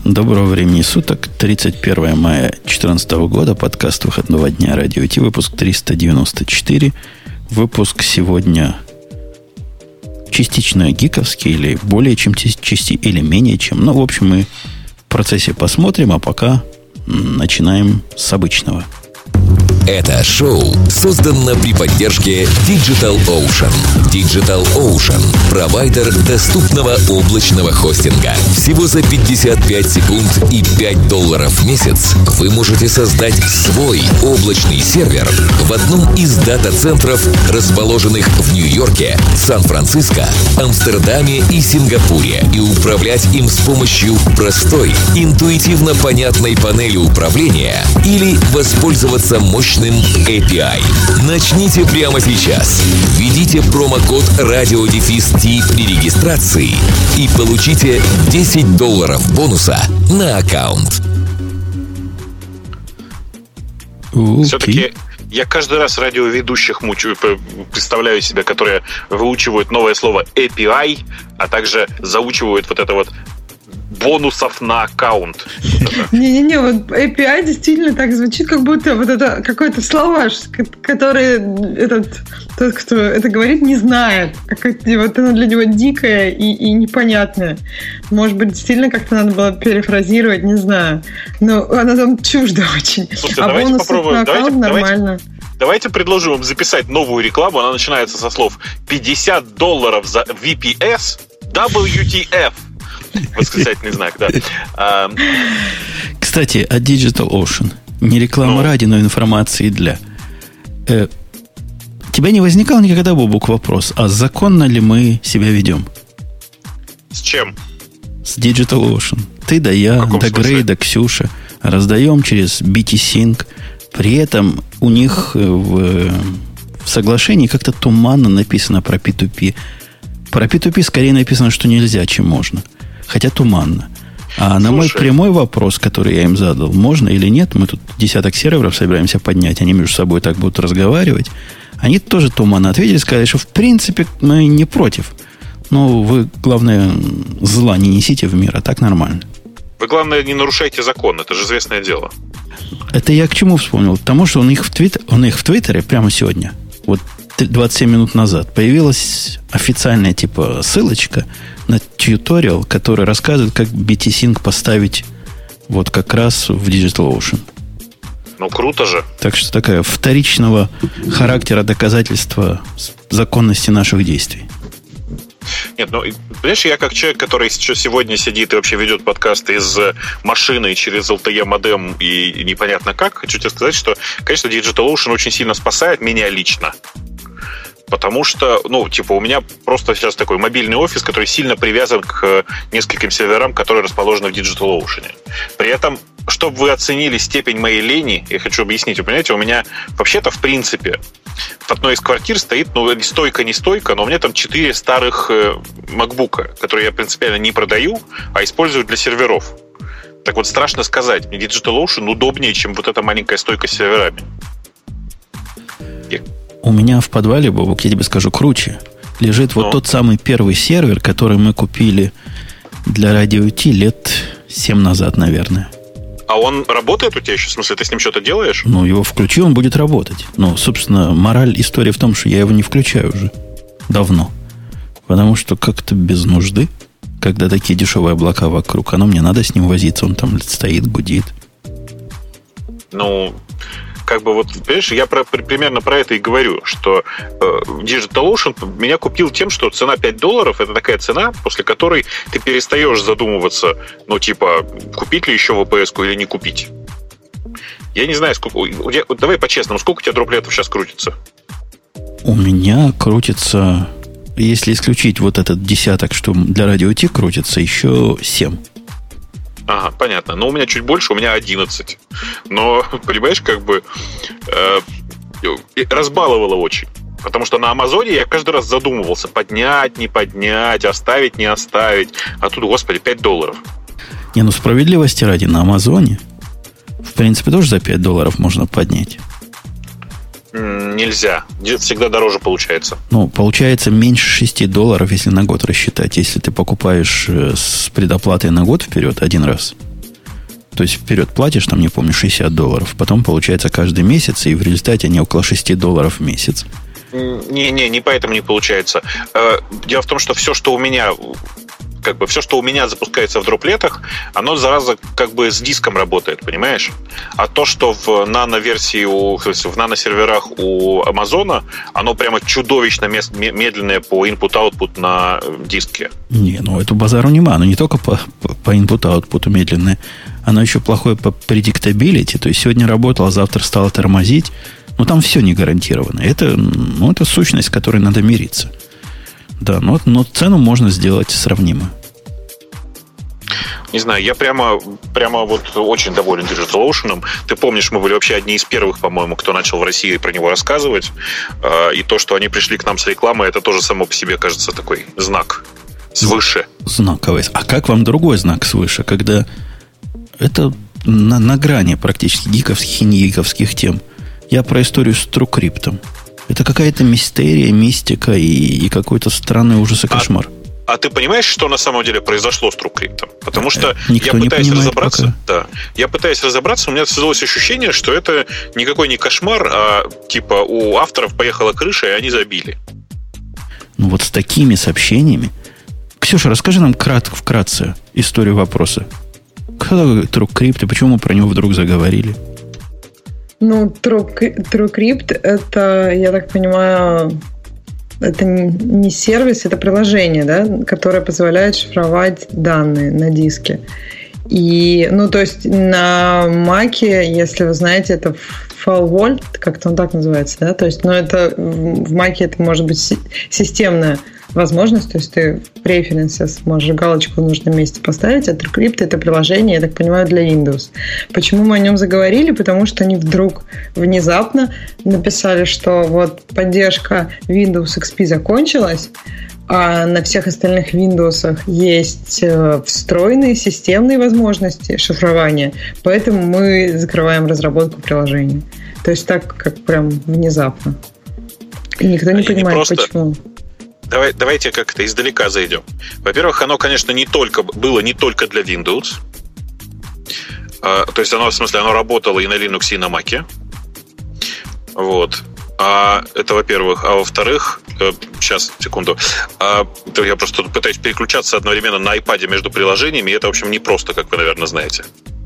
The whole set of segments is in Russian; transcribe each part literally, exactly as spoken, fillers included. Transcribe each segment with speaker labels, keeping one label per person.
Speaker 1: Доброго времени суток. тридцать первое мая две тысячи четырнадцатого года. Подкаст выходного дня Радио Ти. Выпуск триста девяносто четыре. Выпуск сегодня частично гиковский, или более чем частично, или менее чем. Ну, в общем, мы в процессе посмотрим, а пока начинаем с обычного.
Speaker 2: Это шоу создано при поддержке DigitalOcean. DigitalOcean – провайдер доступного облачного хостинга. Всего за пятьдесят пять секунд и пять долларов в месяц вы можете создать свой облачный сервер в одном из дата-центров, расположенных в Нью-Йорке, Сан-Франциско, Амстердаме и Сингапуре, и управлять им с помощью простой, интуитивно понятной панели управления или воспользоваться мощным эй пи ай. Начните прямо сейчас. Введите промокод радиодефис-ти при регистрации и получите десять долларов бонуса на аккаунт.
Speaker 1: Okay.
Speaker 3: Все-таки я каждый раз радиоведущих мучаю, представляю себе, которые выучивают новое слово эй пи ай, а также заучивают вот это вот бонусов на аккаунт.
Speaker 4: Не-не-не, вот эй пи ай действительно так звучит, как будто вот это какой-то словарь, который этот, тот, кто это говорит, не знает. Какое-то, вот оно для него дикое и, и непонятное. Может быть, действительно как-то надо было перефразировать, не знаю. Но оно там чуждо очень.
Speaker 3: Слушайте,
Speaker 4: а
Speaker 3: давайте попробуем.
Speaker 4: На аккаунт
Speaker 3: давайте,
Speaker 4: нормально.
Speaker 3: Давайте, давайте предложим вам записать новую рекламу. Она начинается со слов пятьдесят долларов за ви пи эс дабл ю ти эф. Восклицательный знак, да. А...
Speaker 1: Кстати, о DigitalOcean. Не реклама ну. ради, но информации для. Э, тебя не возникал никогда, Бобук, вопрос, а законно ли мы себя ведем?
Speaker 3: С чем?
Speaker 1: С DigitalOcean. Ты да я, да Грей, да Ксюша раздаем через би ти Sync. При этом у них в, в соглашении как-то туманно написано про пи ту пи. Про пи ту пи скорее написано, что нельзя, чем можно. Хотя туманно. А на мой прямой вопрос, который я им задал, можно или нет, мы тут десяток серверов собираемся поднять, они между собой так будут разговаривать, они тоже туманно ответили, сказали, что в принципе мы не против. Но вы, главное, зла не несите в мир, а так нормально.
Speaker 3: Вы, главное, не нарушайте закон, это же известное дело.
Speaker 1: Это я к чему вспомнил? К тому, что у них в, твит... у них в Твиттере прямо сегодня, вот двадцать семь минут назад, появилась официальная типа ссылочка на тьюториал, который рассказывает, как би ти Sync поставить вот как раз в DigitalOcean.
Speaker 3: Ну, круто же.
Speaker 1: Так что такая вторичного характера доказательства законности наших действий.
Speaker 3: Нет, ну, понимаешь, я как человек, который сейчас сегодня сидит и вообще ведет подкаст из машины через эл ти и-модем и непонятно как, хочу тебе сказать, что, конечно, DigitalOcean очень сильно спасает меня лично. Потому что, ну, типа, у меня просто сейчас такой мобильный офис, который сильно привязан к нескольким серверам, которые расположены в DigitalOcean. При этом, чтобы вы оценили степень моей лени, я хочу объяснить, вы понимаете, у меня вообще-то, в принципе, в одной из квартир стоит, ну, не стойка, не стойка, но у меня там четыре старых MacBook'а, которые я принципиально не продаю, а использую для серверов. Так вот, страшно сказать, мне DigitalOcean удобнее, чем вот эта маленькая стойка с серверами.
Speaker 1: У меня в подвале, Бобок, я тебе скажу, круче. Лежит вот ну. тот самый первый сервер, который мы купили для Радио Ти лет семь назад, наверное.
Speaker 3: А он работает у тебя еще? В смысле, ты с ним что-то делаешь?
Speaker 1: Ну, его включи, он будет работать. Ну, собственно, мораль истории в том, что я его не включаю уже давно. Потому что как-то без нужды, когда такие дешевые облака вокруг, оно мне надо с ним возиться, он там стоит, гудит.
Speaker 3: Ну... Как бы вот, понимаешь, я про, примерно про это и говорю, что э, DigitalOcean меня купил тем, что цена пять долларов – это такая цена, после которой ты перестаешь задумываться, ну, типа, купить ли еще ви пи эс-ку или не купить. Я не знаю, сколько... Я, давай по-честному, сколько у тебя дроплетов сейчас крутится?
Speaker 1: У меня крутится, если исключить вот этот десяток, что для Радио Ти крутится, еще семь.
Speaker 3: Ага, понятно. Но у меня чуть больше, у меня одиннадцать. Но, понимаешь, как бы э, разбаловало очень. Потому что на Амазоне я каждый раз задумывался, поднять, не поднять, оставить, не оставить. А тут, господи, пять долларов.
Speaker 1: Не, ну справедливости ради, на Амазоне в принципе тоже за пять долларов можно поднять.
Speaker 3: Нельзя. Всегда дороже получается.
Speaker 1: Ну, получается меньше шесть долларов, если на год рассчитать. Если ты покупаешь с предоплатой на год вперед один раз, То есть вперед платишь, там, не помню, шестьдесят долларов. Потом получается каждый месяц, и в результате они около шесть долларов в месяц.
Speaker 3: Не-не, не поэтому не получается. Дело в том, что все, что у меня... Как бы все, что у меня запускается в дроплетах, оно, зараза, как бы с диском работает, понимаешь? А то, что в нано-версии, у, в нано-серверах у Амазона, оно прямо чудовищно медленное по input-output на диске.
Speaker 1: Не, ну эту базару нема. Оно не только по, по, по input-output медленное, оно еще плохое по predictability. То есть сегодня работало, завтра стало тормозить. Но там все не гарантировано. Это, ну, это сущность, с которой надо мириться. Да, но, но цену можно сделать сравнимо.
Speaker 3: Не знаю, я прямо, прямо вот очень доволен DigitalOcean. Ты помнишь, мы были вообще одни из первых, по-моему, кто начал в России про него рассказывать. И то, что они пришли к нам с рекламой, это тоже само по себе, кажется, такой знак свыше.
Speaker 1: Знаковый. А как вам другой знак свыше, когда это на, на грани практически гиковских и не гиковских тем? Я про историю с TrueCrypt. Это какая-то мистерия, мистика и, и какой-то странный ужас и кошмар.
Speaker 3: А, а ты понимаешь, что на самом деле произошло с TrueCrypt? Потому что
Speaker 1: Никто
Speaker 3: я пытаюсь разобраться.
Speaker 1: Пока.
Speaker 3: Да, я пытаюсь разобраться, у меня создалось ощущение, что это никакой не кошмар, а типа у авторов поехала крыша, и они забили.
Speaker 1: Ну вот с такими сообщениями. Ксюша, расскажи нам кратко, вкратце историю вопроса. Кто такой TrueCrypt и почему мы про него вдруг заговорили?
Speaker 4: Ну, TrueCrypt это, я так понимаю, это не сервис, это приложение, да, которое позволяет шифровать данные на диске. И, ну, то есть на Mac'е, если вы знаете, это FileVault, как-то он так называется, да, то есть, ну, это в Mac'е это может быть системная возможность, то есть ты в преференсе можешь галочку в нужном месте поставить, а TrueCrypt это приложение, я так понимаю, для Windows. Почему мы о нем заговорили? Потому что они вдруг внезапно написали, что вот поддержка Windows икс пи закончилась, а на всех остальных Windows есть встроенные системные возможности шифрования, поэтому мы закрываем разработку приложения. То есть так, как прям внезапно. И никто не и понимает, не просто... почему.
Speaker 3: Давай, давайте как-то издалека зайдем. Во-первых, оно, конечно, не только, было не только для Windows. А, то есть оно, в смысле, оно работало и на Linux, и на Mac. Вот. А, это, во-первых. А во-вторых, э, сейчас, секунду. А, я просто пытаюсь переключаться одновременно на iPad между приложениями, и это, в общем, не просто, как вы, наверное, знаете.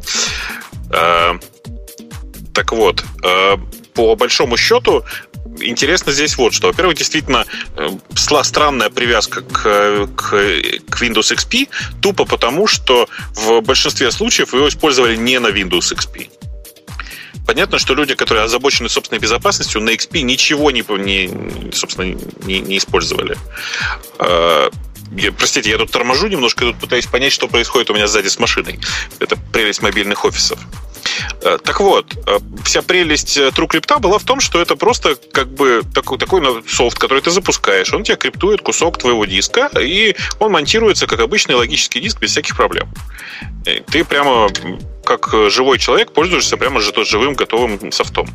Speaker 3: А, так вот, а, по большому счету, интересно здесь вот что. Во-первых, действительно странная привязка к, к, к Windows икс пи, тупо потому, что в большинстве случаев его использовали не на Windows икс пи. Понятно, что люди, которые озабочены собственной безопасностью, на икс пи ничего не, не, собственно, не, не использовали. Я, простите, я тут торможу немножко, тут пытаюсь понять, что происходит у меня сзади с машиной. Это прелесть мобильных офисов. Так вот, вся прелесть TrueCrypt была в том, что это просто как бы такой, такой софт, который ты запускаешь. Он тебе криптует кусок твоего диска, и он монтируется как обычный логический диск без всяких проблем. Ты прямо как живой человек пользуешься прямо живым готовым софтом.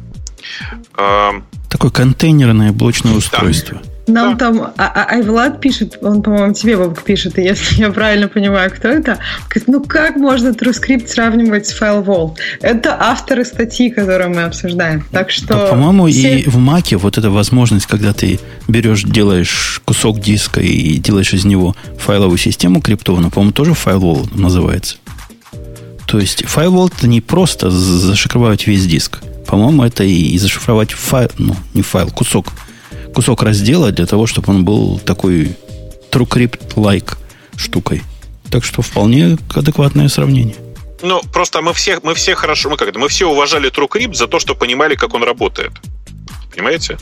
Speaker 1: Такое контейнерное блочное устройство.
Speaker 4: Да. Нам да. там а, а, Айвлад пишет, он, по-моему, тебе, Бобок, пишет, и если я правильно понимаю, кто это, говорит, ну как можно TrueCrypt сравнивать с FileVault? Это авторы статьи, которую мы обсуждаем. Так что...
Speaker 1: Да, по-моему, все... и в Mac'е вот эта возможность, когда ты берешь, делаешь кусок диска и делаешь из него файловую систему криптованную, по-моему, тоже FileVault называется. То есть FileVault это не просто зашифровать весь диск. По-моему, это и зашифровать файл, ну, не файл, кусок кусок раздела для того, чтобы он был такой TrueCrypt-like штукой. Так что вполне адекватное сравнение.
Speaker 3: Ну, просто мы все, мы все хорошо, мы как-то, мы все уважали TrueCrypt за то, что понимали, как он работает. Понимаете?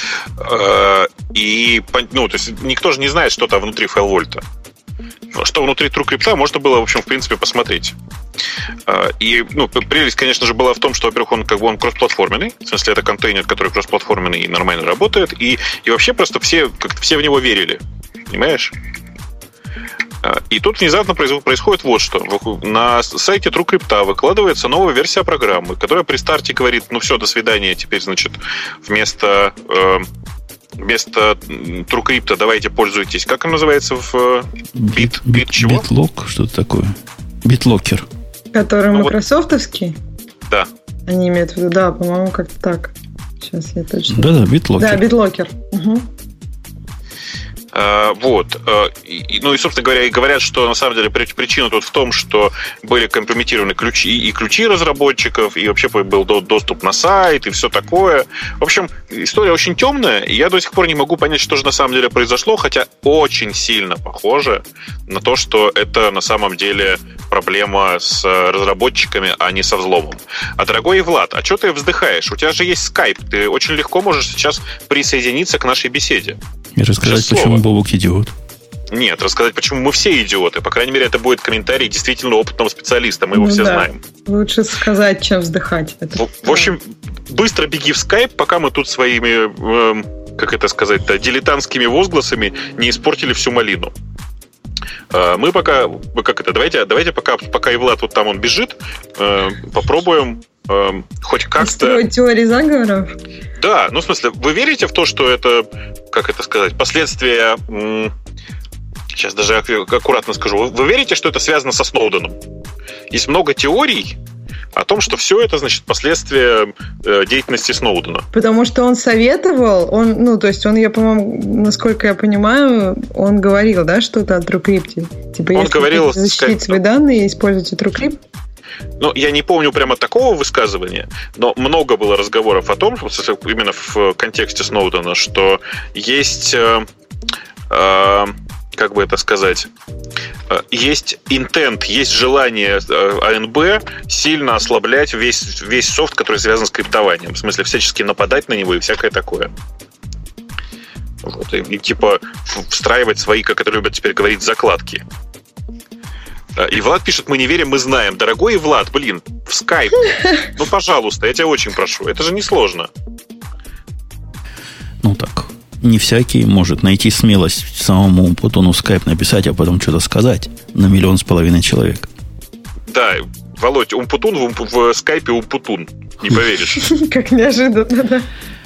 Speaker 3: И, ну, то есть никто же не знает, что там внутри FileVault. Что внутри TrueCrypt можно было, в общем, в принципе, посмотреть. И, ну, прелесть, конечно же, была в том, что, во-первых, он как бы он кроссплатформенный, в смысле, это контейнер, который кроссплатформенный и нормально работает, и, и вообще просто все, как-то все в него верили, понимаешь? И тут внезапно происходит вот что. На сайте TrueCrypt выкладывается новая версия программы, которая при старте говорит, ну все, до свидания, теперь, значит, вместо... Вместо TrueCrypt давайте пользуйтесь. Как он называется в бит? Бит чего?
Speaker 1: BitLock, что-то такое. BitLocker.
Speaker 4: Который ну, микрософтовский?
Speaker 3: Да.
Speaker 4: Они имеют в виду, да, по-моему, как-то так. Сейчас я точно...
Speaker 1: Да-да, BitLocker.
Speaker 4: Да, BitLocker. Угу.
Speaker 3: Uh, вот. Uh, и, ну и, собственно говоря, и говорят, что на самом деле причина тут в том, что были компрометированы ключи и ключи разработчиков, и вообще был доступ на сайт, и все такое. В общем, история очень темная, и я до сих пор не могу понять, что же на самом деле произошло, хотя очень сильно похоже на то, что это на самом деле проблема с разработчиками, а не со взломом. А, дорогой Влад, а что ты вздыхаешь? У тебя же есть Skype, ты очень легко можешь сейчас присоединиться к нашей беседе.
Speaker 1: И рассказать, почему Бобук идиот.
Speaker 3: Нет, рассказать, почему мы все идиоты. По крайней мере, это будет комментарий действительно опытного специалиста. Мы его ну все да. знаем.
Speaker 4: Лучше сказать, чем вздыхать. Это
Speaker 3: в, в общем, быстро беги в Skype, пока мы тут своими, э, как это сказать-то, дилетантскими возгласами не испортили всю малину. Э, мы пока, как это, давайте, давайте пока, пока и Влад вот там он бежит, э, попробуем э, хоть как-то...
Speaker 4: Строить теории заговоров?
Speaker 3: Да, ну в смысле, вы верите в то, что это, как это сказать, последствия... М- сейчас даже аккуратно скажу. Вы верите, что это связано со Сноуденом? Есть много теорий о том, что все это, значит, последствия э, деятельности Сноудена.
Speaker 4: Потому что он советовал, он, ну, то есть он, я, по-моему, насколько я понимаю, он говорил, да, что-то о TrueCrypt. Типа,
Speaker 3: он
Speaker 4: если
Speaker 3: говорил,
Speaker 4: хотите защитить свои данные, используйте TrueCrypt.
Speaker 3: Ну, я не помню прямо такого высказывания, но много было разговоров о том, именно в контексте Сноудена, что есть... Э, э, как бы это сказать, есть интент, есть желание АНБ сильно ослаблять весь, весь софт, который связан с криптованием. В смысле, всячески нападать на него и всякое такое. Вот, и, и типа встраивать свои, как это любят теперь говорить, закладки. И Влад пишет, мы не верим, мы знаем. Дорогой Влад, блин, в Skype. Ну, пожалуйста, я тебя очень прошу. Это же несложно.
Speaker 1: Ну так... Не всякий может найти смелость самому Путуну в скайп написать, а потом что-то сказать на миллион с половиной человек.
Speaker 3: Да, Володь, Умпутун в, в скайпе Умпутун. Не поверишь.
Speaker 4: Как неожиданно, да.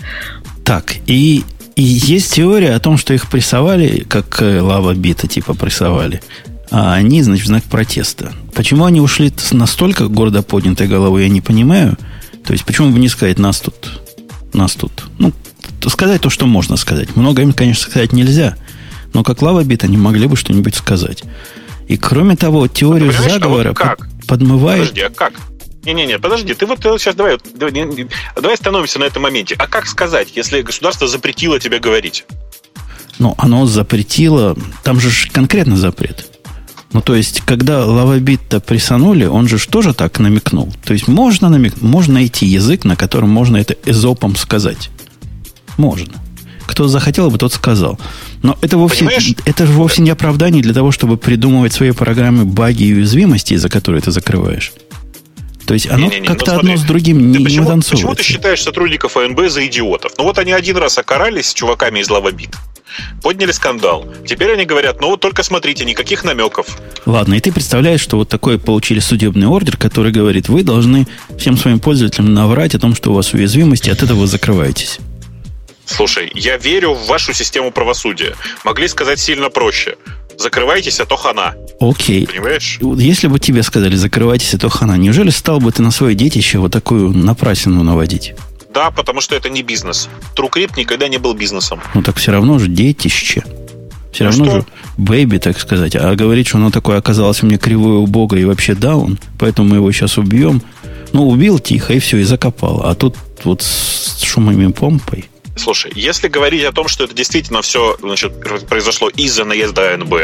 Speaker 1: Так, и, и есть теория о том, что их прессовали, как лава бита типа прессовали, а они, значит, в знак протеста. Почему они ушли с настолько гордо поднятой головой, я не понимаю. То есть, почему бы не сказать, нас тут, нас тут, ну, сказать то, что можно сказать. Много им, конечно, сказать нельзя, но как лава бит они могли бы что-нибудь сказать. И кроме того, теорию
Speaker 3: ну,
Speaker 1: заговора
Speaker 3: вот как?
Speaker 1: подмывает...
Speaker 3: Подожди, а как? Не-не-не, подожди, ты вот сейчас давай, давай, давай остановимся на этом моменте. А как сказать, если государство запретило тебе говорить?
Speaker 1: Ну, оно запретило... Там же конкретно запрет. Ну, то есть, когда лавабит-то прессанули, он же тоже так намекнул. То есть, можно, намек... можно найти язык, на котором можно это эзопом сказать. Можно. Кто захотел бы, тот сказал. Но это вовсе, это же вовсе не оправдание для того, чтобы придумывать свои программы баги и уязвимости, из-за которые ты закрываешь. То есть оно не, не, не, как-то ну, одно с другим не,
Speaker 3: почему,
Speaker 1: не танцуется.
Speaker 3: Почему ты считаешь сотрудников АНБ за идиотов? Ну вот они один раз окарались с чуваками из лавабит, подняли скандал. Теперь они говорят, ну вот только смотрите, никаких намеков. Ладно,
Speaker 1: и ты представляешь, что вот такой получили судебный ордер, который говорит, вы должны всем своим пользователям наврать о том, что у вас уязвимости, от этого вы закрываетесь.
Speaker 3: Слушай, я верю в вашу систему правосудия. Могли сказать сильно проще. Закрывайтесь, а то хана.
Speaker 1: Окей.
Speaker 3: Понимаешь?
Speaker 1: Если бы тебе сказали, закрывайтесь, а то хана, неужели стал бы ты на свое детище вот такую напрасину наводить?
Speaker 3: Да, потому что это не бизнес. TrueCrypt никогда не был бизнесом.
Speaker 1: Ну так все равно же детище. Все ну равно что? Же бэйби, так сказать. А говорит, что оно такое оказалось мне кривое, убогое и вообще даун, поэтому мы его сейчас убьем. Ну, убил тихо, и все, и закопал. А тут вот с шумом и помпой.
Speaker 3: Слушай, если говорить о том, что это действительно все, значит, произошло из-за наезда АНБ,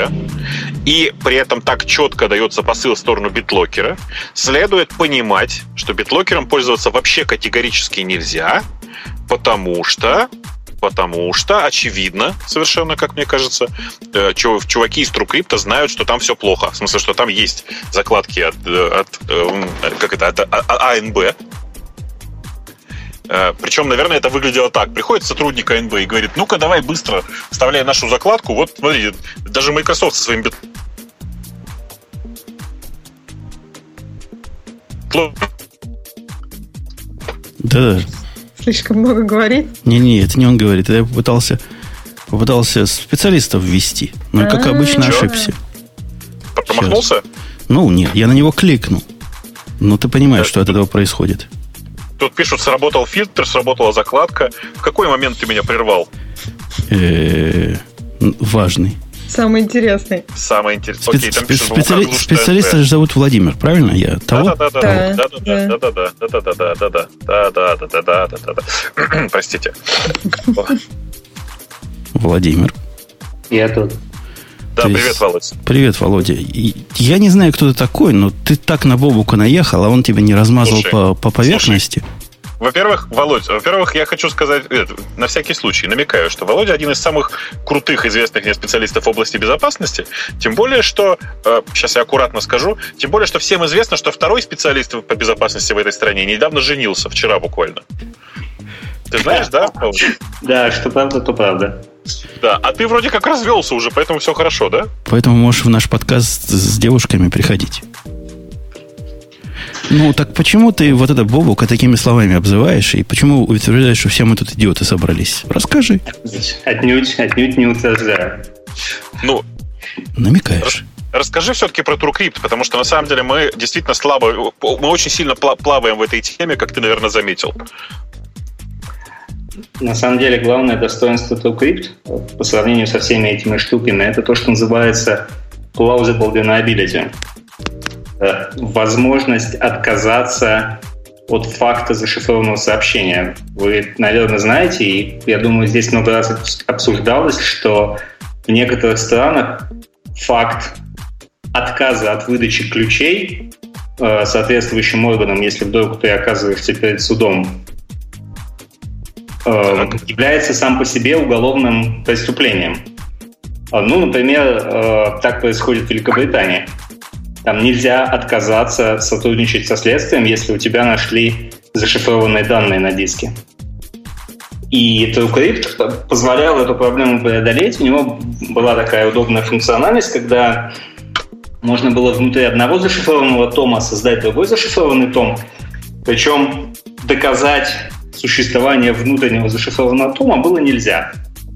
Speaker 3: и при этом так четко дается посыл в сторону битлокера, следует понимать, что битлокером пользоваться вообще категорически нельзя, потому что, потому что, очевидно, совершенно, как мне кажется, чуваки из TrueCrypt знают, что там все плохо. В смысле, что там есть закладки от, от, как это, от АНБ. Причем, наверное, это выглядело так. Приходит сотрудник АНБ и говорит, ну-ка, давай быстро вставляй нашу закладку. Вот, смотри, даже Microsoft со своим бит...
Speaker 1: Да.
Speaker 4: Слишком много говорит?
Speaker 1: Не-не, это не он говорит. Я попытался, попытался специалистов ввести. Но, как обычно, ошибся.
Speaker 3: Промахнулся?
Speaker 1: Ну, нет, я на него кликнул. Ну, ты понимаешь, что от этого происходит.
Speaker 3: Тут пишут, сработал фильтр, сработала закладка. В какой момент ты меня прервал?
Speaker 1: Важный.
Speaker 4: Самый интересный.
Speaker 3: Самый интересный. Окей, там пишут,
Speaker 1: специали... Специалиста же зовут Владимир, правильно? Я того?
Speaker 3: Да-да-да. Да-да-да. Да-да-да. Да-да-да. Да-да-да. Простите.
Speaker 1: Владимир.
Speaker 5: Я тут.
Speaker 3: Да, привет, есть... Володь.
Speaker 1: Привет, Володя. Я не знаю, кто ты такой, но ты так на Бобука наехал, а он тебя не размазал слушай, по, по поверхности.
Speaker 3: Слушай. Во-первых, Володь, во-первых, я хочу сказать, это, на всякий случай, намекаю, что Володя один из самых крутых известных мне специалистов в области безопасности, тем более, что, э, сейчас я аккуратно скажу, тем более, что всем известно, что второй специалист по безопасности в этой стране недавно женился, вчера буквально. Ты знаешь, да, Володя?
Speaker 5: Да, что правда, то правда.
Speaker 3: Да, а ты вроде как развелся уже, поэтому все хорошо, да?
Speaker 1: Поэтому можешь в наш подкаст с девушками приходить. Ну, так почему ты вот это Бобука такими словами обзываешь, и почему утверждаешь, что все мы тут идиоты собрались? Расскажи.
Speaker 5: Отнюдь, отнюдь не утверждаю.
Speaker 3: Ну,
Speaker 1: намекаешь.
Speaker 3: Расскажи все-таки про TrueCrypt, потому что на самом деле мы действительно слабо, мы очень сильно плаваем в этой теме, как ты, наверное, заметил.
Speaker 5: На самом деле, главное достоинство TrueCrypt по сравнению со всеми этими штуками, это то, что называется plausible deniability. Возможность отказаться от факта зашифрованного сообщения. Вы, наверное, знаете, и я думаю, здесь много раз обсуждалось, что в некоторых странах факт отказа от выдачи ключей э, соответствующим органам, если вдруг ты оказываешься перед судом, э, является сам по себе уголовным преступлением. Ну, например, э, так происходит в Великобритании. Там нельзя отказаться сотрудничать со следствием, если у тебя нашли зашифрованные данные на диске. И TrueCrypt позволял эту проблему преодолеть. У него была такая удобная функциональность, когда можно было внутри одного зашифрованного тома создать другой зашифрованный том. Причем доказать существование внутреннего зашифрованного тома было нельзя.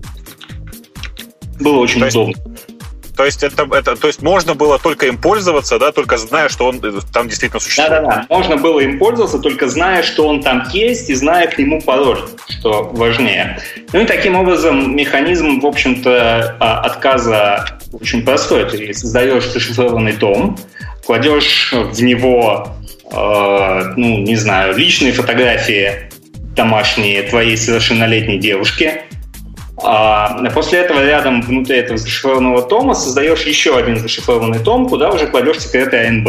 Speaker 5: Было очень
Speaker 3: то есть,
Speaker 5: удобно.
Speaker 3: То есть, это, это, то есть можно было только им пользоваться, да, только зная, что он там действительно существует.
Speaker 5: Да-да-да, можно было им пользоваться, только зная, что он там есть, и зная к нему пароль, что важнее. Ну и таким образом механизм, в общем-то, отказа очень простой. Ты создаешь зашифрованный том, кладешь в него, э, ну, не знаю, личные фотографии домашние твоей совершеннолетней девушки, а после этого рядом внутри этого зашифрованного тома создаешь еще один зашифрованный том, куда уже кладешь секреты АНБ.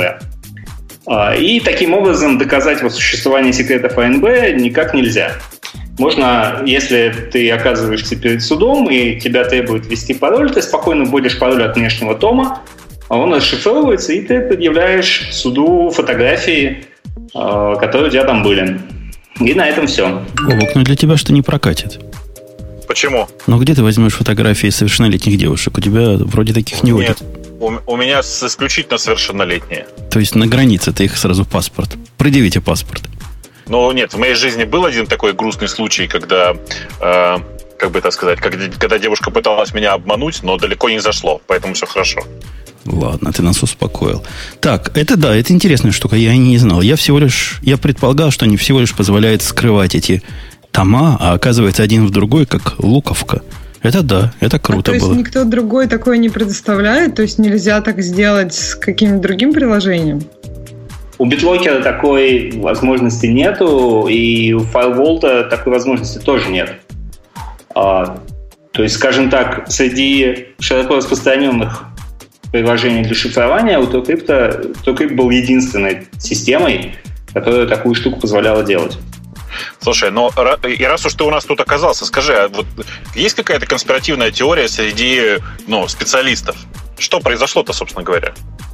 Speaker 5: И таким образом доказать вот существование секретов АНБ никак нельзя. Можно, если ты оказываешься перед судом и тебя требуют ввести пароль, ты спокойно вводишь пароль от внешнего тома, он расшифровывается, и ты предъявляешь суду фотографии, которые у тебя там были. И на этом все.
Speaker 1: Бобок, ну для тебя что не прокатит?
Speaker 3: Почему?
Speaker 1: Ну где ты возьмешь фотографии совершеннолетних девушек? У тебя вроде таких не водят.
Speaker 3: У, у меня исключительно совершеннолетние.
Speaker 1: То есть на границе ты их сразу паспорт. Предъявите паспорт.
Speaker 3: Ну нет, в моей жизни был один такой грустный случай, когда, э, как бы это сказать, когда, когда девушка пыталась меня обмануть, но далеко не зашло, поэтому все хорошо.
Speaker 1: Ладно, ты нас успокоил. Так, это да, это интересная штука, я не знал. Я всего лишь, я предполагал, что они всего лишь позволяют скрывать эти тома, а оказывается один в другой, как луковка. Это да, это круто
Speaker 4: а, то
Speaker 1: было.
Speaker 4: То есть никто другой такое не предоставляет? То есть нельзя так сделать с каким-то другим приложением?
Speaker 5: У BitLocker такой возможности нету, и у FileVault такой возможности тоже нет. А, то есть, скажем так, среди широко распространенных приложений для шифрования у TrueCrypt, TrueCrypt был единственной системой, которая такую штуку позволяла делать.
Speaker 3: Слушай, ну и раз уж ты у нас тут оказался, скажи, а вот есть какая-то конспиративная теория среди ну, специалистов? Что произошло-то, собственно говоря?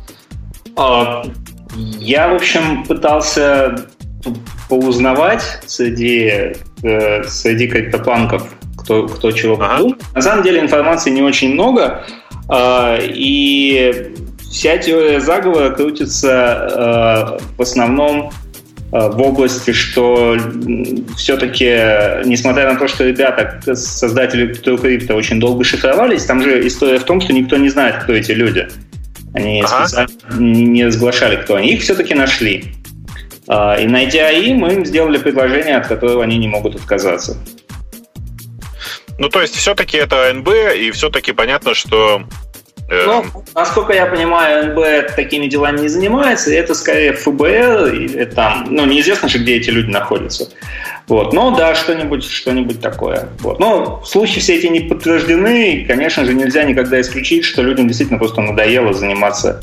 Speaker 5: А, я, в общем, пытался поузнавать среди, э, среди криптопанков, кто, кто чего подумал. Ага. На самом деле информации не очень много, э, и вся теория заговора крутится э, в основном в области, что все-таки, несмотря на то, что ребята, создатели TrueCrypt, очень долго шифровались, там же история в том, что никто не знает, кто эти люди. Они ага. специально не разглашали, кто они. Их все-таки нашли. И найдя им, мы им сделали предложение, от которого они не могут отказаться.
Speaker 3: Ну, то есть, все-таки это эй эн би, и все-таки понятно, что... Э...
Speaker 5: Ну, насколько я понимаю, эй эн би такими делами не занимается, это скорее эф бэ эр, или там, ну, неизвестно же, где эти люди находятся. Вот. Но да, что-нибудь, что-нибудь такое. Вот. Но слухи все эти не подтверждены, и, конечно же, нельзя никогда исключить, что людям действительно просто надоело заниматься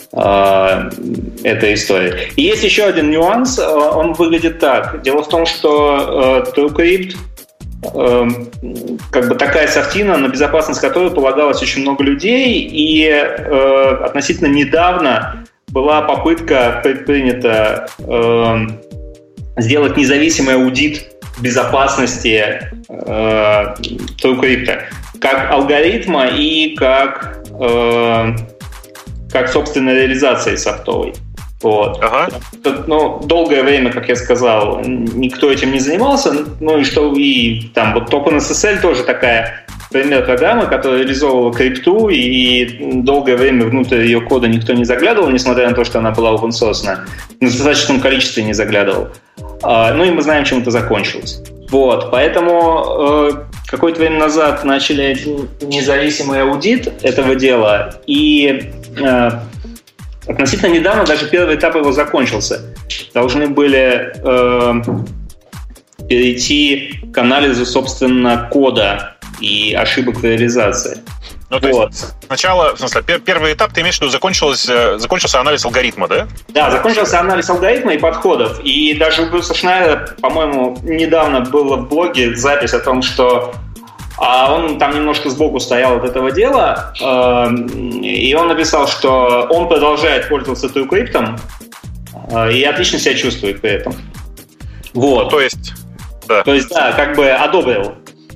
Speaker 5: этой историей. И есть еще один нюанс, он выглядит так. Дело в том, что э, TrueCrypt э, как бы такая софтина, на безопасность которой полагалось очень много людей, и э, относительно недавно была попытка предпринята э, сделать независимый аудит безопасности э, TrueCrypt как алгоритма и как э, как собственной реализацией софтовой. Вот.
Speaker 3: Ага.
Speaker 5: Ну, долгое время, как я сказал, никто этим не занимался. Ну и что и там вот OpenSSL тоже такая пример программы, которая реализовывала крипту, и долгое время внутрь ее кода никто не заглядывал, несмотря на то, что она была open source, в достаточном количестве не заглядывал. Ну и мы знаем, чем это закончилось. Вот, поэтому какое-то время назад начали независимый аудит этого дела, и э, относительно недавно даже первый этап его закончился. Должны были э, перейти к анализу, собственно, кода и ошибок в реализации.
Speaker 3: Ну, то вот. есть сначала, в смысле, первый этап, ты имеешь в виду, закончился, закончился анализ алгоритма, да?
Speaker 5: Да, закончился анализ алгоритма и подходов. И даже у Брюса Шнайдера, по-моему, недавно было в блоге запись о том, что а он там немножко сбоку стоял от этого дела, э, и он написал, что он продолжает пользоваться TrueCrypt э, и отлично себя чувствует при этом. Вот.
Speaker 3: То есть, да.
Speaker 5: То есть, да, как бы одобрил.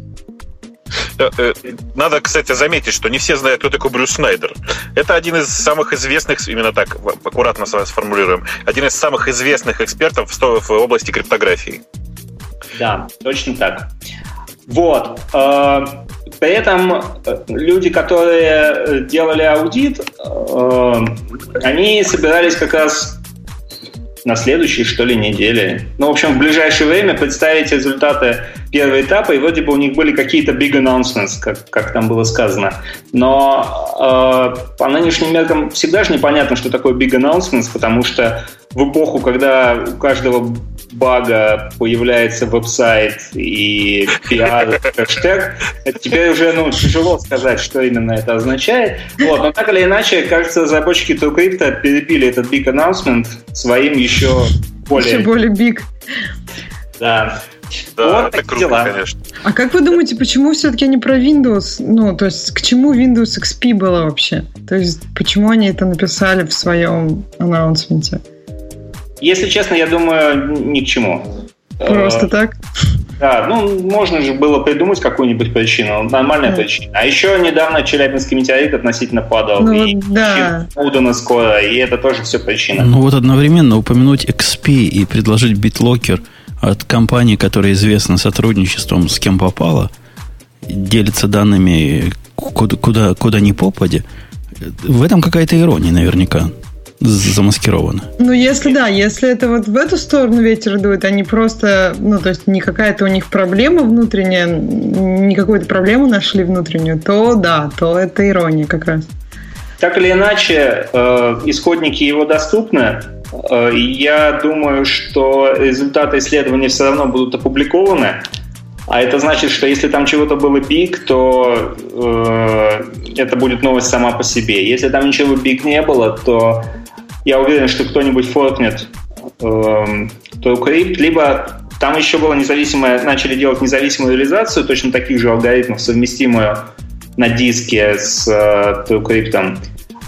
Speaker 3: Надо, кстати, заметить, что не все знают, кто такой Брюс Шнайдер. Это один из самых известных, именно так, аккуратно сформулируем, один из самых известных экспертов в области криптографии.
Speaker 5: Да, точно так. Вот. При этом люди, которые делали аудит, они собирались как раз на следующей, что ли, неделе. Ну, в общем, в ближайшее время представить результаты первого этапа, и вроде бы у них были какие-то big announcements, как, как там было сказано. Но э, по нынешним меркам всегда же непонятно, что такое big announcements, потому что в эпоху, когда у каждого бага появляется веб-сайт и пиар, хэштег, теперь уже ну, тяжело сказать, что именно это означает. Вот. Но так или иначе, кажется, разработчики TrueCrypt перепили этот big announcement своим еще более...
Speaker 4: Еще более big.
Speaker 5: Да.
Speaker 3: Да,
Speaker 5: вот
Speaker 3: это круто,
Speaker 5: дела.
Speaker 3: Конечно.
Speaker 4: А как вы думаете, почему все-таки не про Windows? Ну, то есть, к чему Windows икс пи было вообще? То есть, почему они это написали в своем анонсменте?
Speaker 5: Если честно, я думаю, ни к чему.
Speaker 4: Просто так?
Speaker 5: Да, ну, можно же было придумать какую-нибудь причину, нормальная да. причина. А еще недавно Челябинский метеорит относительно падал,
Speaker 4: ну,
Speaker 5: и
Speaker 4: да.
Speaker 5: удано скоро, и это тоже все причина.
Speaker 1: Ну вот одновременно упомянуть икс пи и предложить BitLocker от компании, которая известна сотрудничеством с кем попало, делится данными куда, куда, куда ни попадя, в этом какая-то ирония наверняка замаскирована.
Speaker 4: Ну, если да, если это вот в эту сторону ветер дует, они просто, ну, то есть не какая-то у них проблема внутренняя, не какую-то проблему нашли внутреннюю, то да, то это ирония как раз.
Speaker 5: Так или иначе, э, исходники его доступны. Э, я думаю, что результаты исследования все равно будут опубликованы. А это значит, что если там чего-то было big, то э, это будет новость сама по себе. Если там ничего big не было, то я уверен, что кто-нибудь форкнет э, TrueCrypt, либо там еще было независимое, начали делать независимую реализацию точно таких же алгоритмов, совместимую на диске с э, TrueCrypt.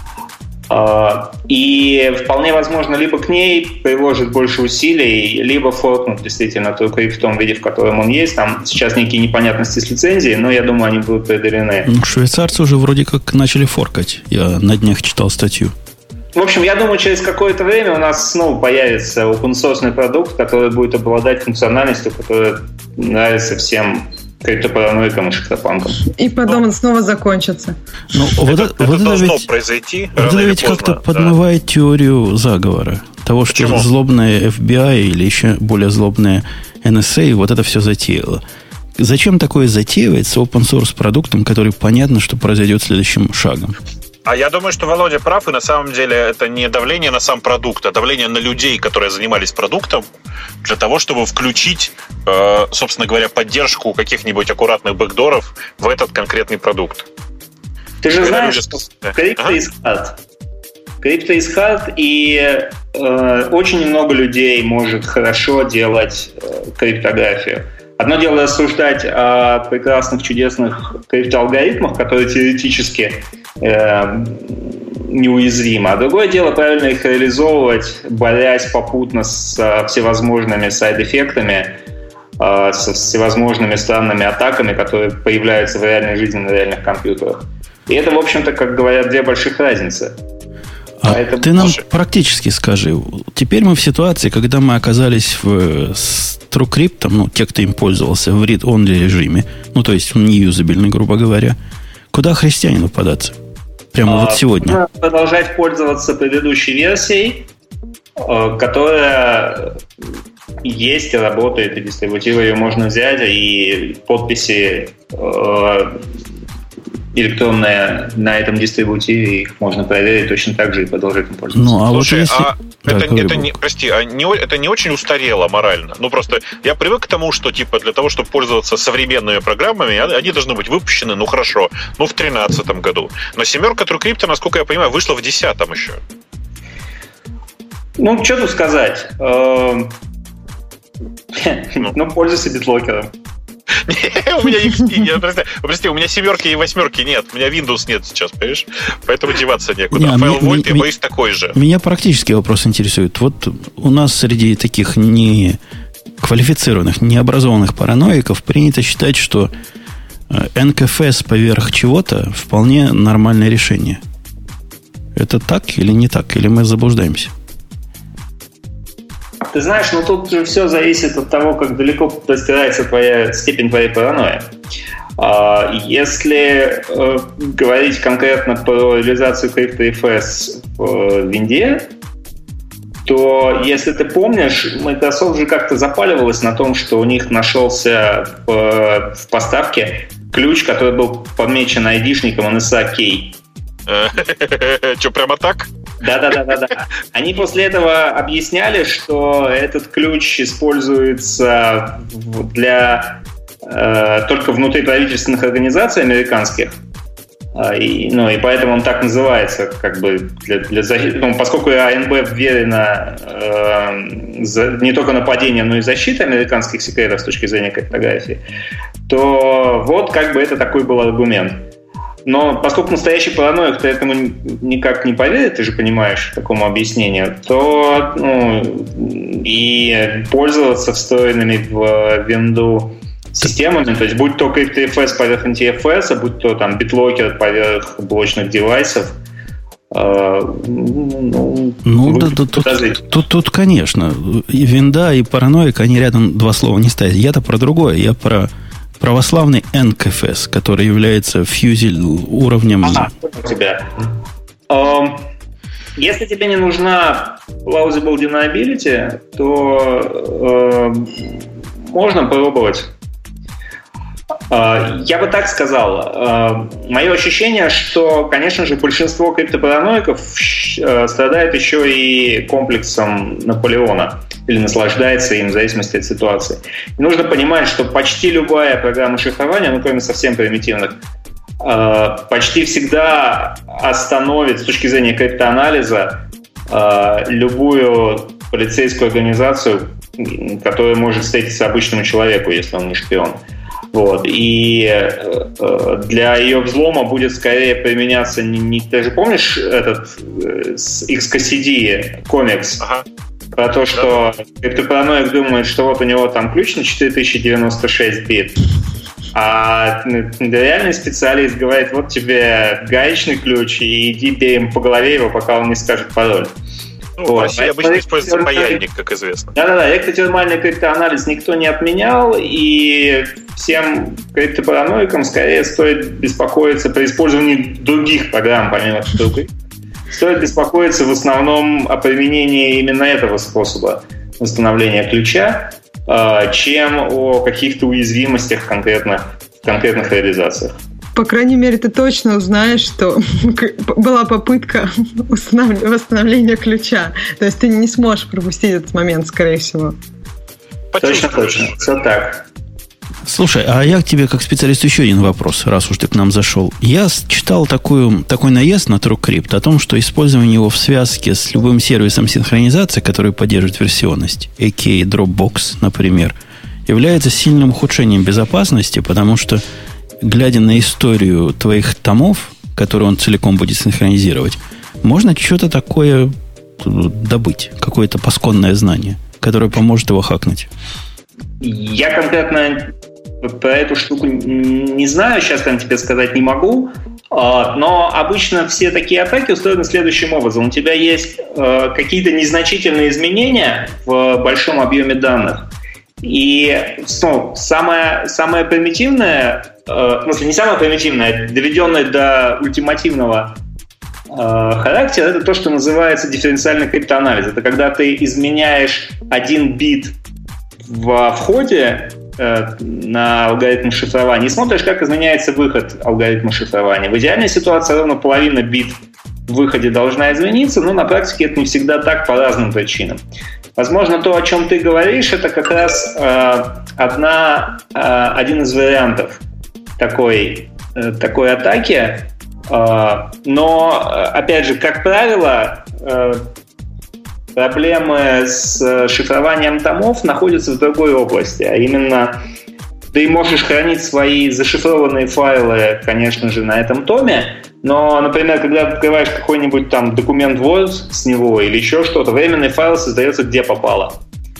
Speaker 5: Uh, и вполне возможно, либо к ней приложат больше усилий, либо форкнут действительно TrueCrypt в том виде, в котором он есть. Там сейчас некие непонятности с лицензией, но я думаю, они будут преодолены.
Speaker 1: Ну, швейцарцы уже вроде как начали форкать. Я на днях читал статью.
Speaker 5: В общем, я думаю, через какое-то время у нас снова появится open-source продукт, который будет обладать функциональностью, которая нравится всем криптопараноикам и шахтопанкам.
Speaker 4: И потом он снова закончится.
Speaker 1: Ну, вот
Speaker 3: это,
Speaker 1: это,
Speaker 3: это
Speaker 1: вот
Speaker 3: должно
Speaker 1: это ведь,
Speaker 3: произойти.
Speaker 1: Вот это ведь как-то
Speaker 3: да.
Speaker 1: подмывает теорию заговора. того, что
Speaker 3: Почему?
Speaker 1: злобная эф би ай или еще более злобная эн эс эй вот это все затеяло. Зачем такое затеивать с open-source продуктом, который понятно, что произойдет следующим шагом?
Speaker 3: А я думаю, что Володя прав, и на самом деле это не давление на сам продукт, а давление на людей, которые занимались продуктом, для того, чтобы включить, э, собственно говоря, поддержку каких-нибудь аккуратных бэкдоров в этот конкретный продукт.
Speaker 5: Ты же
Speaker 3: Когда
Speaker 5: знаешь,
Speaker 3: люди...
Speaker 5: что крипто is hard. Крипто is hard, и э, очень много людей может хорошо делать э, криптографию. Одно дело рассуждать о прекрасных, чудесных криптоалгоритмах, которые теоретически э, неуязвимы, а другое дело правильно их реализовывать, борясь попутно с э, всевозможными сайд-эффектами, э, со всевозможными странными атаками, которые появляются в реальной жизни на реальных компьютерах. И это, в общем-то, как говорят, две больших разницы.
Speaker 1: А
Speaker 5: Поэтому...
Speaker 1: ты нам практически скажи. Теперь мы в ситуации, когда мы оказались в, с TrueCrypt, ну, те, кто им пользовался, в read-only режиме, ну, то есть он неюзабельный, грубо говоря, куда христианину податься? Прямо а, вот сегодня.
Speaker 5: Нужно продолжать пользоваться предыдущей версией, которая есть и работает, и дистрибутивы ее можно взять, и подписи электронные на этом дистрибутиве, их можно проверить точно так же и продолжать им пользоваться.
Speaker 1: Ну, а
Speaker 3: Слушай,
Speaker 1: вот если...
Speaker 3: а
Speaker 1: да,
Speaker 3: это, это не, прости, а не, это не очень устарело морально. Ну, просто я привык к тому, что, типа, для того, чтобы пользоваться современными программами, они должны быть выпущены, ну, хорошо, ну, в тринадцатом году. Но семерка TrueCrypt, насколько я понимаю, вышла в десятом еще.
Speaker 5: Ну, что тут сказать? Ну, пользуйся битлокером.
Speaker 3: У меня икс пи, я, прости, прости, у меня семерки и восьмерки нет, у меня Windows нет сейчас, понимаешь? Поэтому деваться некуда.
Speaker 1: Не,
Speaker 3: Файл Volt, я
Speaker 1: ми,
Speaker 3: боюсь, такой же.
Speaker 1: Меня практически вопрос интересует. Вот у нас среди таких не квалифицированных, необразованных параноиков принято считать, что эн кей эф эс поверх чего-то вполне нормальное решение. Это так или не так? Или мы заблуждаемся?
Speaker 5: Ты знаешь, ну тут же все зависит от того, как далеко простирается твоя степень твоей паранойи. Если э, говорить конкретно про реализацию CryptoFS в Винде, то, если ты помнишь, Microsoft же как-то запаливалась на том, что у них нашелся в, в поставке ключ, который был помечен айдишником эн эс эй кей.
Speaker 3: Что, прямо так?
Speaker 5: Да-да-да-да. Они после этого объясняли, что этот ключ используется для э, только внутриправительственных организаций американских. И, ну, и поэтому он так называется, как бы для, для защиты. Ну, поскольку АНБ вверена э, за, не только нападение, но и защита американских секретов с точки зрения криптографии, то вот как бы это такой был аргумент. Но поскольку настоящий параноик, ты этому никак не поверит, ты же понимаешь, такому объяснению, то ну, и пользоваться встроенными в винду системами, то есть будь то CryptoFS поверх эн ти эф эс, будь то там битлокер поверх блочных девайсов, э, ну,
Speaker 1: ну да, да, тут, тут, тут, конечно, и винда, и параноик, они рядом два слова не ставят. Я-то про другое, я про православный эн кей эф эс, который является фьюзель уровнем...
Speaker 5: Ага, у тебя. Um, если тебе не нужна plausible deniability, то uh, можно попробовать. Uh, я бы так сказал. Uh, мое ощущение, что, конечно же, большинство криптопараноиков uh, страдает еще и комплексом Наполеона или наслаждается им в зависимости от ситуации. И нужно понимать, что почти любая программа шифрования, ну, кроме совсем примитивных, uh, почти всегда остановит с точки зрения криптоанализа uh, любую полицейскую организацию, которая может встретиться обычному человеку, если он не шпион. Вот. И э, для ее взлома будет скорее применяться не, не ты же помнишь этот э, икс кей си ди комикс, ага. Про то, что да. Криптопараноик думает, что вот у него там ключ на четыре тысячи девяносто шесть бит, а реальный специалист говорит, вот тебе гаечный ключ, и иди бей им по голове его, пока он не скажет пароль.
Speaker 3: Ну, вот. В России а обычно используется паяльник, как известно.
Speaker 5: Да-да-да, экзотермальный криптоанализ никто не отменял, и всем криптопараноикам скорее стоит беспокоиться при использовании других программ, помимо TrueCrypt, стоит беспокоиться в основном о применении именно этого способа восстановления ключа, чем о каких-то уязвимостях конкретных, в конкретных реализациях.
Speaker 4: По крайней мере, ты точно узнаешь, что была попытка восстановления ключа. То есть ты не сможешь пропустить этот момент, скорее всего.
Speaker 5: Точно, точно. Все так.
Speaker 1: Слушай, а я к тебе как специалисту еще один вопрос, раз уж ты к нам зашел. Я читал такую, такой наезд на TrueCrypt о том, что использование его в связке с любым сервисом синхронизации, который поддерживает версионность, а ка а Dropbox, например, является сильным ухудшением безопасности, потому что, глядя на историю твоих томов, которые он целиком будет синхронизировать, можно что-то такое добыть, какое-то пасконное знание, которое поможет его хакнуть.
Speaker 5: Я конкретно про эту штуку не знаю, сейчас прям тебе сказать не могу, но обычно все такие атаки устроены следующим образом. У тебя есть какие-то незначительные изменения в большом объеме данных, и ну, самое, самое примитивное, в смысле не самое примитивное, доведенное до ультимативного характера, это то, что называется дифференциальный криптоанализ. Это когда ты изменяешь один бит в входе э, на алгоритм шифрования и смотришь, как изменяется выход алгоритма шифрования. В идеальной ситуации ровно половина бит в выходе должна измениться, но на практике это не всегда так по разным причинам. Возможно, то, о чем ты говоришь, это как раз э, одна, э, один из вариантов такой, э, такой атаки. Э, но, опять же, как правило, э, проблемы с шифрованием томов находятся в другой области, а именно ты можешь хранить свои зашифрованные файлы, конечно же, на этом томе, но, например, когда открываешь какой-нибудь там документ Word с него или еще что-то, временный файл создается где попало.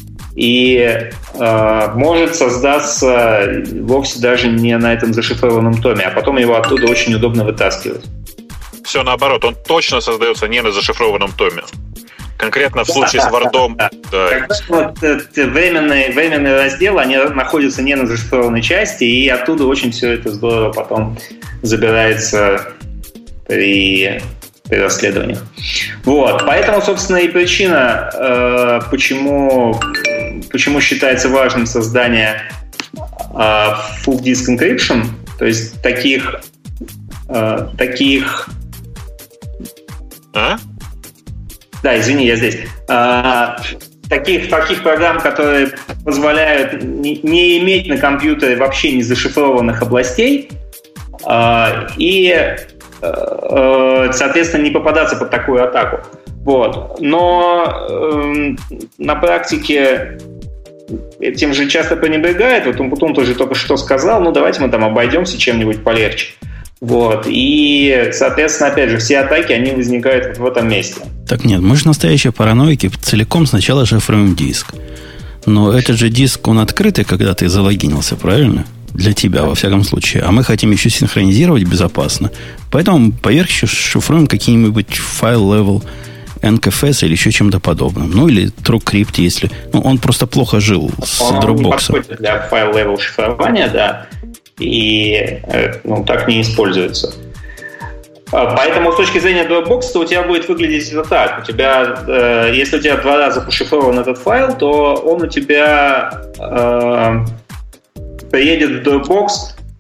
Speaker 5: И э, может создаться вовсе даже не на этом зашифрованном томе, а потом его оттуда очень удобно вытаскивать.
Speaker 3: Все наоборот, он точно создается не на зашифрованном томе. Конкретно в да, случае да, с Word'ом.
Speaker 5: Да, да. Да. Вот, временные, временные разделы, они находятся не на зашифрованной части, и оттуда очень все это здорово потом забирается при, при расследованиях. Вот. Поэтому, собственно, и причина, э, почему, почему считается важным создание э, full disk encryption, то есть таких, э, таких
Speaker 3: а?
Speaker 5: Да, извини, я здесь. А, таких, таких программ, которые позволяют не, не иметь на компьютере вообще не зашифрованных областей а, и, а, соответственно, не попадаться под такую атаку. Вот. Но а, на практике этим же часто пренебрегает. Вот Умпутун тоже только что сказал, ну давайте мы там обойдемся чем-нибудь полегче. Вот. И, соответственно, опять же, все атаки, они возникают вот в этом месте.
Speaker 1: Так нет, мы же настоящие параноики, целиком сначала шифруем диск. Но этот же диск, он открытый, когда ты залогинился, правильно? Для тебя, во всяком случае. А мы хотим еще синхронизировать безопасно. Поэтому поверх еще шифруем какие-нибудь файл-левел эн кей эф эс или еще чем-то подобным. Ну, или TrueCrypt, если... Ну, он просто плохо жил с
Speaker 5: он
Speaker 1: Dropbox. Он не
Speaker 5: подходит для файл-левел шифрования, да. И ну, так не используется. Поэтому с точки зрения Dropbox, то у тебя будет выглядеть это так. У тебя, если у тебя два раза пошифрован этот файл, то он у тебя э, приедет в Dropbox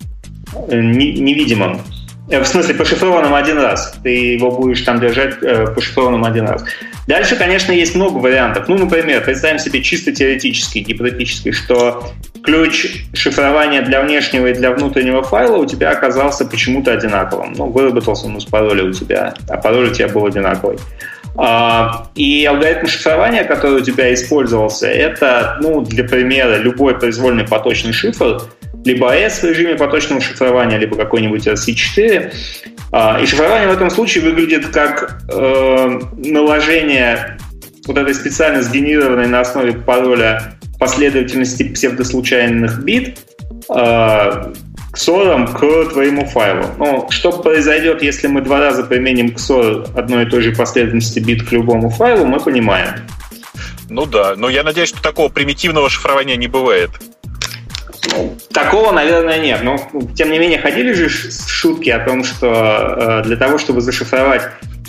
Speaker 5: невидимым. В смысле, пошифрованным один раз. Ты его будешь там держать э, пошифрованным один раз. Дальше, конечно, есть много вариантов. Ну, например, представим себе чисто теоретически, гипотетически, что ключ шифрования для внешнего и для внутреннего файла у тебя оказался почему-то одинаковым. Ну, выработался он из пароля у тебя, а пароль у тебя был одинаковый. А, и алгоритм шифрования, который у тебя использовался, это, ну, для примера, любой произвольный поточный шифр, либо эй эс в режиме поточного шифрования, либо какой-нибудь эр си четыре. И шифрование в этом случае выглядит как э, наложение вот этой специально сгенерированной на основе пароля последовательности псевдослучайных бит э, ксором к твоему файлу. Ну, что произойдет, если мы два раза применим ксор одной и той же последовательности бит к любому файлу, мы понимаем.
Speaker 3: Ну да, но я надеюсь, что такого примитивного шифрования не бывает.
Speaker 5: Ну, такого, наверное, нет. Но, тем не менее, ходили же шутки о том, что э, для того, чтобы зашифровать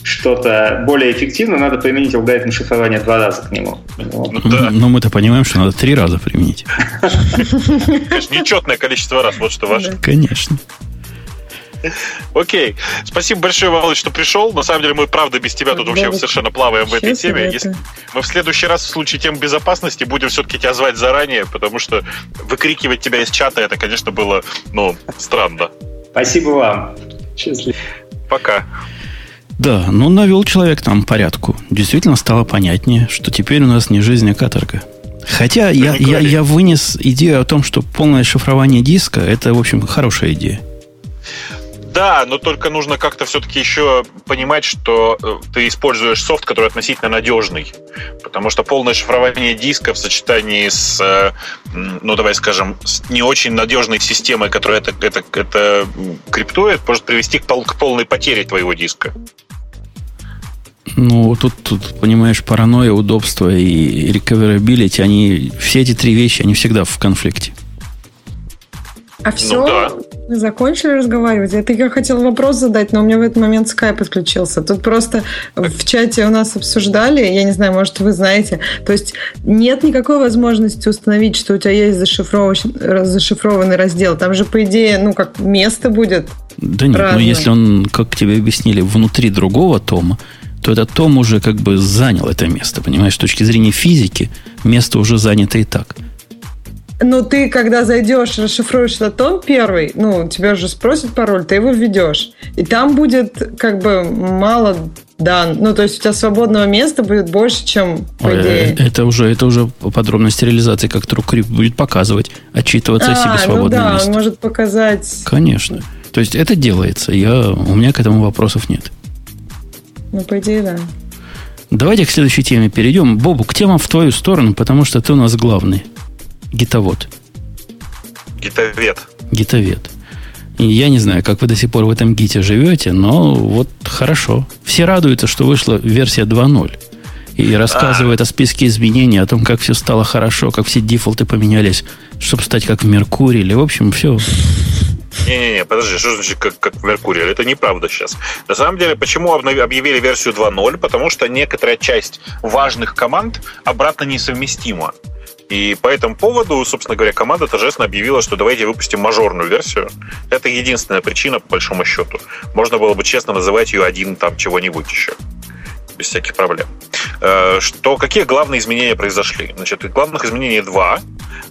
Speaker 5: что-то более эффективное, надо применить алгоритм шифрования два раза к нему.
Speaker 1: Ну, да. Но мы-то понимаем, что надо три раза применить.
Speaker 3: Конечно, нечетное количество раз, вот что важно.
Speaker 1: Конечно.
Speaker 3: Окей. Спасибо большое, Володь, что пришел. На самом деле, мы, правда, без тебя тут вообще совершенно плаваем в этой теме. Если мы в следующий раз в случае тем безопасности будем все-таки тебя звать заранее, потому что выкрикивать тебя из чата, это, конечно, было, ну, странно.
Speaker 5: Спасибо вам. Счастливо.
Speaker 3: Пока.
Speaker 1: Да, ну, навел человек там порядку. Действительно стало понятнее, что теперь у нас не жизнь, а каторга. Хотя я, я, я вынес идею о том, что полное шифрование диска – это, в общем, хорошая идея.
Speaker 3: Да, но только нужно как-то все-таки еще понимать, что ты используешь софт, который относительно надежный. Потому что полное шифрование диска в сочетании с, ну давай скажем, с не очень надежной системой, которая это, это, это криптует, может привести к, пол, к полной потере твоего диска.
Speaker 1: Ну, тут, тут, понимаешь, паранойя, удобство и recoverability, они, все эти три вещи, они всегда в конфликте.
Speaker 4: А все?
Speaker 3: Ну, да.
Speaker 4: Мы закончили разговаривать? Я, я хотела вопрос задать, но у меня в этот момент скайп отключился. Тут просто в чате у нас обсуждали, я не знаю, может, вы знаете, то есть нет никакой возможности установить, что у тебя есть зашифрованный раздел. Там же, по идее, ну, как место будет.
Speaker 1: Да нет, разное. Но если он, как тебе объяснили, внутри другого тома, то этот том уже как бы занял это место, понимаешь? С точки зрения физики место уже занято и так.
Speaker 4: Ну, ты, когда зайдешь, расшифруешь этот том первый, ну, тебя же спросят пароль, ты его введешь. И там будет как бы мало данных. Ну, то есть у тебя свободного места будет больше, чем по
Speaker 1: Ой,
Speaker 4: идее.
Speaker 1: Это уже, это уже подробность реализации, как TrueCrypt будет показывать, отчитываться
Speaker 4: а,
Speaker 1: о себе свободное
Speaker 4: ну да,
Speaker 1: место.
Speaker 4: Он может показать.
Speaker 1: Конечно. То есть это делается. Я, у меня к этому вопросов нет.
Speaker 4: Ну, по идее, да.
Speaker 1: Давайте к следующей теме перейдем. Бобук, тема в твою сторону, потому что ты у нас главный. Гитовод.
Speaker 3: Гитовед.
Speaker 1: Гитовед. И я не знаю, как вы до сих пор в этом гите живете, но вот хорошо. Все радуются, что вышла версия два ноль. И рассказывает а. о списке изменений, о том, как все стало хорошо, как все дефолты поменялись, чтобы стать как в Меркурии. Или, в общем, все...
Speaker 3: Не-не-не, подожди, что значит как, как в Меркурии? Это неправда сейчас. На самом деле, почему объявили версию два ноль? Потому что некоторая часть важных команд обратно несовместима. И по этому поводу, собственно говоря, команда торжественно объявила, что давайте выпустим мажорную версию. Это единственная причина, по большому счету. Можно было бы честно называть ее один там чего-нибудь еще. Без всяких проблем. Что, какие главные изменения произошли? Значит, главных изменений два.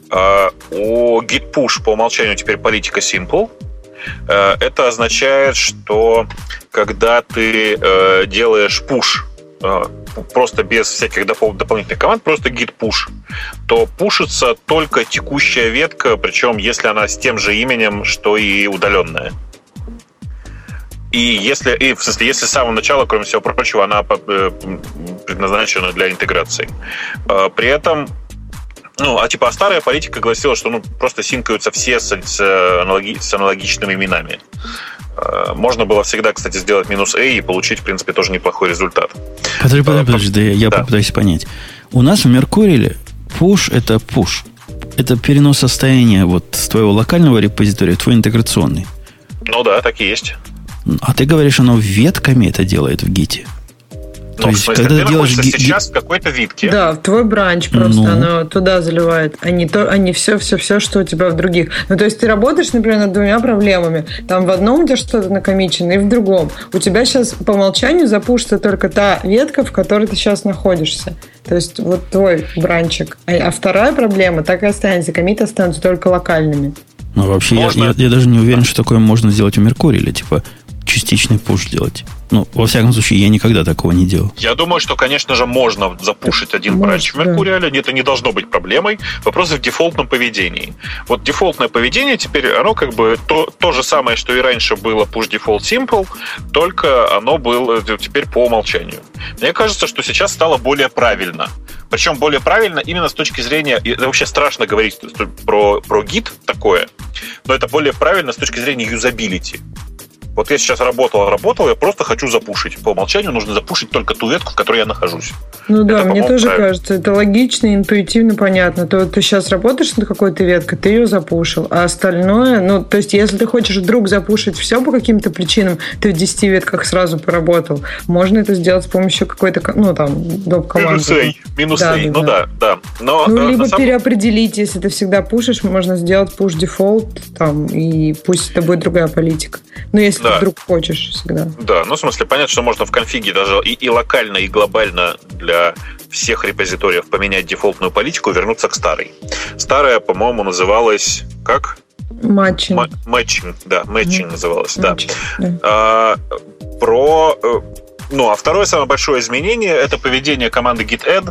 Speaker 3: У Git Push по умолчанию теперь политика Simple. Это означает, что когда ты делаешь push просто без всяких дополнительных команд, просто git push, то пушится только текущая ветка, причем если она с тем же именем, что и удаленная. И если, и, в смысле, если с самого начала, кроме всего прочего, она предназначена для интеграции. При этом, ну, а типа а старая политика гласила, что ну, просто синкаются все с, с, аналоги, с аналогичными именами. Можно было всегда, кстати, сделать минус A и получить, в принципе, тоже неплохой результат.
Speaker 1: Подожди, подожди, подожди, да, я да. попытаюсь понять. У нас в Меркурии push – это push. Это перенос состояния вот с твоего локального репозитория в твой интеграционный.
Speaker 3: Ну да, так и есть.
Speaker 1: А ты говоришь, оно ветками это делает в гите?
Speaker 3: Ну, то есть, в смысле, когда ты находишься ги- сейчас в какой-то витке.
Speaker 4: Да, в твой бранч просто
Speaker 1: ну.
Speaker 4: оно туда заливает, а не, то, а не все, все, все, что у тебя в других. Ну, то есть ты работаешь, например, над двумя проблемами. Там в одном у тебя что-то накомичено, и в другом. У тебя сейчас по умолчанию запушится только та ветка, в которой ты сейчас находишься. То есть вот твой бранчик. А, а вторая проблема так и останется. Коммиты останутся только локальными.
Speaker 1: Ну, вообще, я, я, я даже не уверен, что такое можно сделать у Меркурия. Или типа частичный пуш делать. Ну, во всяком случае, я никогда такого не делал.
Speaker 3: Я думаю, что, конечно же, можно запушить один
Speaker 4: Может,
Speaker 3: бранч в Меркуриале. Да. Это не должно быть проблемой. Вопрос в дефолтном поведении. Вот дефолтное поведение теперь, оно как бы то, то же самое, что и раньше было push default simple, только оно было теперь по умолчанию. Мне кажется, что сейчас стало более правильно. Причем более правильно именно с точки зрения... Это вообще страшно говорить про, про гит такое, но это более правильно с точки зрения юзабилити. Вот я сейчас работал, работал, я просто хочу запушить. По умолчанию нужно запушить только ту ветку, в которой я нахожусь.
Speaker 4: Ну да,
Speaker 3: это,
Speaker 4: мне тоже
Speaker 3: правильно.
Speaker 4: кажется, это логично, интуитивно понятно. То ты сейчас работаешь над какой-то веткой, ты ее запушил, а остальное, ну, то есть, если ты хочешь вдруг запушить все по каким-то причинам, ты в десяти ветках сразу поработал. Можно это сделать с помощью какой-то, ну, там, доп. Команды.
Speaker 3: Минус A, минус
Speaker 4: да,
Speaker 3: A,
Speaker 4: да,
Speaker 3: ну да, да. Но,
Speaker 4: ну, либо
Speaker 3: самом...
Speaker 4: переопределить, если ты всегда пушишь, можно сделать push default, там, и пусть это будет другая политика. Ну, если да. ты вдруг хочешь всегда.
Speaker 3: Да, ну, в смысле, понятно, что можно в конфиге даже и, и локально, и глобально для всех репозиториев поменять дефолтную политику, вернуться к старой. Старая, по-моему, называлась как?
Speaker 4: Матчинг.
Speaker 3: Матчинг, да, матчинг mm-hmm. называлась, да.
Speaker 4: да.
Speaker 3: А, про... Ну, а второе самое большое изменение – это поведение команды git-add,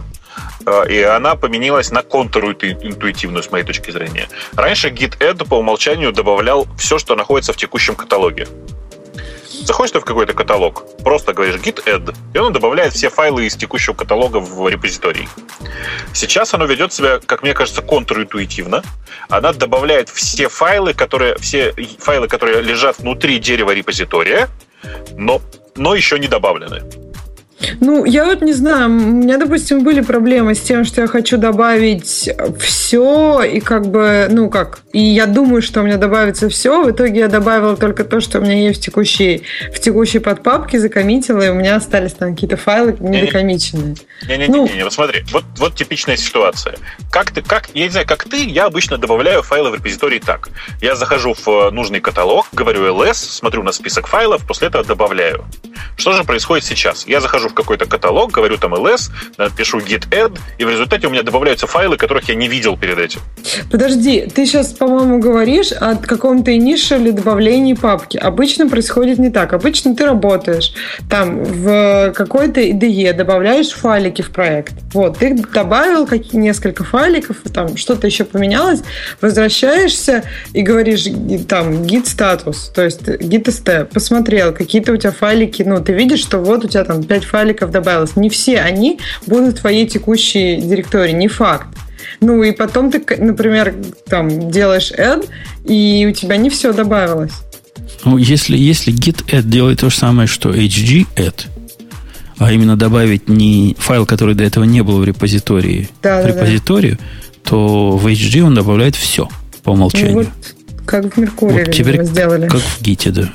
Speaker 3: и она поменялась на контринтуитивную, с моей точки зрения. Раньше git-add по умолчанию добавлял все, что находится в текущем каталоге. Заходишь ты в какой-то каталог, просто говоришь git-add, и он добавляет все файлы из текущего каталога в репозиторий. Сейчас оно ведет себя, как мне кажется, контринтуитивно. Она добавляет все файлы, которые, все файлы, которые лежат внутри дерева репозитория, но, но еще не добавлены.
Speaker 4: Ну, я вот не знаю, у меня, допустим, были проблемы с тем, что я хочу добавить все, и как бы, ну как, и я думаю, что у меня добавится все, в итоге я добавила только то, что у меня есть в текущей, в текущей подпапке, закоммитила, и у меня остались там какие-то файлы недокоммиченные.
Speaker 3: Не-не-не, ну, вот смотри, вот, вот типичная ситуация. Как ты, как, я не знаю, как ты, я обычно добавляю файлы в репозиторий так. Я захожу в нужный каталог, говорю ls, смотрю на список файлов, после этого добавляю. Что же происходит сейчас? Я захожу в какой-то каталог, говорю там ls, пишу git-add, и в результате у меня добавляются файлы, которых я не видел перед этим.
Speaker 4: Подожди, ты сейчас, по-моему, говоришь о каком-то initial добавлении папки. Обычно происходит не так. Обычно ты работаешь там в какой-то ай ди и, добавляешь файлики в проект. Вот, ты добавил какие несколько файликов, там что-то еще поменялось, возвращаешься и говоришь там git status, то есть git st, посмотрел, какие-то у тебя файлики, ну, ты видишь, что вот у тебя там пять файликов добавилось. Не все они будут в твоей текущей директории, не факт. Ну, и потом ты, например, там делаешь add, и у тебя не все добавилось.
Speaker 1: Ну, если, если git-add делает то же самое, что hg-add, а именно добавить не файл, который до этого не был в репозитории,
Speaker 4: да,
Speaker 1: в
Speaker 4: да,
Speaker 1: репозиторию, да. то в hg он добавляет все по умолчанию. Ну,
Speaker 4: вот как в Меркурии
Speaker 1: вот теперь
Speaker 4: сделали.
Speaker 1: Как в гите, да.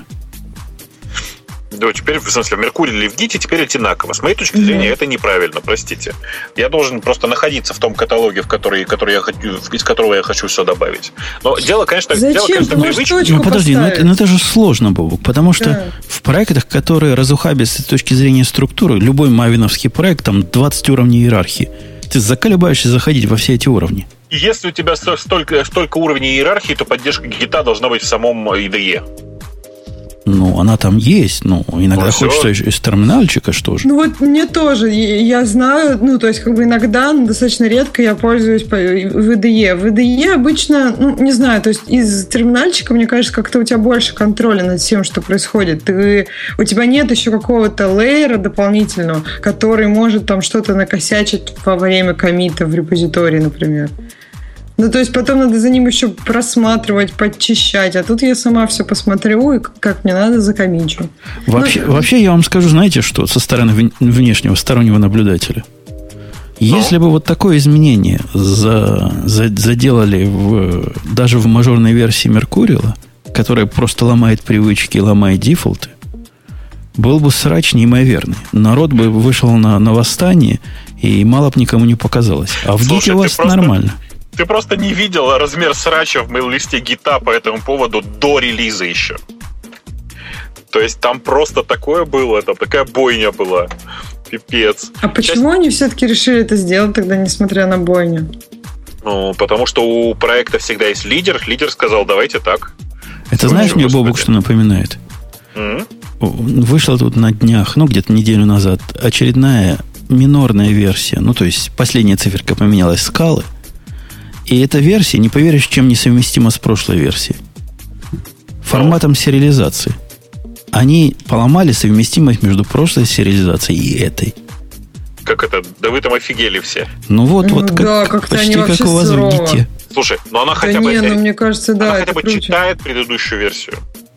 Speaker 3: Да, теперь, в смысле, в Меркурии или в гите теперь одинаково. С моей точки зрения, mm-hmm. это неправильно, простите. Я должен просто находиться в том каталоге, в который, который я хочу, из которого я хочу все добавить. Но дело, конечно,
Speaker 4: Зачем?
Speaker 3: дело, конечно, привычное.
Speaker 1: Ну, подожди, ну это, ну это же сложно, Бобок, потому что да. в проектах, которые разухабятся с точки зрения структуры, любой мавиновский проект, там двадцать уровней иерархии, ты заколебаешься заходить во все эти уровни.
Speaker 3: И если у тебя столько, столько уровней иерархии, то поддержка гита должна быть в самом ай ди и.
Speaker 1: Ну, она там есть, но иногда ну, хочется из, из терминальчика, что же.
Speaker 4: Ну, вот мне тоже, я знаю, ну, то есть, как бы иногда, но достаточно редко я пользуюсь в ай ди и. В ай ди и обычно, ну, не знаю, то есть, из терминальчика, мне кажется, как-то у тебя больше контроля над тем, что происходит. Ты, у тебя нет еще какого-то лейера дополнительного, который может там что-то накосячить во время коммита в репозитории, например. Ну, то есть, потом надо за ним еще просматривать, подчищать. А тут я сама все посмотрю, и как мне надо, закоммичу.
Speaker 1: Вообще,
Speaker 4: ну,
Speaker 1: вообще, я вам скажу, знаете что, со стороны внешнего, стороннего наблюдателя. Если бы вот такое изменение за, за, заделали в, даже в мажорной версии Меркурила, которая просто ломает привычки, ломает дефолты, был бы срач неимоверный. Народ бы вышел на, на восстание, и мало бы никому не показалось. А в гите у вас просто... нормально.
Speaker 3: Ты просто не видел размер срача в мейл-листе гита по этому поводу до релиза еще. То есть там просто такое было, там такая бойня была. Пипец.
Speaker 4: А почему Часть... они все-таки решили это сделать тогда, несмотря на бойню?
Speaker 3: Ну, потому что у проекта всегда есть лидер. Лидер сказал, давайте так.
Speaker 1: Это знаешь, мне, Бобук, что напоминает?
Speaker 3: Mm-hmm.
Speaker 1: Вышла тут на днях, ну, где-то неделю назад, очередная минорная версия. Ну, то есть последняя циферка поменялась скалы. И эта версия, не поверишь, чем несовместима с прошлой версией. Форматом сериализации. Они поломали совместимость между прошлой сериализацией и этой.
Speaker 3: Как это? Да вы там офигели все.
Speaker 1: Ну вот,
Speaker 4: ну,
Speaker 1: вот как,
Speaker 4: да, как
Speaker 1: почти как у вас сурово. В гите.
Speaker 3: Слушай, но она
Speaker 4: да
Speaker 3: хотя
Speaker 4: не,
Speaker 3: бы,
Speaker 4: ну, мне кажется, да,
Speaker 3: она хотя бы
Speaker 4: круче.
Speaker 3: читает предыдущую версию.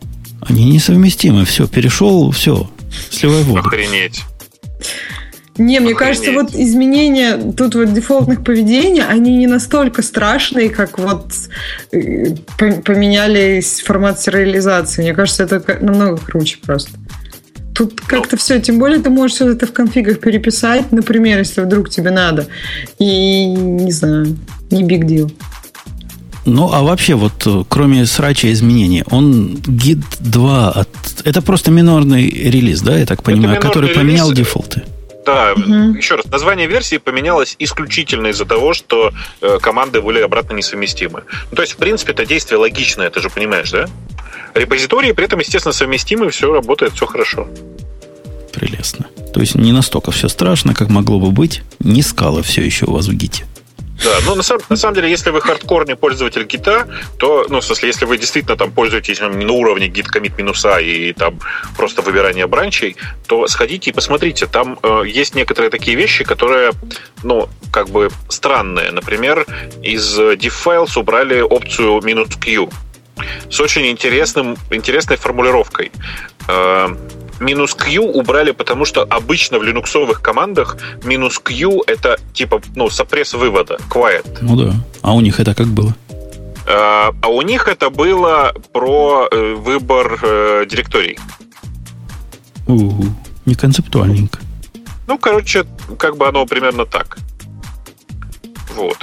Speaker 1: Они несовместимы. Все, перешел, все, сливай воду.
Speaker 3: Охренеть.
Speaker 4: Не, мне
Speaker 3: Охренеть.
Speaker 4: кажется, вот изменения тут вот дефолтных поведений, они не настолько страшные, как вот э, поменялись формат сериализации. Мне кажется, это намного круче просто. Тут как-то все, тем более ты можешь все это в конфигах переписать, например, если вдруг тебе надо. И, не знаю, не big deal.
Speaker 1: Ну, а вообще, вот, кроме срача изменений, он гид два, от... это просто минорный релиз, да, я так понимаю, который поменял релиз. Дефолты.
Speaker 3: Да,
Speaker 4: угу.
Speaker 3: Еще раз, название версии поменялось исключительно из-за того, что э, команды были обратно несовместимы. Ну, то есть, в принципе, это действие логичное, ты же понимаешь, да? Репозитории при этом, естественно, совместимы, все работает, все хорошо.
Speaker 1: Прелестно. То есть, не настолько все страшно, как могло бы быть. Не скала все еще у вас в гите.
Speaker 3: Да, но на самом, на самом деле, если вы хардкорный пользователь гита, то, ну, в смысле, если вы действительно там пользуетесь ну, на уровне git commit минуса и там просто выбирание бранчей, то сходите и посмотрите. Там э, есть некоторые такие вещи, которые, ну, как бы странные. Например, из diff-files убрали опцию "-q" с очень интересным, интересной формулировкой. Э, Минус Q убрали, потому что обычно в линуксовых командах минус Q это типа, ну, сопресс вывода, quiet.
Speaker 1: Ну да. А у них это как было?
Speaker 3: А, а у них это было про э, выбор э, директорий.
Speaker 1: У-у-у. Не концептуальненько.
Speaker 3: Ну, короче, как бы оно примерно так. Вот.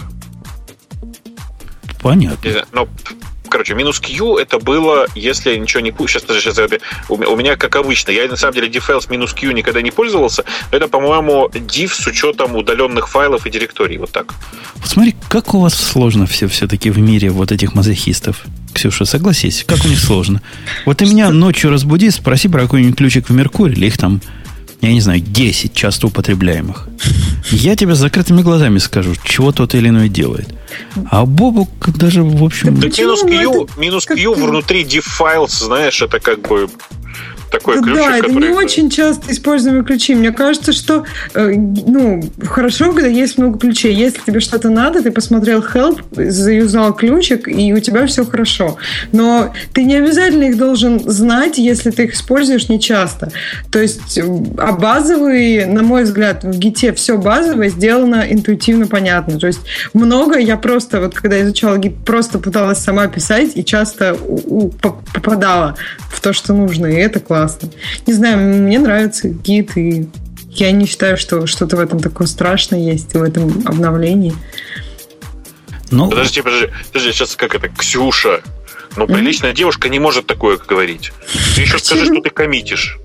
Speaker 1: Понятно.
Speaker 3: Но, короче, минус Q это было, если я ничего не пущу. Сейчас, подожди, сейчас это, у, меня, у меня, как обычно, я на самом деле diff-files минус Q никогда не пользовался. Это, по-моему, diff с учетом удаленных файлов и директорий. Вот так.
Speaker 1: Вот смотри, как у вас сложно все, все-таки в мире вот этих мазохистов. Ксюша, согласись, как у них сложно. Вот ты меня ночью разбуди, спроси про какой-нибудь ключик в Меркурий, или их там, я не знаю, десять часто употребляемых. Я тебе с закрытыми глазами скажу, чего тот или иной делает. А Бобук даже, в общем...
Speaker 3: Так минус Q, минус Q внутри diff-files, знаешь, это как бы такой
Speaker 4: да,
Speaker 3: ключик,
Speaker 4: да, это
Speaker 3: который...
Speaker 4: не очень часто используемые ключи. Мне кажется, что э, ну, хорошо, когда есть много ключей. Если тебе что-то надо, ты посмотрел help, заюзал ключик, и у тебя все хорошо. Но ты не обязательно их должен знать, если ты их используешь нечасто. То есть, а базовые, на мой взгляд, в гите все базовое сделано интуитивно понятно. То есть, много я просто, вот когда изучала гит, просто пыталась сама писать и часто у, у, попадала в то, что нужно. И это классно. Не знаю, мне нравится гид, и я не считаю, что что-то в этом такое страшное есть, в этом обновлении.
Speaker 1: Ну,
Speaker 3: подожди, подожди, подожди, сейчас как это, Ксюша, ну, приличная mm-hmm. девушка не может такое говорить. Ты еще скажи, что ты коммитишь.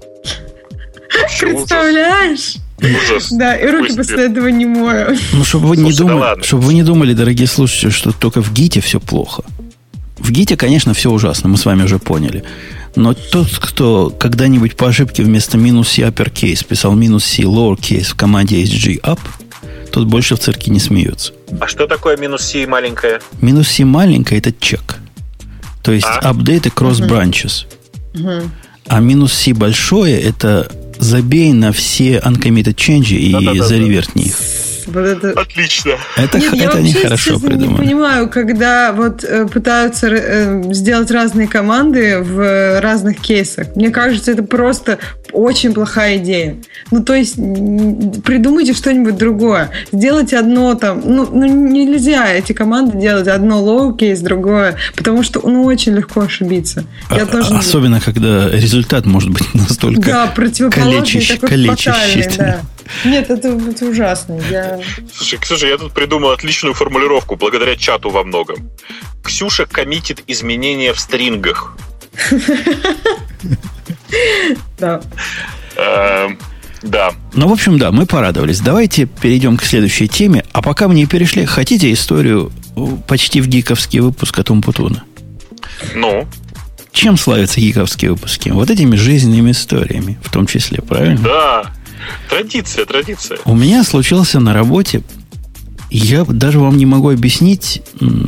Speaker 4: Представляешь?
Speaker 3: Ужас.
Speaker 4: Да, и руки после этого не мою.
Speaker 1: Ну, чтобы вы, не думали, чтобы вы не думали, дорогие слушатели, что только в гите все плохо. В гите, конечно, все ужасно, мы с вами уже поняли. Но тот, кто когда-нибудь по ошибке вместо минус C uppercase писал минус C lowercase в команде эйч джи up, тот больше в цирке не смеется.
Speaker 3: А что такое минус C маленькая?
Speaker 1: Минус C маленькая – это чек. То есть а? update и cross branches.
Speaker 4: Uh-huh.
Speaker 1: А минус C большое – это забей на все uncommitted change и
Speaker 3: Да-да-да-да.
Speaker 1: заревертни их.
Speaker 4: Вот это...
Speaker 3: Отлично.
Speaker 1: Это,
Speaker 4: Нет,
Speaker 1: это они хорошо придумали.
Speaker 4: Я не понимаю, когда вот э, пытаются э, сделать разные команды в э, разных кейсах. Мне кажется, это просто очень плохая идея. Ну, то есть, придумайте что-нибудь другое. Сделайте одно там... Ну, ну нельзя эти команды делать. Одно lowercase, другое. Потому что, ну, очень легко ошибиться. Я
Speaker 1: а,
Speaker 4: тоже
Speaker 1: особенно, не... когда результат может быть настолько
Speaker 4: да,
Speaker 1: калечащий,
Speaker 4: такой
Speaker 1: калечащий.
Speaker 4: Да. Нет, это, это ужасно. Я...
Speaker 3: Слушай, Ксюша, я тут придумал отличную формулировку благодаря чату во многом. Ксюша коммитит изменения в стрингах.
Speaker 4: Да.
Speaker 3: Да.
Speaker 1: Ну, в общем, да, мы порадовались. Давайте перейдем к следующей теме. А пока мы не перешли, хотите историю почти в гиковский выпуск от Умпутуна?
Speaker 3: Ну?
Speaker 1: Чем славятся гиковские выпуски? Вот этими жизненными историями, в том числе, правильно?
Speaker 3: Да. Традиция, традиция.
Speaker 1: У меня случился на работе, я даже вам не могу объяснить,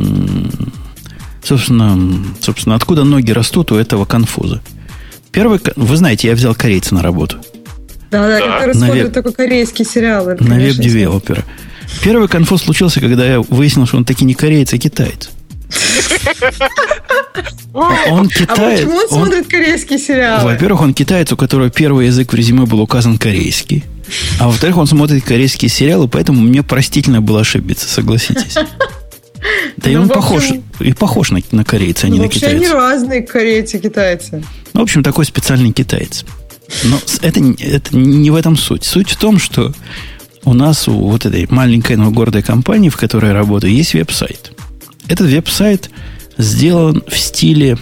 Speaker 1: собственно, собственно, откуда ноги растут у этого конфуза. Первый, вы знаете, я взял корейца на работу.
Speaker 4: Да, да, да. Который смотрит веб... только корейские сериалы.
Speaker 1: На веб-девелопера. Первый конфуз случился, когда я выяснил, что он таки не кореец, а китаец. Он китаец.
Speaker 4: А почему он смотрит корейские сериалы?
Speaker 1: Во-первых, он китаец, у которого первый язык в резюме был указан корейский. А во-вторых, он смотрит корейские сериалы, поэтому мне простительно было ошибиться, согласитесь. Да и он похож, и похож на, на корейца, а не на китайца.
Speaker 4: Вообще они разные, корейцы и китайцы.
Speaker 1: Ну, в общем, такой специальный китаец. Но это, это не в этом суть. Суть в том, что у нас, у вот этой маленькой, но гордой компании, в которой я работаю, есть веб-сайт. Этот веб-сайт сделан в стиле,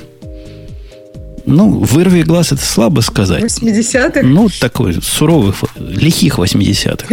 Speaker 1: ну, вырви глаз, это слабо сказать.
Speaker 4: восьмидесятых?
Speaker 1: Ну, такой, суровых, лихих восьмидесятых.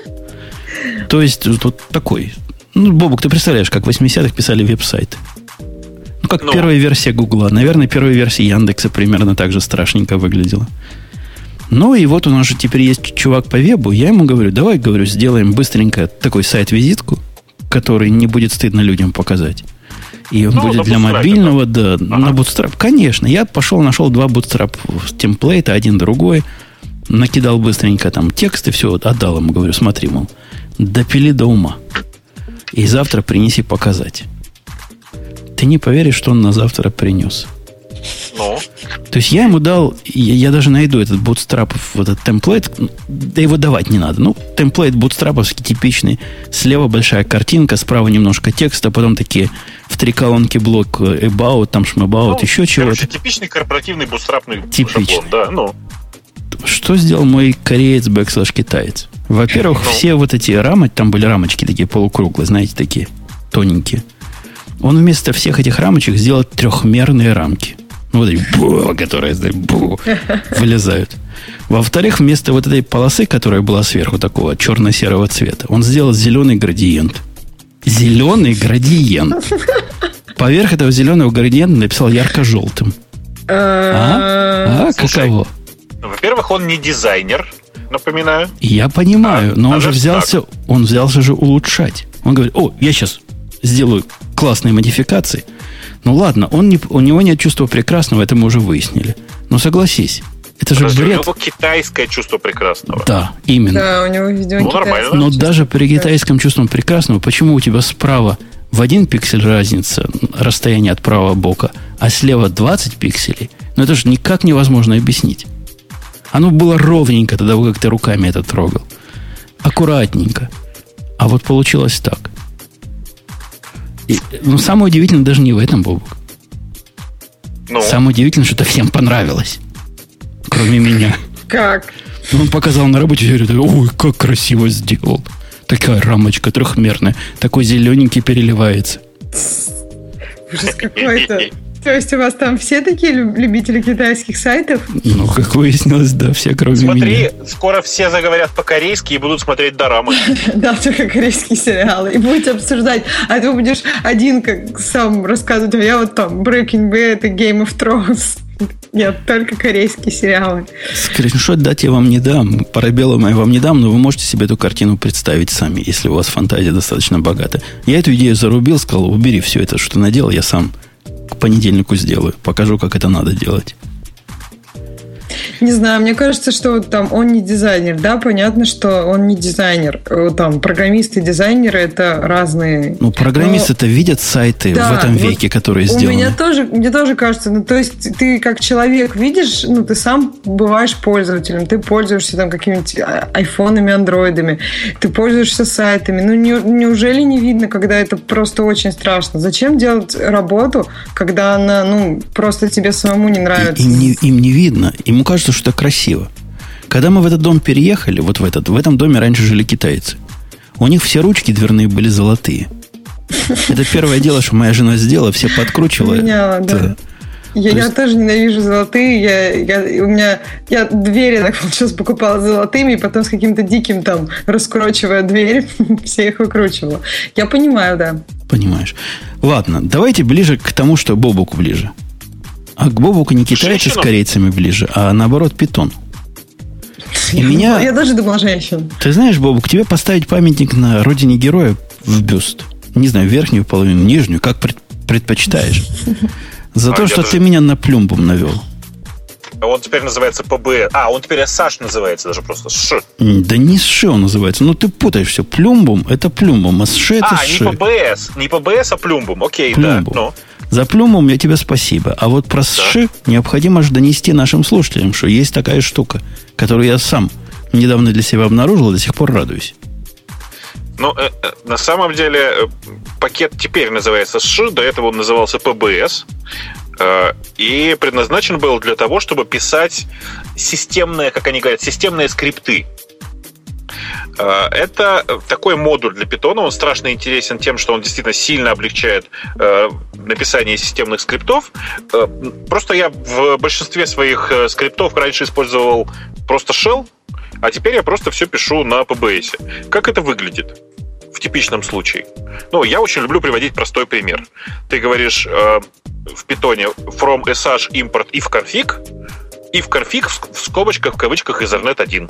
Speaker 1: То есть, вот такой. Ну, Бобук, ты представляешь, как в восьмидесятых писали веб-сайты? Ну, как ну. первая версия Гугла. Наверное, первая версия Яндекса примерно так же страшненько выглядела. Ну, и вот у нас же теперь есть чувак по вебу. Я ему говорю, давай, говорю, сделаем быстренько такой сайт-визитку, который не будет стыдно людям показать. И он ну, будет для мобильного, да, ага. на Bootstrap. Конечно, я пошел, нашел два Bootstrap темплейта, один другой, накидал быстренько там текст и все, отдал ему, говорю, смотри, мол, допили до ума. И завтра принеси показать. Ты не поверишь, что он на завтра принес.
Speaker 3: Ну?
Speaker 1: То есть я ему дал, я, я даже найду этот Bootstrap, вот этот темплейт, да его давать не надо. Ну, темплейт бутстраповский типичный. Слева большая картинка, справа немножко текста, потом такие в три колонки блок about, там шмабаут, ну, еще чего-то.
Speaker 3: Типичный корпоративный бутстрапный
Speaker 1: типичный.
Speaker 3: шаблон, да, ну.
Speaker 1: Что сделал мой кореец бэкслэш китаец? Во-первых, ну. все вот эти рамочки, там были рамочки такие полукруглые, знаете, такие тоненькие. Он вместо всех этих рамочек сделал трехмерные рамки. Ну, вот эти, бу, которые бу, вылезают. Во-вторых, вместо вот этой полосы, которая была сверху такого черно-серого цвета, он сделал зеленый градиент. Зеленый градиент. Поверх этого зеленого градиента написал ярко-желтым. А? А? Каково?
Speaker 3: Во-первых, он не дизайнер, напоминаю.
Speaker 1: Я понимаю, но он же взялся, он взялся же улучшать. Он говорит, о, я сейчас сделаю классные модификации. Ну ладно, он не, у него нет чувства прекрасного, это мы уже выяснили. Но согласись, это же бред.
Speaker 3: У него китайское чувство прекрасного.
Speaker 1: Да, именно.
Speaker 4: Да, у него, видимо,
Speaker 3: ну, нормально.
Speaker 1: Но даже при китайском чувстве прекрасного, почему у тебя справа в один пиксель разница расстояние от правого бока, а слева двадцать пикселей? Ну это же никак невозможно объяснить. Оно было ровненько тогда, как ты руками это трогал. Аккуратненько. А вот получилось так. И, ну, самое удивительное даже не в этом, Бобок. Ну? Самое удивительное, что это всем понравилось. Кроме меня.
Speaker 4: Как?
Speaker 1: Он показал на работе и говорит, ой, как красиво сделал. Такая рамочка трехмерная. Такой зелененький переливается.
Speaker 4: Ужас какой-то. То есть у вас там все такие любители китайских сайтов?
Speaker 1: Ну, как выяснилось, да, все кроме
Speaker 3: Смотри,
Speaker 1: меня.
Speaker 3: Смотри, скоро все заговорят по-корейски и будут смотреть дорамы.
Speaker 4: Да, только корейские сериалы. И будете обсуждать. А ты будешь один как сам рассказывать, а я вот там Breaking Bad и Game of Thrones. Нет, только корейские сериалы.
Speaker 1: Скриншот дать я вам не дам, парабеллум я вам не дам, но вы можете себе эту картину представить сами, если у вас фантазия достаточно богата. Я эту идею зарубил, сказал, убери все это, что наделал, я сам к понедельнику сделаю. Покажу, как это надо делать.
Speaker 4: Не знаю, мне кажется, что там он не дизайнер. Да, понятно, что он не дизайнер. Там программисты и дизайнеры это разные.
Speaker 1: Ну, программисты-то но... видят сайты да, в этом веке, вот которые сделаны.
Speaker 4: У меня тоже, мне тоже кажется, ну, то есть ты как человек видишь, ну, ты сам бываешь пользователем, ты пользуешься там какими-нибудь айфонами, андроидами, ты пользуешься сайтами. Ну, не, неужели не видно, когда это просто очень страшно? Зачем делать работу, когда она, ну, просто тебе самому не нравится?
Speaker 1: И, им, не, им не видно. Ему кажется, что это красиво. Когда мы в этот дом переехали, вот в этот, в этом доме раньше жили китайцы. У них все ручки дверные были золотые. Это первое дело, что моя жена сделала, все подкручивала.
Speaker 4: Меняла, да. Я, я есть... тоже ненавижу золотые. Я, я, у меня, я двери так получилось покупала золотыми, и потом с каким-то диким там, раскручивая дверь, все их выкручивала. Я понимаю, да.
Speaker 1: Понимаешь. Ладно, давайте ближе к тому, что Бобуку ближе. А к Бобуку не китайцы с корейцами ближе, а наоборот питон. И
Speaker 4: я,
Speaker 1: меня...
Speaker 4: я даже думала женщин.
Speaker 1: Ты знаешь, Бобук, тебе поставить памятник на родине героя в бюст. Не знаю, верхнюю половину, нижнюю, как пред, предпочитаешь. За а то, что даже... ты меня на плюмбум навел.
Speaker 3: Он теперь называется пи би эс. А, он теперь эс эйч называется даже просто. Ш.
Speaker 1: Да не Ш он называется. Ну, ты путаешь все. Плюмбум – это плюмбум, а Ш – это
Speaker 3: а,
Speaker 1: Ш.
Speaker 3: А, не пи би эс. Не пи би эс, а плюмбум. Окей,
Speaker 1: плюмбум.
Speaker 3: да. Ну.
Speaker 1: За плюмбум я тебе спасибо. А вот про да. Ш необходимо же донести нашим слушателям, что есть такая штука, которую я сам недавно для себя обнаружил и до сих пор радуюсь.
Speaker 3: Ну, э, э, на самом деле, э, пакет теперь называется Ш, до этого он назывался пи би эс, э, и предназначен был для того, чтобы писать системные, как они говорят, системные скрипты. Э, это такой модуль для Python, он страшно интересен тем, что он действительно сильно облегчает э, написание системных скриптов. Э, просто я в большинстве своих э, скриптов раньше использовал просто shell, а теперь я просто все пишу на пи би эс. Как это выглядит в типичном случае? Ну, я очень люблю приводить простой пример. Ты говоришь э, в питоне from sh import ifconfig, ifconfig в скобочках, в кавычках ethernet один.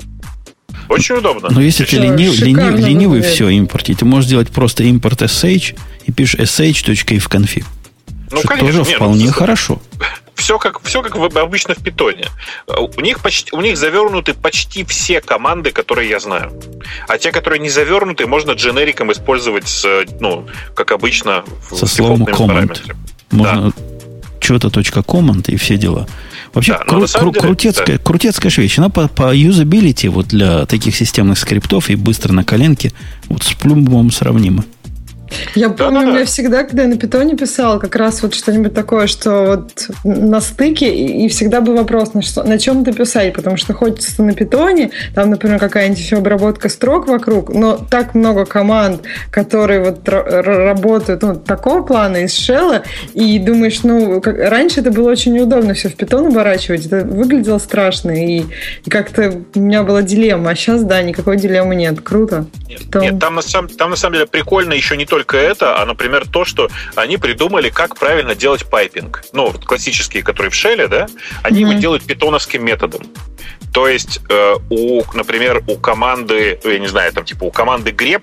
Speaker 3: Очень удобно.
Speaker 1: Но если ты ленив, ленив, ленивый все импортить, ты можешь сделать просто import sh и пишешь sh.ifconfig. Ну, что конечно, тоже вполне ну, хорошо.
Speaker 3: Все как, все как обычно в питоне. У них, почти, у них завернуты почти все команды, которые я знаю. А те, которые не завернуты, можно дженериком использовать, с, ну, как обычно,
Speaker 1: со словом command. Можно да. что-то .command и все дела. Вообще, да, кру- кру- деле, крутецкая, да. крутецкая вещь. Она по, по юзабилити вот для таких системных скриптов и быстро на коленке вот с плюмбумом сравнима.
Speaker 4: Я помню, да-да-да. у меня всегда, когда я на питоне писал, как раз вот что-нибудь такое, что вот на стыке, и, и всегда был вопрос, на, что, на чем ты писать, потому что хочется на питоне, там, например, какая-нибудь еще обработка строк вокруг, но так много команд, которые вот р- работают ну, такого плана из шелла, и думаешь, ну, как, раньше это было очень неудобно все в питон оборачивать, это выглядело страшно, и, и как-то у меня была дилемма, а сейчас, да, никакой дилеммы нет, круто.
Speaker 3: Нет, нет там, на самом, там на самом деле прикольно еще не только это, а, например, то, что они придумали, как правильно делать пайпинг. Ну, классические, которые в шелле, да, они mm-hmm. его делают питоновским методом. То есть, э, у, например, у команды, я не знаю, там, типа, у команды grep,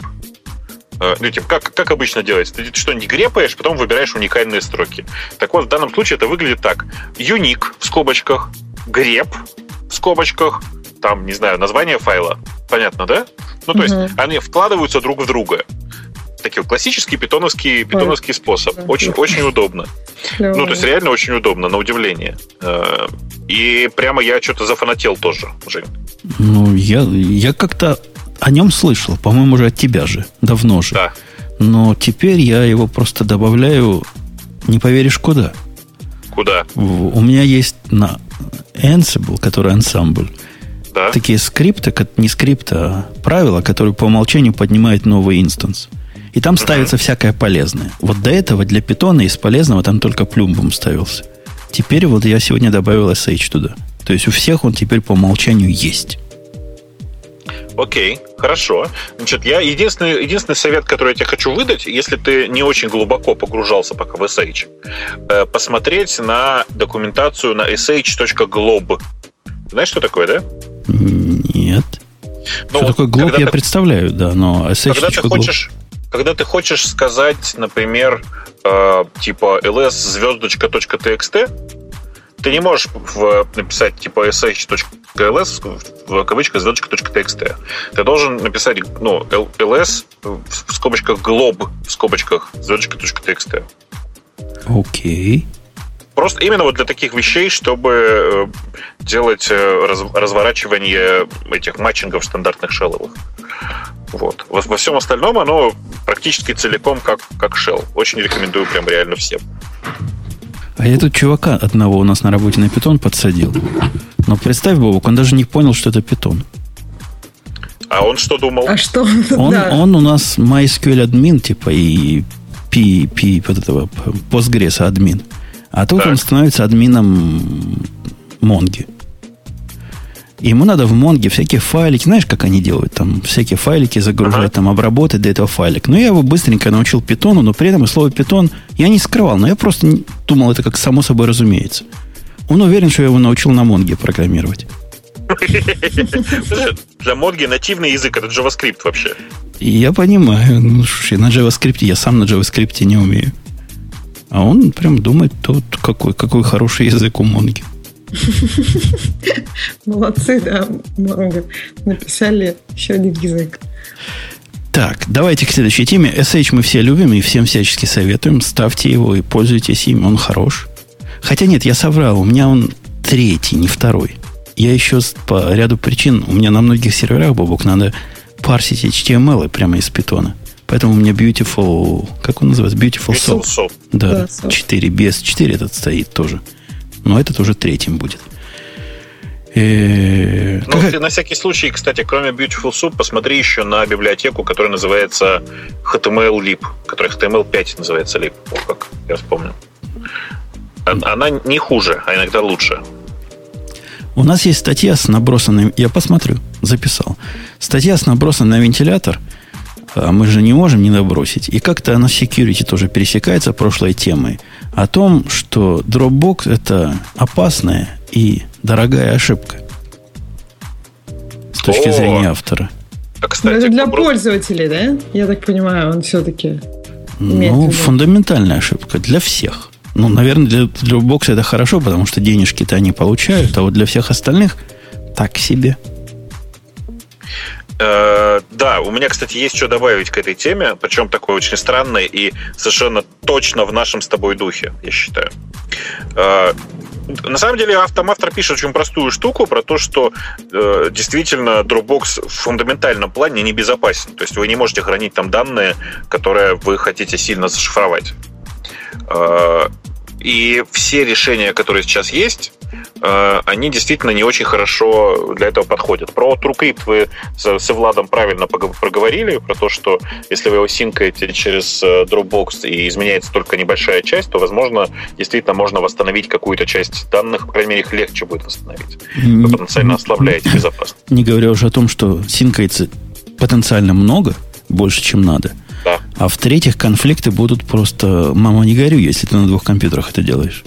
Speaker 3: э, ну, типа, как, как обычно делается? Ты что-нибудь грепаешь, потом выбираешь уникальные строки. Так вот, в данном случае это выглядит так. Unique в скобочках, grep в скобочках, там, не знаю, название файла. Понятно, да? Ну, то mm-hmm. есть, они вкладываются друг в друга. Такой классический питоновский, питоновский способ. Очень, очень удобно. Ну, то есть реально очень удобно, на удивление. И прямо я что-то зафанател тоже, Жень.
Speaker 1: Ну, я, я как-то о нем слышал, по-моему, уже от тебя же, давно же.
Speaker 3: Да.
Speaker 1: Но теперь я его просто добавляю, не поверишь, куда.
Speaker 3: Куда?
Speaker 1: У меня есть на Ansible, который Ensemble, да. такие скрипты, не скрипты, а правила, которые по умолчанию поднимают новый инстанс. И там ставится uh-huh. всякое полезное. Вот до этого для питона из полезного там только плюмбум ставился. Теперь вот я сегодня добавил эс эйч туда. То есть у всех он теперь по умолчанию есть.
Speaker 3: Окей, хорошо. Значит, я единственный, единственный совет, который я тебе хочу выдать, если ты не очень глубоко погружался пока в эс эйч, посмотреть на документацию на эс эйч точка glob. Знаешь, что такое, да?
Speaker 1: Нет. Ну, что вот такое glob, я ты, представляю, да, но эс эйч точка glob...
Speaker 3: Когда ты хочешь сказать, например, э, типа ls звездочка точка txt, ты не можешь в, написать типа sh.ls в кавычках звездочка.txt. Ты должен написать ну, ls в скобочках glob в скобочках звездочка.txt.
Speaker 1: Окей. Okay.
Speaker 3: Просто именно вот для таких вещей, чтобы делать раз, разворачивание этих матчингов стандартных шелловых. Вот. Во, во всем остальном оно практически целиком как, как shell. Очень рекомендую прям реально всем.
Speaker 1: А я тут чувака одного у нас на работе на питон подсадил. Но представь, Бобок, он даже не понял, что это питон.
Speaker 3: А он что думал?
Speaker 4: А что?
Speaker 1: Он,
Speaker 4: да.
Speaker 1: он у нас MySQL админ, типа, и P, P, вот этого Postgres админ. А тут так. он становится админом Монги. Ему надо в Монге всякие файлики, знаешь, как они делают, там всякие файлики загружать, ага. там обработать до этого файлик. Но я его быстренько научил питону, но при этом и слово питон я не скрывал, но я просто думал, это как само собой разумеется. Он уверен, что я его научил на Монге программировать.
Speaker 3: Для Монги нативный язык, это JavaScript вообще.
Speaker 1: Я понимаю, ну, на JavaScript я сам на JavaScript не умею. А он прям думает, тут какой, какой хороший язык у Монги.
Speaker 4: Молодцы, да, много. Написали еще один язык.
Speaker 1: Так, давайте к следующей теме. эс эйч мы все любим и всем всячески советуем. Ставьте его и пользуйтесь им, он хорош. Хотя нет, я соврал, у меня он третий, не второй. Я еще по ряду причин, у меня на многих серверах, Бобок, надо парсить эйч ти эм эл прямо из питона. Поэтому у меня Beautiful, как он называется? Beautiful,
Speaker 3: Beautiful
Speaker 1: Soap.
Speaker 3: Soap.
Speaker 1: Да, да, четыре, без четыре этот стоит тоже. Но этот уже третьим будет.
Speaker 3: Ну, как... на всякий случай, кстати, кроме Beautiful Soup, посмотри еще на библиотеку, которая называется эйч ти эм эл Lib, которая эйч ти эм эл пять называется Lib. О, как я вспомнил. Она не хуже, а иногда лучше.
Speaker 1: У нас есть статья с набросанным... Я посмотрю, записал. Статья с набросанным на вентилятор. А мы же не можем не набросить. И как-то она в security тоже пересекается прошлой темой. О том, что Dropbox это опасная и дорогая ошибка. С точки
Speaker 3: О!
Speaker 1: зрения автора.
Speaker 3: А, кстати,
Speaker 4: это для
Speaker 3: вопрос...
Speaker 4: пользователей, да? Я так понимаю, он все-таки...
Speaker 1: Ну, фундаментальная ошибка для всех. Ну, наверное, для Dropbox это хорошо, потому что денежки-то они получают, а вот для всех остальных так себе.
Speaker 3: Э, да, у меня, кстати, есть что добавить к этой теме, причем такое очень странное и совершенно точно в нашем с тобой духе, я считаю. Э, на самом деле автор, автор пишет очень простую штуку про то, что э, действительно Dropbox в фундаментальном плане небезопасен. То есть вы не можете хранить там данные, которые вы хотите сильно зашифровать. Э, и все решения, которые сейчас есть, они действительно не очень хорошо для этого подходят. Про TrueCrypt вы с Владом правильно проговорили, про то, что если вы его синкаете через Dropbox и изменяется только небольшая часть, то, возможно, действительно можно восстановить какую-то часть данных, по крайней мере, их легче будет восстановить. Вы потенциально ослабляете безопасность.
Speaker 1: Не говоря уже о том, что синкается потенциально много, больше, чем надо.
Speaker 3: Да.
Speaker 1: А в-третьих, конфликты будут просто «мама, не горюй», если ты на двух компьютерах это делаешь.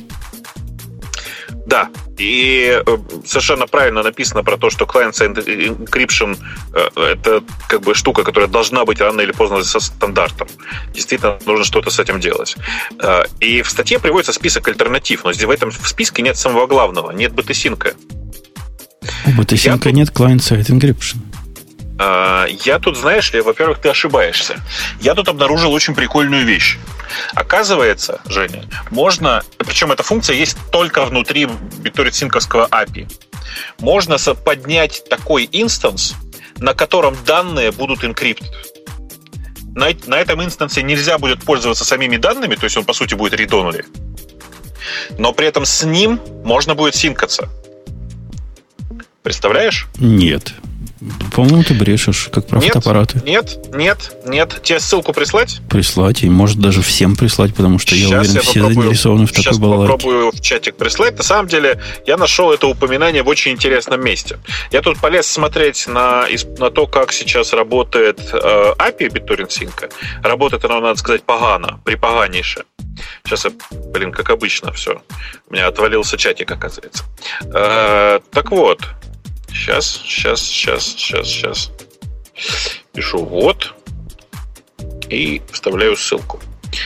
Speaker 3: Да, и совершенно правильно написано про то, что client-side encryption – это как бы штука, которая должна быть рано или поздно со стандартом. Действительно, нужно что-то с этим делать. И в статье приводится список альтернатив, но в этом списке нет самого главного, нет би ти синка.
Speaker 1: У би ти синка нет client-side encryption.
Speaker 3: Я тут, знаешь ли, во-первых, ты ошибаешься. Я тут обнаружил очень прикольную вещь. Оказывается, Женя, можно, причем эта функция есть только внутри BitTorrent-синковского эй пи ай. Можно поднять такой инстанс, на котором данные будут encrypted. На, на этом инстансе нельзя будет пользоваться самими данными, то есть он, по сути, будет read-only. Но при этом с ним можно будет синкаться. Представляешь?
Speaker 1: Нет. По-моему, ты брешешь, как про
Speaker 3: нет,
Speaker 1: фотоаппараты.
Speaker 3: Нет, нет, нет. Тебе ссылку прислать?
Speaker 1: Прислать, и может даже всем прислать, потому что
Speaker 3: сейчас
Speaker 1: я уверен,
Speaker 3: я
Speaker 1: все заинтересованы в такой балалайке.
Speaker 3: Сейчас попробую в чатик прислать. На самом деле, я нашел это упоминание в очень интересном месте. Я тут полез смотреть на, на то, как сейчас работает э, эй пи ай BitTorrent Sync. Работает она, надо сказать, погано, припоганейше. Сейчас я, блин, как обычно все. У меня отвалился чатик, оказывается. Э, так вот. Сейчас, сейчас, сейчас, сейчас, сейчас. Пишу вот. И вставляю ссылку.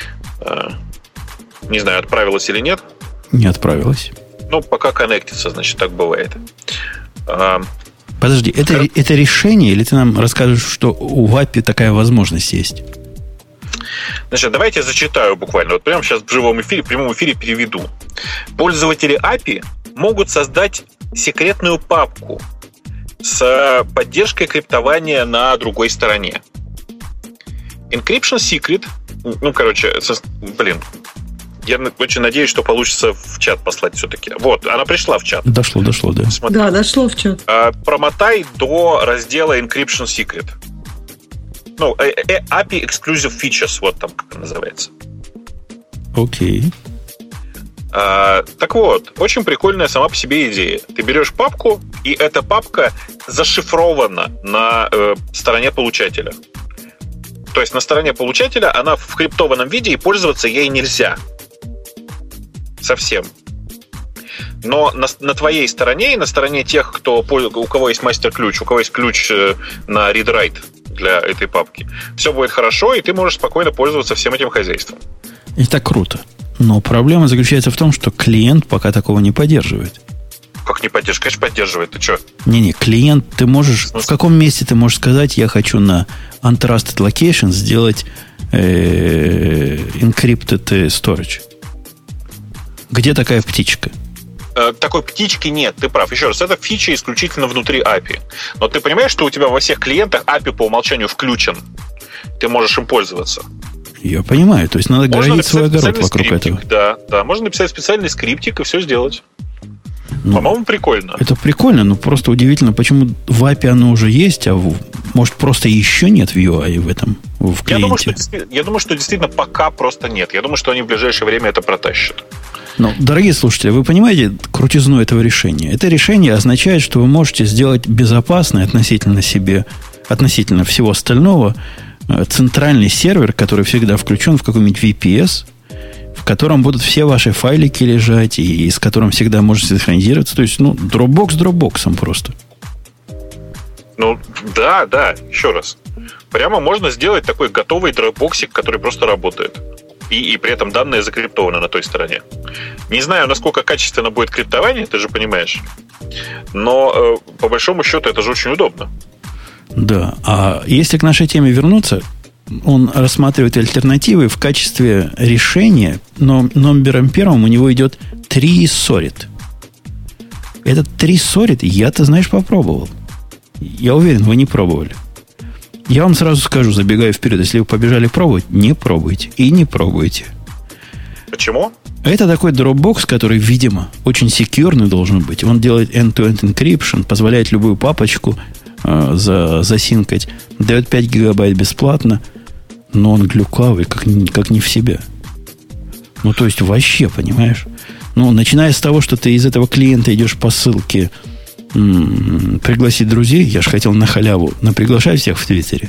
Speaker 3: Не знаю, отправилась или нет.
Speaker 1: Не отправилась.
Speaker 3: Ну, пока коннектится, значит, так бывает.
Speaker 1: Подожди, это, Кор... это решение, или ты нам расскажешь, что у эй пи ай такая возможность есть?
Speaker 3: Значит, давайте я зачитаю буквально. Вот прямо сейчас в живом эфире, в прямом эфире переведу. Пользователи эй пи ай могут создать секретную папку с поддержкой криптования на другой стороне. Encryption Secret. Ну, короче, со, блин. Я очень надеюсь, что получится в чат послать все-таки. Вот, она пришла в чат.
Speaker 1: Дошло, дошло, да.
Speaker 4: Смотри. Да, дошло в чат.
Speaker 3: Промотай до раздела Encryption Secret. Ну, эй пи ай Exclusive Features, вот там как это называется.
Speaker 1: Окей. Okay.
Speaker 3: А, так вот, очень прикольная сама по себе идея. Ты берешь папку, и эта папка зашифрована на э, стороне получателя. То есть на стороне получателя она в криптованном виде, и пользоваться ей нельзя. Совсем. Но на, на твоей стороне и на стороне тех, кто, у кого есть мастер-ключ, у кого есть ключ на read-write для этой папки, все будет хорошо, и ты можешь спокойно пользоваться всем этим хозяйством.
Speaker 1: И так круто. Но проблема заключается в том, что клиент пока такого не поддерживает.
Speaker 3: Как не поддерживает? Конечно, поддерживает. Ты что?
Speaker 1: Не-не, клиент, ты можешь... В каком месте ты можешь сказать, я хочу на Untrusted Location сделать э, Encrypted Storage? Где такая птичка?
Speaker 3: Такой птички нет, ты прав. Еще раз, это фича исключительно внутри эй пи ай. Но ты понимаешь, что у тебя во всех клиентах эй пи ай по умолчанию включен. Ты можешь им пользоваться.
Speaker 1: Я понимаю, то есть надо градить свой огород вокруг
Speaker 3: скриптик,
Speaker 1: этого.
Speaker 3: Да, да, можно написать специальный скриптик и все сделать. Ну, по-моему, прикольно.
Speaker 1: Это прикольно, но просто удивительно, почему в эй пи ай оно уже есть, а в, может, просто еще нет в ю ай в этом, в клиенте.
Speaker 3: Я думаю, что, я думаю, что действительно пока просто нет. Я думаю, что они в ближайшее время это протащат.
Speaker 1: Но, дорогие слушатели, вы понимаете крутизну этого решения? Это решение означает, что вы можете сделать безопасный относительно себе, относительно всего остального, центральный сервер, который всегда включен в какой-нибудь ви пи эс, в котором будут все ваши файлики лежать, и с которым всегда можете синхронизироваться. То есть, ну, Dropbox с Dropbox'ом просто.
Speaker 3: Ну, да, да, еще раз. Прямо можно сделать такой готовый дропбоксик, который просто работает. И, и при этом данные закриптованы на той стороне. Не знаю, насколько качественно будет криптование, ты же понимаешь. Но э, по большому счету это же очень удобно.
Speaker 1: Да. А если к нашей теме вернуться, он рассматривает альтернативы в качестве решения, но номером первым у него идет три сорит. Этот три сорит я, ты знаешь, попробовал. Я уверен, вы не пробовали. Я вам сразу скажу, забегая вперед, если вы побежали пробовать, не пробуйте. И не пробуйте.
Speaker 3: Почему?
Speaker 1: Это такой Dropbox, который, видимо, очень секьюрный должен быть. Он делает end-to-end encryption, позволяет любую папочку э, за, засинкать, дает пять гигабайт бесплатно, но он глюкавый, как, как не в себя. Ну, то есть, вообще, понимаешь? Ну, начиная с того, что ты из этого клиента идешь по ссылке м-м, пригласить друзей, я же хотел на халяву, на приглашай всех в Твиттере.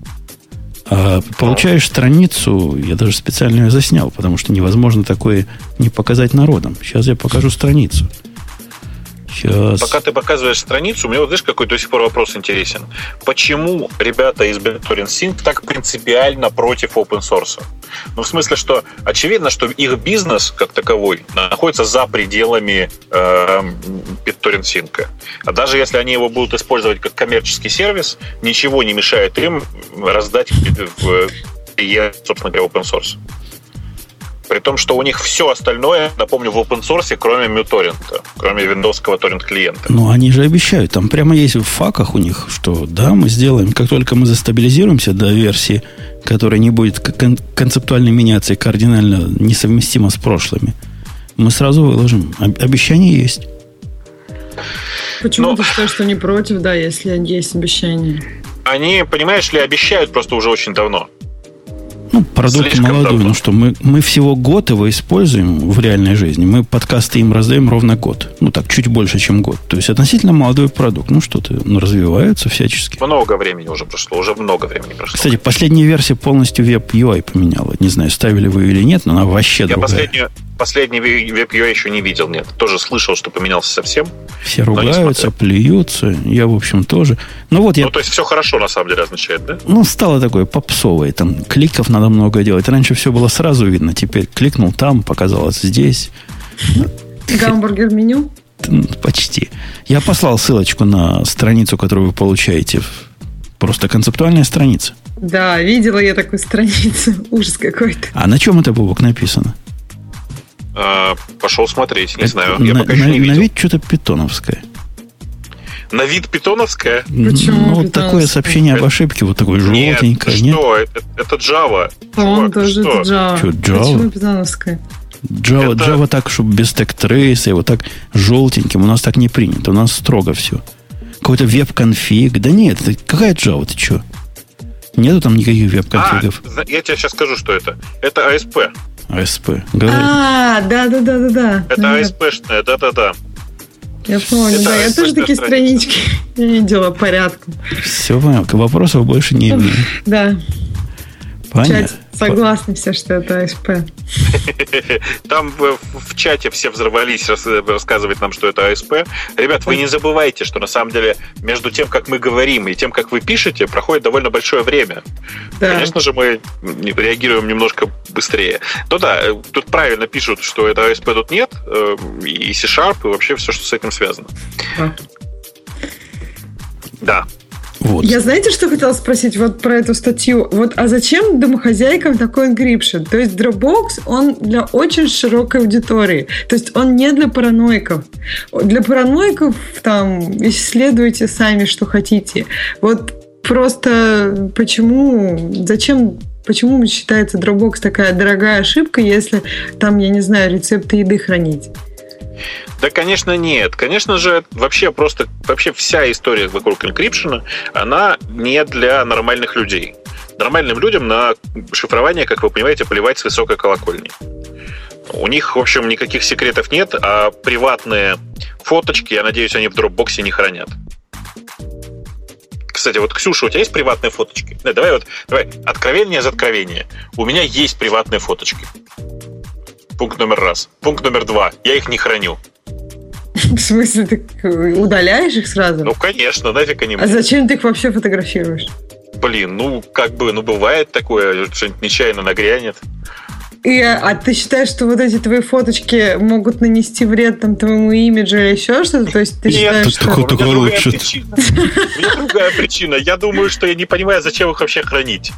Speaker 1: А получаешь страницу, я даже специально ее заснял, потому что невозможно такое не показать народам. Сейчас я покажу страницу. Сейчас.
Speaker 3: Пока ты показываешь страницу, у меня вот, знаешь, какой до сих пор вопрос интересен. Почему ребята из BitTorrent Sync так принципиально против open source? Ну, в смысле, что очевидно, что их бизнес, как таковой, находится за пределами э, BitTorrent Sync. А даже если они его будут использовать как коммерческий сервис, ничего не мешает им раздать в клиент, собственно говоря, open source. При том, что у них все остальное, напомню, в open source, кроме MuTorrent, кроме виндовского торрент-клиента.
Speaker 1: Ну, они же обещают. Там прямо есть в факах у них, что да, мы сделаем, как только мы застабилизируемся до версии, которая не будет кон- концептуально меняться и кардинально несовместима с прошлыми, мы сразу выложим. Об- обещание есть.
Speaker 4: Почему
Speaker 3: Но...
Speaker 4: ты считаешь, что не против, да, если есть обещание?
Speaker 3: Они, понимаешь ли, обещают просто уже очень давно.
Speaker 1: Ну, продукт
Speaker 3: Слишком
Speaker 1: молодой.
Speaker 3: давно.
Speaker 1: Ну что, мы, мы всего год его используем в реальной жизни. Мы подкасты им раздаем ровно год. Ну, так, чуть больше, чем год. То есть, относительно молодой продукт. Ну, что ты, ну, развиваются всячески.
Speaker 3: Много времени уже прошло, уже много времени прошло.
Speaker 1: Кстати, последняя версия полностью веб-ю ай поменяла. Не знаю, ставили вы или нет, но она вообще
Speaker 3: Я
Speaker 1: другая.
Speaker 3: последнюю, последний веб-ю ай еще не видел, нет. Тоже слышал, что поменялся совсем.
Speaker 1: Все ругаются, плюются. Я, в общем, тоже. Ну, вот я...
Speaker 3: Ну, то есть, все хорошо, на самом деле, означает, да?
Speaker 1: Ну, стало такое попсовое. Там кликов надо много делать. Раньше все было сразу видно. Теперь кликнул там, показалось здесь.
Speaker 4: Гамбургер меню?
Speaker 1: Почти. Я послал ссылочку на страницу, которую вы получаете. Просто концептуальная страница.
Speaker 4: Да, видела я такую страницу. Ужас какой-то.
Speaker 1: А на чем это, Бобок, написано?
Speaker 3: А, пошел смотреть, не
Speaker 1: Это
Speaker 3: знаю. Я
Speaker 1: на,
Speaker 3: пока еще
Speaker 1: на-
Speaker 3: не видел.
Speaker 1: на вид что-то питоновское.
Speaker 3: На вид питоновская?
Speaker 4: Почему
Speaker 1: Ну, вот
Speaker 4: питоновское?
Speaker 1: такое сообщение об ошибке, вот такое
Speaker 3: Нет,
Speaker 1: желтенькое.
Speaker 3: ты
Speaker 1: Нет?
Speaker 3: что? Это, это Java.
Speaker 4: По-моему,
Speaker 3: Чувак,
Speaker 4: тоже
Speaker 3: что?
Speaker 4: это Java.
Speaker 1: Чё, Java?
Speaker 4: Почему питоновская?
Speaker 1: Java,
Speaker 3: Это-
Speaker 1: Java так, чтобы без тег-трейса, вот так желтеньким. У нас так не принято. У нас строго все. Какой-то веб-конфиг. Да нет, это какая Java? Ты что? Нету там никаких
Speaker 3: А,
Speaker 1: веб-конфигов.
Speaker 3: зна- я тебе сейчас скажу, что это. Это эй эс пи.
Speaker 1: эй эс пи. Говори.
Speaker 4: А, да-да-да-да-да.
Speaker 3: Это
Speaker 4: Да.
Speaker 3: эй эс пи-шная, да-да-да.
Speaker 4: Я помню,
Speaker 3: Это
Speaker 4: да. Я
Speaker 3: эй эс
Speaker 4: тоже
Speaker 3: пи
Speaker 4: такие
Speaker 3: страница.
Speaker 4: странички видела порядком.
Speaker 1: Все, понял. Вопросов больше не имею.
Speaker 4: Да.
Speaker 1: Ваня,
Speaker 4: согласны все, что это АСП.
Speaker 3: Там в, в чате все взорвались рассказывать нам, что это АСП. Ребят, вы не забывайте, что на самом деле между тем, как мы говорим, и тем, как вы пишете, проходит довольно большое время. Да. Конечно же, мы реагируем немножко быстрее. Ну да, тут правильно пишут, что это АСП тут нет, и C-Sharp, и вообще все, что с этим связано. А. Да.
Speaker 1: Вот.
Speaker 4: Я, знаете, что хотела спросить вот про эту статью? Вот, а зачем домохозяйкам такой encryption? То есть Dropbox, он для очень широкой аудитории. То есть он не для параноиков. Для параноиков там исследуйте сами, что хотите. Вот просто почему, зачем, почему считается Dropbox такая дорогая ошибка, если там, я не знаю, рецепты еды хранить?
Speaker 3: Да, конечно, нет. Конечно же, вообще просто вообще вся история вокруг энкрипшена, она не для нормальных людей. Нормальным людям на шифрование, как вы понимаете, плевать с высокой колокольни. У них, в общем, никаких секретов нет, а приватные фоточки, я надеюсь, они в Dropbox не хранят. Кстати, вот, Ксюша, у тебя есть приватные фоточки? Да, давай вот, давай, откровение за откровение. У меня есть приватные фоточки. Пункт номер раз. Пункт номер два. Я их не храню.
Speaker 4: В смысле, ты удаляешь их сразу?
Speaker 3: Ну, конечно, нафиг они мне.
Speaker 4: А зачем ты их вообще фотографируешь?
Speaker 3: Блин, ну, как бы, ну, бывает такое, что-нибудь нечаянно нагрянет.
Speaker 4: И, а ты считаешь, что вот эти твои фоточки могут нанести вред там твоему имиджу или еще что-то? То есть ты
Speaker 3: Нет,
Speaker 4: считаешь,
Speaker 3: что...
Speaker 1: Такой, такой
Speaker 3: у меня
Speaker 1: лучше.
Speaker 3: другая причина. У меня другая причина. Я думаю, что я не понимаю, зачем их вообще хранить.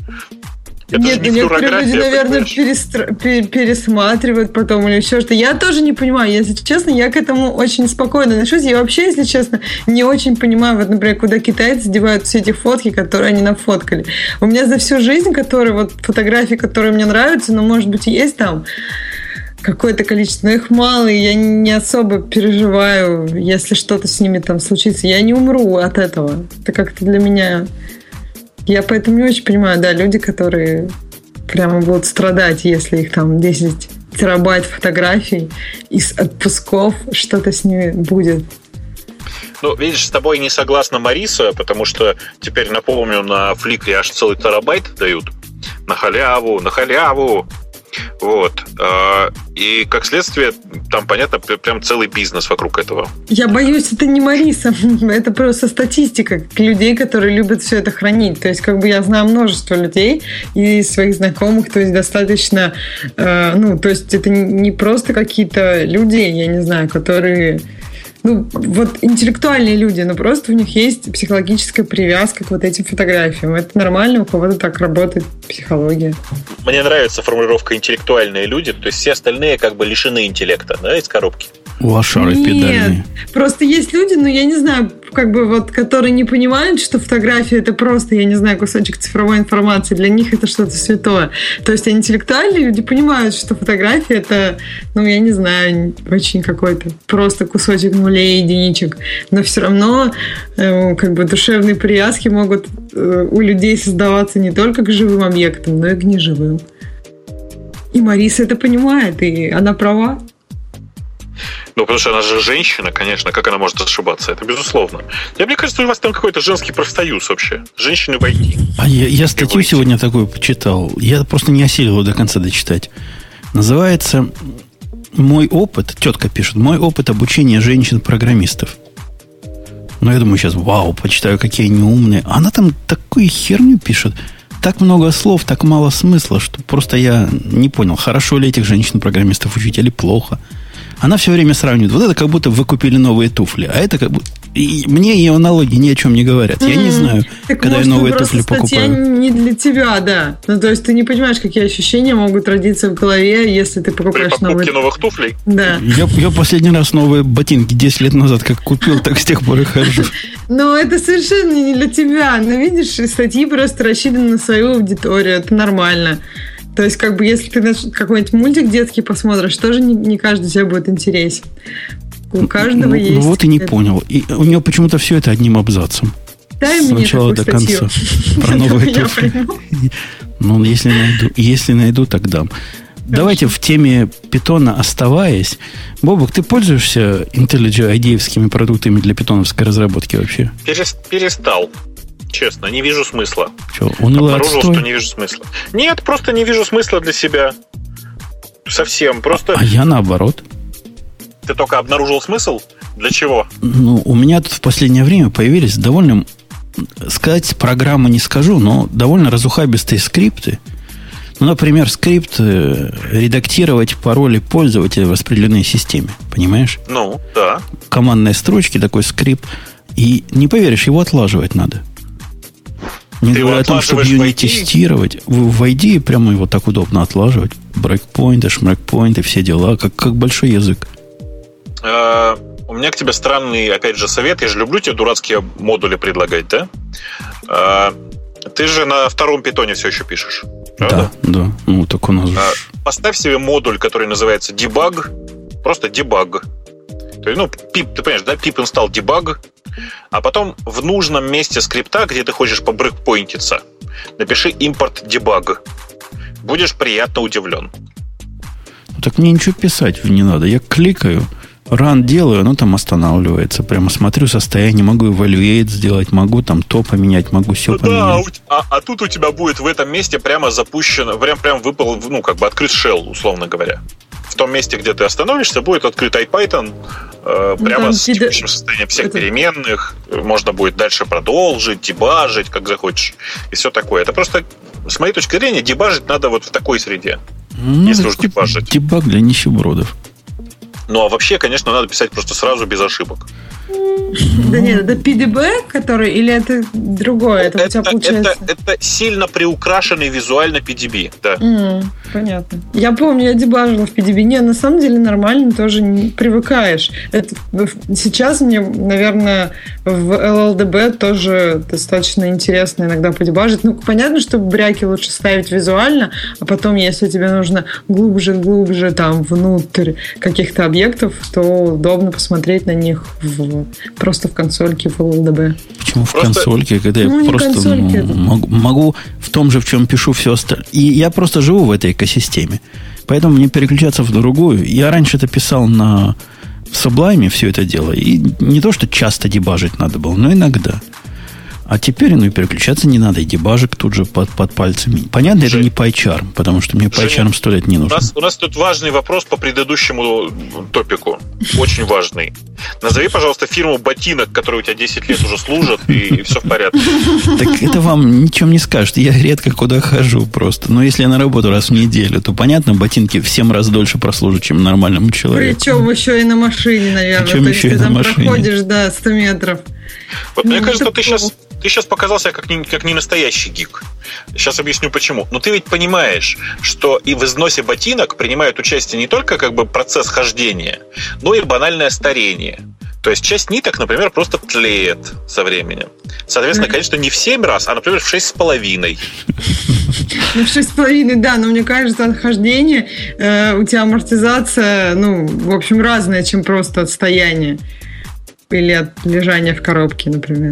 Speaker 3: Это
Speaker 4: Нет,
Speaker 3: не
Speaker 4: некоторые люди, наверное, перестра... пересматривают потом или еще что-то. Я тоже не понимаю, если честно, я к этому очень спокойно отношусь. Я вообще, если честно, не очень понимаю, вот, например, куда китайцы девают все эти фотки, которые они нафоткали. У меня за всю жизнь, которые вот фотографии, которые мне нравятся, ну, может быть, есть там какое-то количество, но их мало, и я не особо переживаю, если что-то с ними там случится. Я не умру от этого. Это как-то для меня... Я поэтому не очень понимаю, да, люди, которые прямо будут страдать, если их там десять терабайт фотографий из отпусков, что-то с ними будет.
Speaker 3: Ну, видишь, с тобой не согласна Мариса, потому что теперь, напомню, на Flickr аж целый терабайт дают. На халяву, на халяву. Вот. И, как следствие, там, понятно, прям целый бизнес вокруг этого.
Speaker 4: Я боюсь, это не Мариса. Это просто статистика людей, которые любят все это хранить. То есть, как бы я знаю множество людей и своих знакомых, то есть, достаточно... Ну, то есть, это не просто какие-то люди, я не знаю, которые... Ну, вот интеллектуальные люди, но просто у них есть психологическая привязка к вот этим фотографиям. Это нормально, у кого-то так работает психология.
Speaker 3: Мне нравится формулировка «интеллектуальные люди», то есть все остальные как бы лишены интеллекта, да, из коробки.
Speaker 1: Лошары педальные.
Speaker 4: Нет, просто есть люди, ну, я не знаю, как бы вот, которые не понимают, что фотография — это просто, я не знаю, кусочек цифровой информации. Для них это что-то святое. То есть интеллектуальные люди понимают, что фотография — это, ну, я не знаю, очень какой-то просто кусочек нулей, единичек. Но все равно э, как бы душевные привязки могут э, у людей создаваться не только к живым объектам, но и к неживым. И Мариса это понимает, и она права.
Speaker 3: Ну, потому что она же женщина, конечно, как она может ошибаться? Это безусловно. Я, мне кажется, у вас там какой-то женский профсоюз вообще. Женщины в ай ти.
Speaker 1: А я, я статью сегодня такую почитал. Я просто не осилил его до конца дочитать. Называется «Мой опыт», тетка пишет, «Мой опыт обучения женщин-программистов». Ну, я думаю, сейчас, вау, почитаю, какие они умные. А она там такую херню пишет. Так много слов, так мало смысла, что просто я не понял, хорошо ли этих женщин-программистов учить или плохо. Она все время сравнивает. Вот это как будто вы купили новые туфли. А это как будто... И мне ее аналогии ни о чем не говорят. Я не знаю, так когда может, я новые туфли покупаю.
Speaker 4: Статья не для тебя, да. Ну, то есть ты не понимаешь, какие ощущения могут родиться в голове, если ты покупаешь
Speaker 3: при покупке новые... новых туфлей?
Speaker 4: Да.
Speaker 1: Я, я последний раз новые ботинки десять лет назад как купил, так с тех пор и хожу.
Speaker 4: Но это совершенно не для тебя. Но видишь, статьи просто рассчитаны на свою аудиторию. Это нормально. То есть, как бы, если ты какой-нибудь мультик детский посмотришь, тоже не, не каждый тебе будет интересен. У каждого
Speaker 1: ну,
Speaker 4: есть...
Speaker 1: Ну, вот и не
Speaker 4: это.
Speaker 1: понял. И у него почему-то все это одним абзацем.
Speaker 4: Дай
Speaker 1: С
Speaker 4: мне
Speaker 1: начала до
Speaker 4: статью.
Speaker 1: конца. Про новые туфли. Ну, если найду, если найду, так дам. Давайте в теме питона оставаясь. Бобок, ты пользуешься IntelliJ ай ди-евскими продуктами для питоновской разработки вообще?
Speaker 3: Перестал. Честно, не вижу смысла.
Speaker 1: Что, унылый
Speaker 3: Обнаружил,
Speaker 1: отстой?
Speaker 3: что не вижу смысла. Нет, просто не вижу смысла для себя. Совсем. Просто...
Speaker 1: А я наоборот.
Speaker 3: Ты только обнаружил смысл? Для чего?
Speaker 1: Ну, у меня тут в последнее время появились довольно... Сказать программы не скажу, но довольно разухабистые скрипты. Ну, например, скрипт э, редактировать пароли пользователя в распределенной системе. Понимаешь?
Speaker 3: Ну, да.
Speaker 1: Командной строчки такой скрипт. И не поверишь, его отлаживать надо. Не
Speaker 3: Ты
Speaker 1: говоря о том, чтобы ее не тестировать. В, в ай ди и прямо его так удобно отлаживать. Брейкпоинты, шмрейкпоинты, все дела. Как, как большой язык.
Speaker 3: Э, у меня к тебе странный, опять же, совет. Я же люблю тебе дурацкие модули предлагать, да? Э, ты же на втором питоне все еще пишешь. Правда?
Speaker 1: Да, да. Ну, так у нас же...
Speaker 3: Поставь себе модуль, который называется debug. Просто debug. То есть, ну, pip, ты понимаешь, да? Pip install debug. А потом в нужном месте скрипта, где ты хочешь побрейкпоинтиться, напиши import debug. Будешь приятно удивлен.
Speaker 1: Ну, так мне ничего писать не надо. Я кликаю, run делаю, оно там останавливается. Прямо смотрю состояние, могу evaluate сделать, могу там то поменять, могу все
Speaker 3: ну,
Speaker 1: поменять.
Speaker 3: Да, а, а тут у тебя будет в этом месте прямо запущено, прям, прям выпал, ну, как бы открыт shell, условно говоря. В том месте, где ты остановишься, будет открыт IPython э, ну, прямо с текущим пиде... состоянием всех это... переменных. Можно будет дальше продолжить, дебажить, как захочешь. И все такое. Это просто, с моей точки зрения, дебажить надо вот в такой среде. Ну, если уж дебажить.
Speaker 1: Дебаг для нищебродов.
Speaker 3: Ну, а вообще, конечно, надо писать просто сразу, без ошибок.
Speaker 4: Да нет, это пи ди би, который, или это другое? Это, это, у тебя получается...
Speaker 3: это, это сильно приукрашенный визуально пи ди би, да.
Speaker 4: Mm, понятно. Я помню, я дебажила в пи ди би. Не, на самом деле нормально, тоже не привыкаешь. Это, сейчас мне, наверное, в эл эл ди би тоже достаточно интересно иногда подебажить. Ну, понятно, что бряки лучше ставить визуально, а потом, если тебе нужно глубже-глубже там внутрь каких-то объектов, то удобно посмотреть на них в просто в консольке в эл эл ди би.
Speaker 1: Почему в просто... консольке, когда ну, я просто консольке, могу, могу в том же, в чем пишу все остальное. И я просто живу в этой экосистеме. Поэтому мне переключаться в другую. Я раньше это писал на в Sublime, все это дело. И не то, что часто дебажить надо было, но иногда. А теперь, ну, и переключаться не надо, и дебажик тут же под, под пальцами. Понятно, Жень, это не PyCharm, потому что мне PyCharm сто лет не нужен.
Speaker 3: У нас, у нас тут важный вопрос по предыдущему топику. Очень важный. Назови, пожалуйста, фирму ботинок, которая у тебя десять лет уже служит, и все в порядке.
Speaker 1: Так это вам ничем не скажет. Я редко куда хожу просто. Но если я на работу раз в неделю, то, понятно, ботинки в семь раз дольше прослужат, чем нормальному человеку.
Speaker 4: Причем еще и на машине, наверное.
Speaker 1: Причем
Speaker 4: то
Speaker 1: еще
Speaker 4: есть
Speaker 1: и
Speaker 4: ты
Speaker 1: на
Speaker 4: там
Speaker 1: машине.
Speaker 4: проходишь, да, сто метров.
Speaker 3: Вот ну, мне кажется, что ты сейчас, ты сейчас показал себя как не, как не настоящий гик. Сейчас объясню почему. Но ты ведь понимаешь, что и в износе ботинок принимает участие не только как бы процесс хождения, но и банальное старение. То есть часть ниток, например, просто тлеет со временем. Соответственно, конечно, не в семь раз, а, например, в шесть с половиной.
Speaker 4: Ну, в шесть с половиной, да, но мне кажется, от хождения э, у тебя амортизация, ну, в общем, разная, чем просто отстояние. Или от лежания в коробке, например.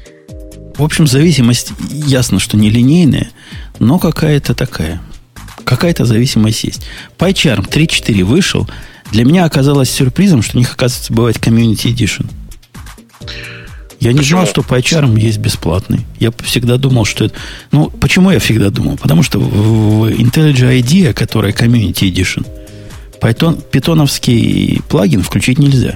Speaker 1: В общем, зависимость, ясно, что не линейная, но какая-то такая. Какая-то зависимость есть. PyCharm три точка четыре вышел. Для меня оказалось сюрпризом, что у них, оказывается, бывает Community Edition. Я не
Speaker 3: почему?
Speaker 1: знал, что PyCharm есть бесплатный. Я всегда думал, что это... Ну, почему я всегда думал? Потому что в IntelliJ IDEA, которая Community Edition, Python, питоновский плагин включить нельзя.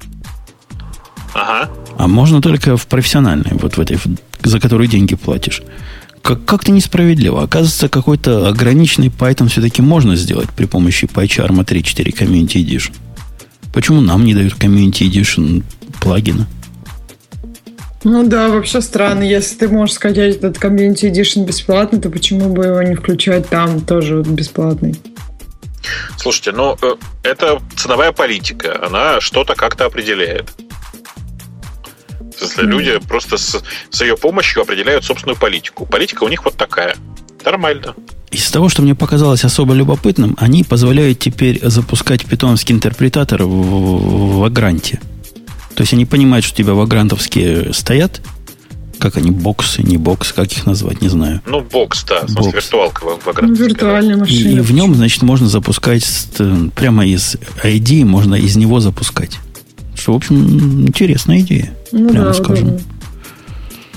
Speaker 3: Ага.
Speaker 1: А можно только в профессиональной, вот в этой, за которую деньги платишь. Как- как-то несправедливо. Оказывается, какой-то ограниченный Python все-таки можно сделать при помощи PyCharm три точка четыре Community Edition. Почему нам не дают Community Edition плагина?
Speaker 4: Ну да, вообще странно. Если ты можешь скачать этот Community Edition бесплатно, то почему бы его не включать там тоже бесплатный?
Speaker 3: Слушайте, ну, это ценовая политика. Она что-то как-то определяет. Если mm. люди просто с, с ее помощью определяют собственную политику. Политика у них вот такая. Нормально.
Speaker 1: Из того, что мне показалось особо любопытным, они позволяют теперь запускать питоновский интерпретатор в, в Вагранте. То есть они понимают, что у тебя вагрантовские стоят. Как они, боксы, не боксы, как их назвать, не знаю.
Speaker 3: Ну, бокс, да, в смысле,
Speaker 1: бокс.
Speaker 3: виртуалка вагрантовская.
Speaker 4: Ну, виртуальная машина.
Speaker 1: И, и в нем, значит, можно запускать прямо из ай ди, можно из него запускать. Что, в общем, интересная идея.
Speaker 4: Ну
Speaker 1: прямо
Speaker 4: да,
Speaker 1: скажем.
Speaker 4: удобно.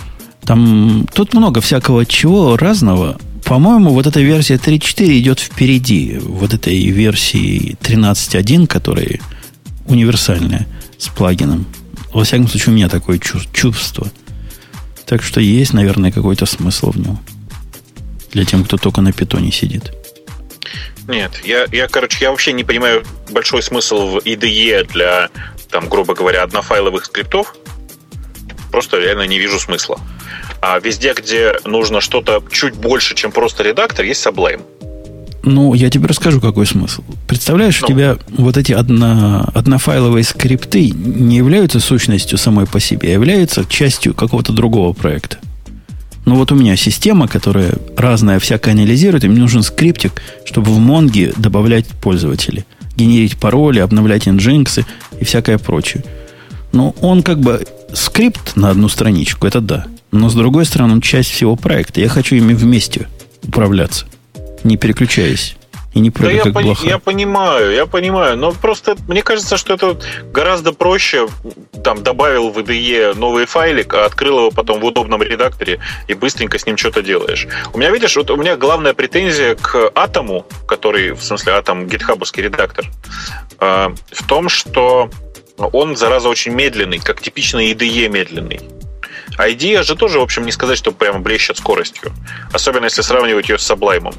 Speaker 1: Там тут много всякого чего разного. По-моему, вот эта версия три точка четыре идет впереди вот этой версии тринадцать точка один, которая универсальная с плагином. Во всяком случае, у меня такое чувство. Так что есть, наверное, какой-то смысл в нем. Для тех, кто только на питоне сидит.
Speaker 3: Нет, я, я, короче, я вообще не понимаю большой смысл в ай ди и для, там, грубо говоря, однофайловых скриптов. Просто реально не вижу смысла. А везде, где нужно что-то чуть больше, чем просто редактор, есть Sublime.
Speaker 1: Ну, я тебе расскажу, какой смысл. Представляешь, ну. у тебя вот эти одно, однофайловые скрипты не являются сущностью самой по себе, а являются частью какого-то другого проекта. Ну, вот у меня система, которая разное всякое анализирует, и мне нужен скриптик, чтобы в Монге добавлять пользователей, генерить пароли, обновлять инжинксы и всякое прочее. Ну, он как бы скрипт на одну страничку, это да. Но, с другой стороны, он часть всего проекта. Я хочу ими вместе управляться, не переключаясь. И не прыгай,
Speaker 3: да
Speaker 1: как
Speaker 3: я,
Speaker 1: блоха.
Speaker 3: я понимаю, я понимаю. Но просто мне кажется, что это гораздо проще. Там добавил в ай ди и новый файлик, а открыл его потом в удобном редакторе и быстренько с ним что-то делаешь. У меня, видишь, вот у меня главная претензия к Атому, который, в смысле, Атом гитхабовский редактор, э, в том, что он, зараза, очень медленный, как типичный ай ди и медленный. А ай ди и же тоже, в общем, не сказать, что прямо блещет скоростью. Особенно, если сравнивать ее с Sublime.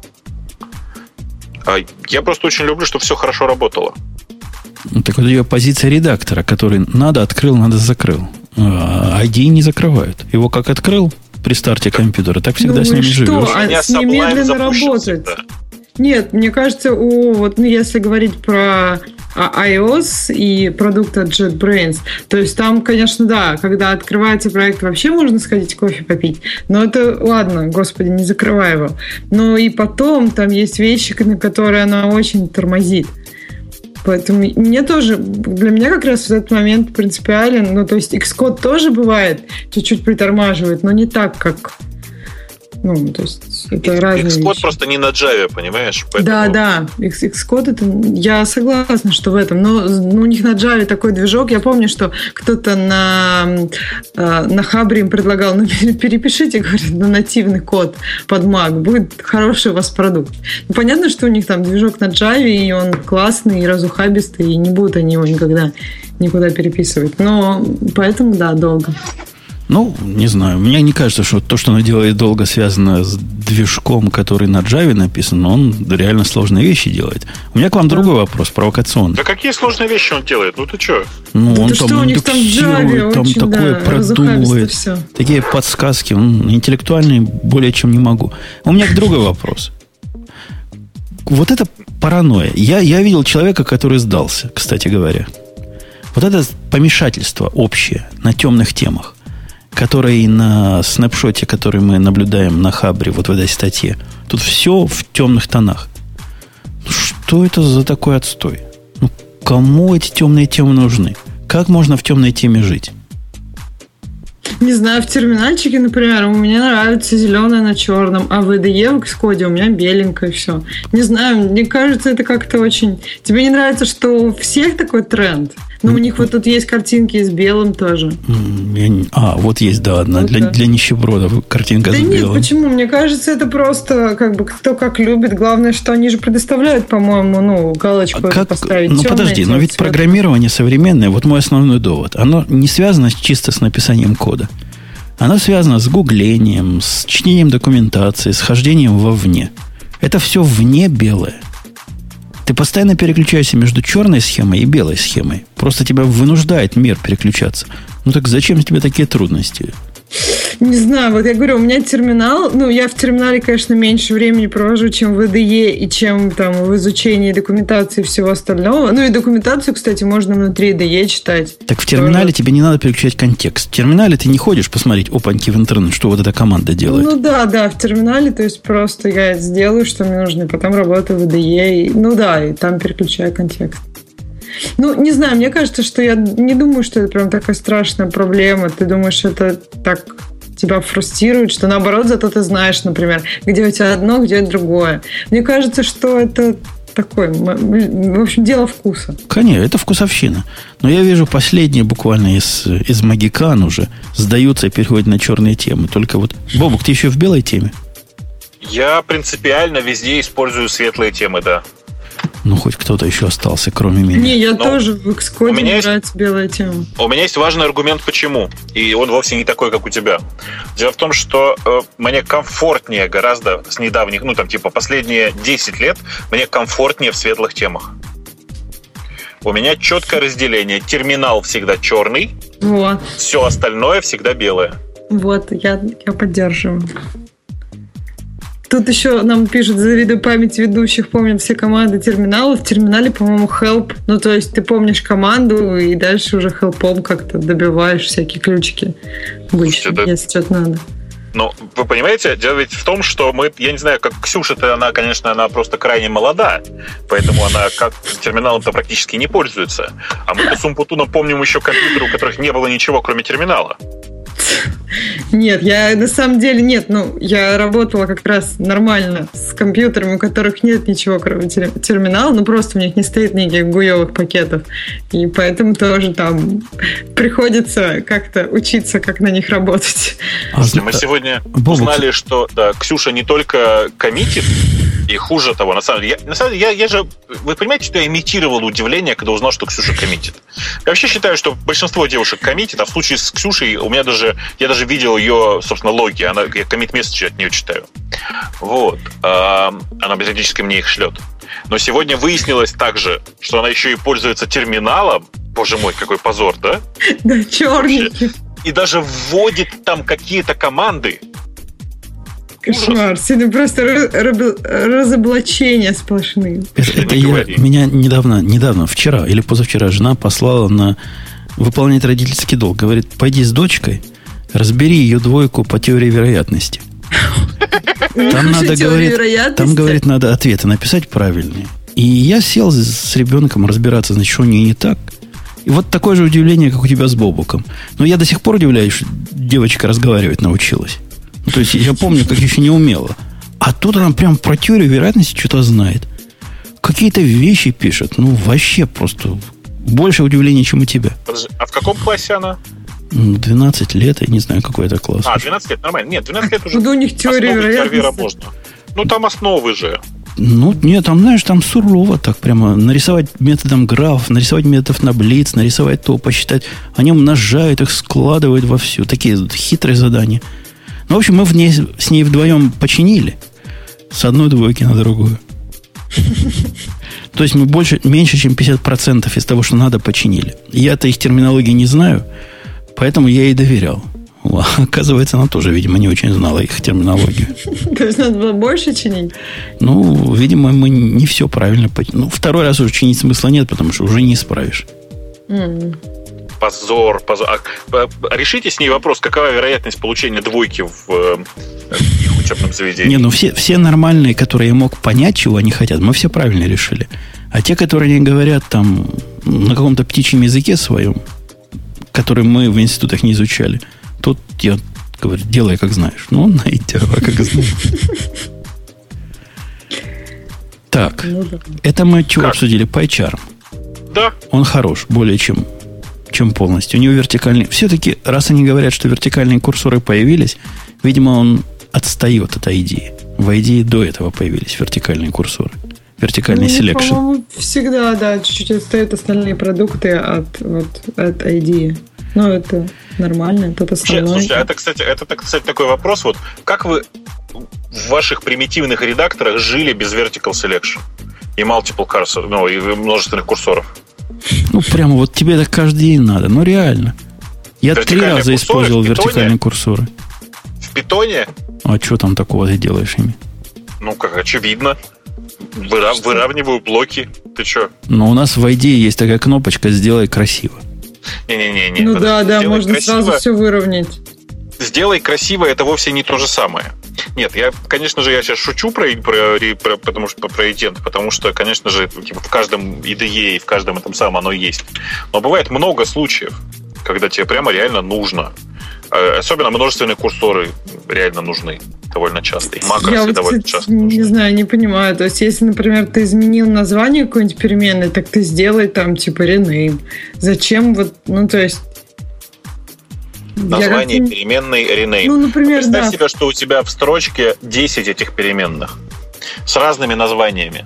Speaker 3: Я просто очень люблю, чтобы все хорошо работало.
Speaker 1: Ну, так вот ее позиция редактора, который надо открыл, надо закрыл. А ай ди и не закрывают. Его как открыл при старте компьютера, так всегда
Speaker 4: ну
Speaker 1: с ними
Speaker 4: что?
Speaker 1: живешь.
Speaker 4: А с ним медленно работает. Нет, мне кажется, у, вот, ну, если говорить про iOS и продукт от JetBrains, то есть там, конечно, да, когда открывается проект, вообще можно сходить кофе попить, но это, ладно, господи, не закрывай его. Но и потом там есть вещи, на которые она очень тормозит. Поэтому мне тоже, для меня как раз в этот момент принципиален, ну, то есть Xcode тоже бывает, чуть-чуть притормаживает, но не так, как... Ну, то есть это разные
Speaker 3: Xcode
Speaker 4: вещи.
Speaker 3: просто не на Java, понимаешь? Поэтому...
Speaker 4: Да, да. Xcode это... Я согласна, что в этом. Но ну, у них на Java такой движок. Я помню, что кто-то на, на Хабре им предлагал, ну, перепишите, говорит, на нативный код под Mac. Будет хороший у вас продукт. Ну, понятно, что у них там движок на Java, и он классный, и разухабистый, и не будут они его никогда никуда переписывать. Но поэтому, да, долго.
Speaker 1: Ну, не знаю. Мне не кажется, что то, что она делает долго, связано с движком, который на Java написан, но он реально сложные вещи делает. У меня к вам да. другой вопрос, провокационный.
Speaker 3: Да какие сложные вещи он делает? Ну ты что?
Speaker 1: Ну,
Speaker 4: да
Speaker 1: он
Speaker 4: ты
Speaker 1: там
Speaker 4: что, у них там Java
Speaker 1: там
Speaker 4: очень,
Speaker 1: такое
Speaker 4: да,
Speaker 1: продумывает. Такие подсказки. Он интеллектуальный более чем не могу. У меня другой вопрос. Вот это паранойя. Я, я видел человека, который сдался, кстати говоря. Вот это помешательство общее на темных темах, который на снапшоте, который мы наблюдаем на Хабре, вот в этой статье, тут все в темных тонах. Что это за такой отстой? Ну, кому эти темные темы нужны? Как можно в темной теме жить?
Speaker 4: Не знаю, в терминальчике, например, у меня нравится зеленое на черном, а в ай ди и в Xcode у меня беленькое все. Не знаю, мне кажется, это как-то очень... Тебе не нравится, что у всех такой тренд? Но у них вот тут есть картинки с белым тоже.
Speaker 1: Я не... А, вот есть, да, одна. Вот для, да. для нищебродов картинка
Speaker 4: да
Speaker 1: с
Speaker 4: нет,
Speaker 1: белым.
Speaker 4: Почему? Мне кажется, это просто как бы кто как любит. Главное, что они же предоставляют, по-моему, ну, галочку
Speaker 1: как...
Speaker 4: поставить.
Speaker 1: Ну, подожди, но ведь цвет. Программирование современное, вот мой основной довод, оно не связано чисто с написанием кода. Оно связано с гуглением, с чтением документации, с хождением вовне. Это все вне белое. Ты постоянно переключаешься между черной схемой и белой схемой. Просто тебя вынуждает мир переключаться. Ну так зачем тебе такие трудности?
Speaker 4: Не знаю, вот я говорю, у меня терминал, ну, я в терминале, конечно, меньше времени провожу, чем в ай ди и и чем там в изучении документации и всего остального. Ну, и документацию, кстати, можно внутри ай ди и читать.
Speaker 1: Так в терминале тоже. Тебе не надо переключать контекст. В терминале ты не ходишь посмотреть, опаньки, в интернет, что вот эта команда делает.
Speaker 4: Ну, да, да, в терминале, то есть просто я сделаю, что мне нужно, и потом работаю в ай ди и, и, ну, да, и там переключаю контекст. Ну, не знаю, мне кажется, что я не думаю, что это прям такая страшная проблема. Ты думаешь, это так тебя фрустрирует, что наоборот, зато ты знаешь, например, где у тебя одно, где другое. Мне кажется, что это такой, в общем, дело вкуса.
Speaker 1: Конечно, это вкусовщина. Но я вижу последние буквально из, из Магикан уже сдаются и переходят на черные темы. Только вот, Бобук, ты еще в белой теме?
Speaker 3: Я принципиально везде использую светлые темы, да.
Speaker 1: Ну, хоть кто-то еще остался, кроме меня.
Speaker 4: Не, я
Speaker 3: Но
Speaker 4: тоже в Xcode мне
Speaker 3: есть...
Speaker 4: нравится белая тема.
Speaker 3: У меня есть важный аргумент, почему. И он вовсе не такой, как у тебя. Дело в том, что э, мне комфортнее гораздо с недавних, ну, там, типа, последние десять лет, мне комфортнее в светлых темах. У меня четкое разделение. Терминал всегда черный,
Speaker 4: вот.
Speaker 3: Все остальное всегда белое.
Speaker 4: Вот, я, я поддерживаю. Тут еще нам пишут, завидуя памяти ведущих, помнят все команды терминала. В терминале, по-моему, help. Ну, то есть ты помнишь команду, и дальше уже help'ом как-то добиваешь всякие ключики. Обычно, да. Если что-то надо.
Speaker 3: Ну, вы понимаете, дело ведь в том, что мы, я не знаю, как Ксюша-то, она, конечно, она просто крайне молода, поэтому она как терминалом-то практически не пользуется. А мы с Умпутуном помним еще компьютеры, у которых не было ничего, кроме терминала.
Speaker 4: Нет, я на самом деле нет, ну, я работала как раз нормально с компьютерами, у которых нет ничего, кроме терминала, ну, просто у них не стоит никаких гуевых пакетов, и поэтому тоже там приходится как-то учиться, как на них работать.
Speaker 3: Слушайте, мы сегодня Бобук. узнали, что да, Ксюша не только коммитит, и хуже того, на самом деле, я, на самом деле, я, я же, вы понимаете, что я имитировал удивление, когда узнал, что Ксюша коммитит. Я вообще считаю, что большинство девушек коммитит, а в случае с Ксюшей у меня даже, я даже видел ее, собственно, логи, она, я коммит-месседжи от нее читаю. Вот. Она периодически мне их шлет. Но сегодня выяснилось также, что она еще и пользуется терминалом. Боже мой, какой позор, да?
Speaker 4: Да, черненький.
Speaker 3: И даже вводит там какие-то команды.
Speaker 4: Кошмар. Сегодня просто разоблачения сплошные.
Speaker 1: Это, это я, меня недавно, недавно, вчера или позавчера жена послала на выполнять родительский долг. Говорит, пойди с дочкой, разбери ее двойку по теории вероятности. Там надо, говорит, там, говорит, надо ответы написать правильные. И я сел с ребенком разбираться, значит, что у нее не так. И вот такое же удивление, как у тебя с Бобуком. Но я до сих пор удивляюсь, что девочка разговаривать научилась. Ну, то есть я помню, как еще не умела. А тут она прям про теорию вероятности что-то знает. Какие-то вещи пишет. Ну, вообще просто больше удивления, чем у тебя.
Speaker 3: Подожди, а в каком классе она?
Speaker 1: двенадцать лет, я не знаю, какой это класс.
Speaker 3: А, двенадцать лет, нормально. Нет, двенадцать лет уже.
Speaker 4: Ну, у них теория вероятности.
Speaker 3: Можно. Ну, там основы же.
Speaker 1: Ну, нет, там, знаешь, там сурово так прямо. Нарисовать методом графов, нарисовать методов на блиц, нарисовать то, посчитать. Они умножают их, складывают во всю. Такие хитрые задания. Ну, в общем, мы в ней, с ней вдвоем починили. С одной двойки на другую. То есть мы больше, меньше, чем пятьдесят процентов из того, что надо, починили. Я-то их терминологии не знаю, поэтому я ей доверял. Оказывается, она тоже, видимо, не очень знала их терминологию.
Speaker 4: То есть надо было больше чинить?
Speaker 1: Ну, видимо, мы не все правильно починили. Ну, второй раз уже чинить смысла нет, потому что уже не исправишь.
Speaker 4: Mm.
Speaker 3: Позор, позор. А, решите с ней вопрос, какова вероятность получения двойки в, в их учебном заведении?
Speaker 1: Не, ну все, все нормальные, которые я мог понять, чего они хотят, мы все правильно решили. А те, которые не говорят там на каком-то птичьем языке своем, который мы в институтах не изучали, тут я говорю, делай как знаешь. Ну, найди, как знаешь. Так, это мы чего обсудили? PyCharm.
Speaker 3: Да.
Speaker 1: Он хорош, более чем чем полностью. У него вертикальный... Все-таки, раз они говорят, что вертикальные курсоры появились, видимо, он отстает от ай ди и. В ай ди и до этого появились вертикальные курсоры. Вертикальный
Speaker 4: ну,
Speaker 1: selection.
Speaker 4: По-моему, всегда, да, чуть-чуть отстают остальные продукты от, вот, от ай ди и. Ну, это нормально, это основное.
Speaker 3: Слушайте, это, кстати, это, кстати, такой вопрос. Вот как вы в ваших примитивных редакторах жили без vertical selection и multiple cursor, ну, и множественных курсоров?
Speaker 1: Ну, прямо вот тебе это каждый день надо. Ну, реально. Я три раза использовал вертикальные курсоры.
Speaker 3: В питоне?
Speaker 1: А что там такого ты делаешь ими?
Speaker 3: Ну, как очевидно. Вырав, выравниваю блоки. Ты что?
Speaker 1: Но у нас в ай ди и есть такая кнопочка «Сделай красиво».
Speaker 3: Не-не-не.
Speaker 4: Ну да, да, можно красиво, сразу все выровнять.
Speaker 3: «Сделай красиво» — это вовсе не то же самое. Нет, я, конечно же, я сейчас шучу про, про, про, потому что, про идент, потому что, конечно же, типа, в каждом ай ди и и в каждом этом самом оно есть. Но бывает много случаев, когда тебе прямо реально нужно. Особенно множественные курсоры реально нужны. довольно часто, и макросы
Speaker 4: Я вот,
Speaker 3: довольно
Speaker 4: кстати,
Speaker 3: часто.
Speaker 4: Не знаю, не понимаю. То есть, если, например, ты изменил название какой-нибудь переменной, так ты сделай там типа rename. Зачем вот, ну то есть...
Speaker 3: Название
Speaker 4: Я...
Speaker 3: переменной rename.
Speaker 4: Ну, например,
Speaker 3: а представь
Speaker 4: да.
Speaker 3: себе, что у тебя в строчке десять этих переменных с разными названиями.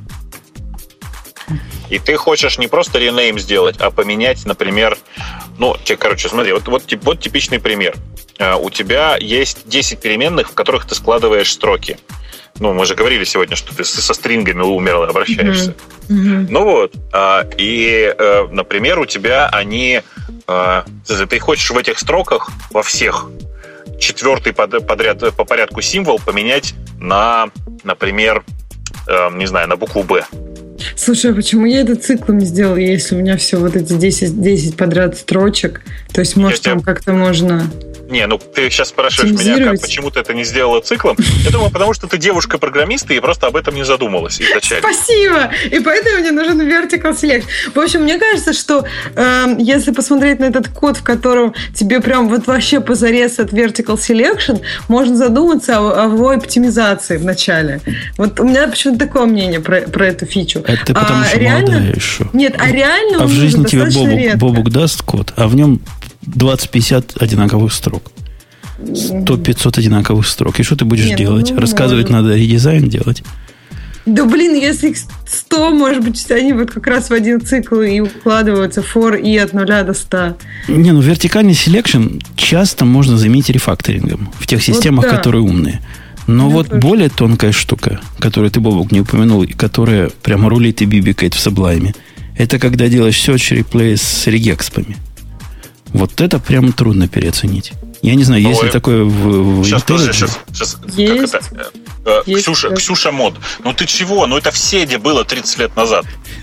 Speaker 3: И ты хочешь не просто rename сделать, а поменять, например, ну, тебе, короче, смотри, вот, вот, вот типичный пример. У тебя есть десять переменных, в которых ты складываешь строки. Ну, мы же говорили сегодня, что ты со стрингами умело обращаешься.
Speaker 4: Mm-hmm. Mm-hmm.
Speaker 3: Ну вот. И, например, у тебя они... Ты хочешь в этих строках во всех четвертый подряд по порядку символ поменять на, например, не знаю, на букву «Б».
Speaker 4: Слушай, а почему я это циклом не сделала, если у меня все вот эти десять, десять подряд строчек? То есть, может, я там тебя... как-то можно...
Speaker 3: Не, ну ты сейчас спрашиваешь меня, как, почему ты это не сделала циклом. Я думаю, потому что ты девушка-программист и просто об этом не задумалась изначально.
Speaker 4: Спасибо! И поэтому мне нужен vertical select. В общем, мне кажется, что э, если посмотреть на этот код, в котором тебе прям вот вообще позарез от vertical selection, можно задуматься о, о его оптимизации в начале. Вот у меня почему-то такое мнение про, про эту фичу.
Speaker 1: Это потому
Speaker 4: а
Speaker 1: что
Speaker 4: реально...
Speaker 1: молодая еще.
Speaker 4: Нет, а реально...
Speaker 1: А в жизни тебе
Speaker 4: Бобук,
Speaker 1: Бобук даст код, а в нем двадцать-пятьдесят одинаковых строк. сто-пятьсот одинаковых строк. И что ты будешь Нет, делать? Ну, Рассказывать может. Надо редизайн делать?
Speaker 4: Да блин, если их сто, может быть, они вот как раз в один цикл и укладываются for и от нуля до ста.
Speaker 1: Не, ну вертикальный селекшн часто можно заменить рефакторингом в тех системах, вот да. которые умные. Но да, вот точно. Более тонкая штука, которую ты, Бобок, не упомянул, и которая прямо рулит и бибикает в Sublime, это когда делаешь search replace с регекспами. Вот это прямо трудно переоценить. Я не знаю, есть ли такое в, в
Speaker 3: сейчас, подожди, сейчас, сейчас,
Speaker 4: есть.
Speaker 3: Как это? Э, есть, Ксюша, да. Ксюша Мод. Ну ты чего? Ну это в седе было тридцать лет назад.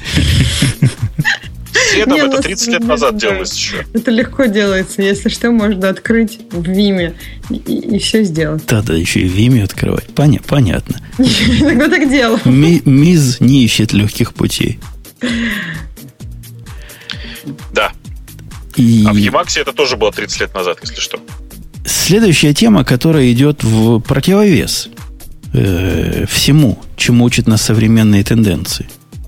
Speaker 3: Седом это тридцать лет назад делалось еще.
Speaker 4: Это легко делается. Если что, можно открыть в Vime и, и все сделать.
Speaker 1: Да-да, еще и в Vime открывать. Поня- понятно.
Speaker 4: Иногда так делал.
Speaker 1: Миз не ищет легких путей.
Speaker 3: Да.
Speaker 1: И...
Speaker 3: А в Emacs это тоже было тридцать лет назад, если что.
Speaker 1: Следующая тема, которая идет в противовес э, всему, чему учат нас современные тенденции.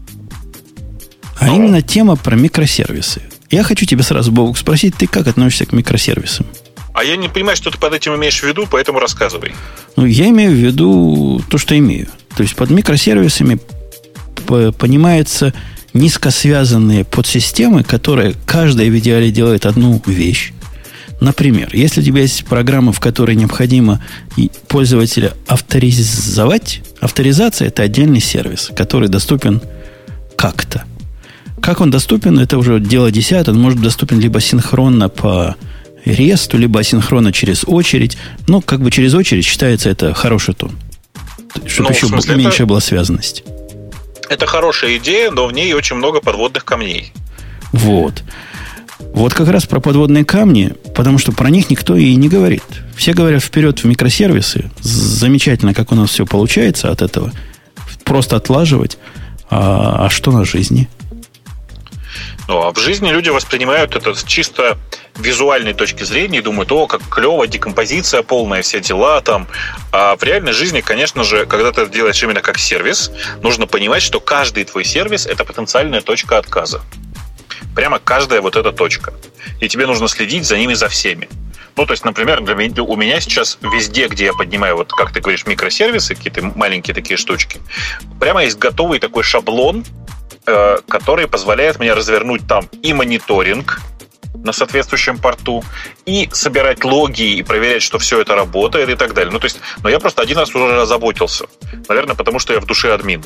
Speaker 1: А Но. именно тема про микросервисы. Я хочу тебя сразу, Бобук, спросить, ты как относишься к микросервисам?
Speaker 3: А я не понимаю, что ты под этим имеешь в виду, поэтому рассказывай.
Speaker 1: Ну, я имею в виду то, что имею. То есть под микросервисами понимается... низкосвязанные подсистемы, которые каждая в идеале делает одну вещь. Например, если у тебя есть программа, в которой необходимо пользователя авторизовать, авторизация – это отдельный сервис, который доступен как-то. Как он доступен, это уже дело десятое. Он может быть доступен либо синхронно по ресту, либо асинхронно через очередь. Но как бы через очередь считается это хороший тон. Чтобы ну, еще смысле, меньше это... была связанность.
Speaker 3: Это хорошая идея, но в ней очень много подводных камней.
Speaker 1: Вот. Вот как раз про подводные камни, потому что про них никто и не говорит. Все говорят вперед в микросервисы. Замечательно, как у нас все получается от этого. Просто отлаживать. А, а что на жизни?
Speaker 3: Ну, а в жизни люди воспринимают это с чисто визуальной точки зрения и думают, о, как клево, декомпозиция полная, все дела там. А в реальной жизни, конечно же, когда ты делаешь именно как сервис, нужно понимать, что каждый твой сервис – это потенциальная точка отказа. Прямо каждая вот эта точка. И тебе нужно следить за ними, за всеми. Ну, то есть, например, для меня, у меня сейчас везде, где я поднимаю, вот как ты говоришь, микросервисы, какие-то маленькие такие штучки, прямо есть готовый такой шаблон, который позволяет мне развернуть там и мониторинг на соответствующем порту, и собирать логи, и проверять, что все это работает, и так далее. Ну, то есть, но я просто один раз уже озаботился. Наверное, потому что я в душе админ.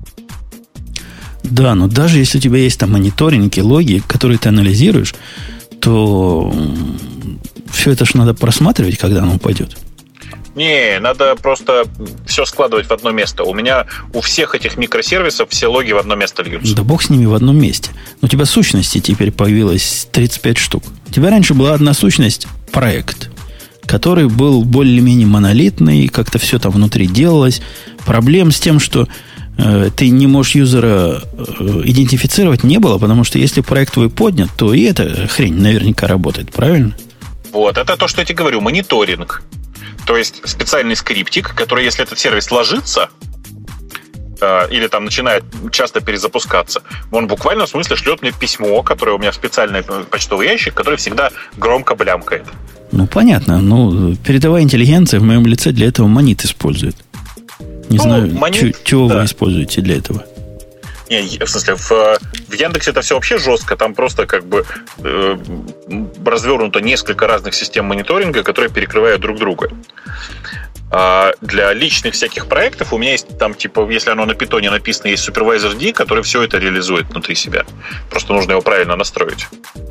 Speaker 1: Да, но даже если у тебя есть там мониторинги, логи, которые ты анализируешь, то все это же надо просматривать, когда оно упадет.
Speaker 3: Не, надо просто все складывать в одно место. У меня у всех этих микросервисов все логи в одно место льются.
Speaker 1: Да бог с ними в одном месте. Но у тебя сущности теперь появилось тридцать пять штук. У тебя раньше была одна сущность – проект, который был более-менее монолитный, как-то все там внутри делалось. Проблем с тем, что э, ты не можешь юзера э, идентифицировать, не было, потому что если проект твой поднят, то и эта хрень наверняка работает, правильно?
Speaker 3: Вот, это то, что я тебе говорю, мониторинг. То есть специальный скриптик, который, если этот сервис ложится э, или там начинает часто перезапускаться, он в буквальном смысле шлет мне письмо, которое у меня в специальный почтовый ящик, который всегда громко блямкает.
Speaker 1: Ну, понятно. Ну, передовая интеллигенция в моем лице для этого монит использует. Не ну, знаю, монит, чего да. вы используете для этого.
Speaker 3: Не, в смысле, в, в Яндексе это все вообще жестко. Там просто как бы э, развернуто несколько разных систем мониторинга, которые перекрывают друг друга. А для личных всяких проектов у меня есть там, типа, если оно на питоне написано, есть Supervisor D, который все это реализует внутри себя. Просто нужно его правильно настроить.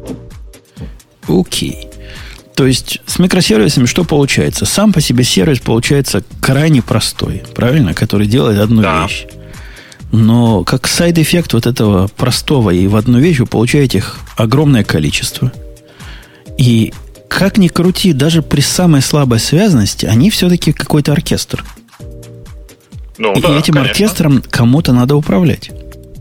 Speaker 1: Окей. То есть с микросервисами что получается? Сам по себе сервис получается крайне простой, правильно? Который делает одну да. вещь. Но как сайд-эффект вот этого простого и в одну вещь вы получаете их огромное количество. И как ни крути, даже при самой слабой связанности, они все-таки какой-то оркестр. Ну, и да, этим конечно. оркестром кому-то надо управлять.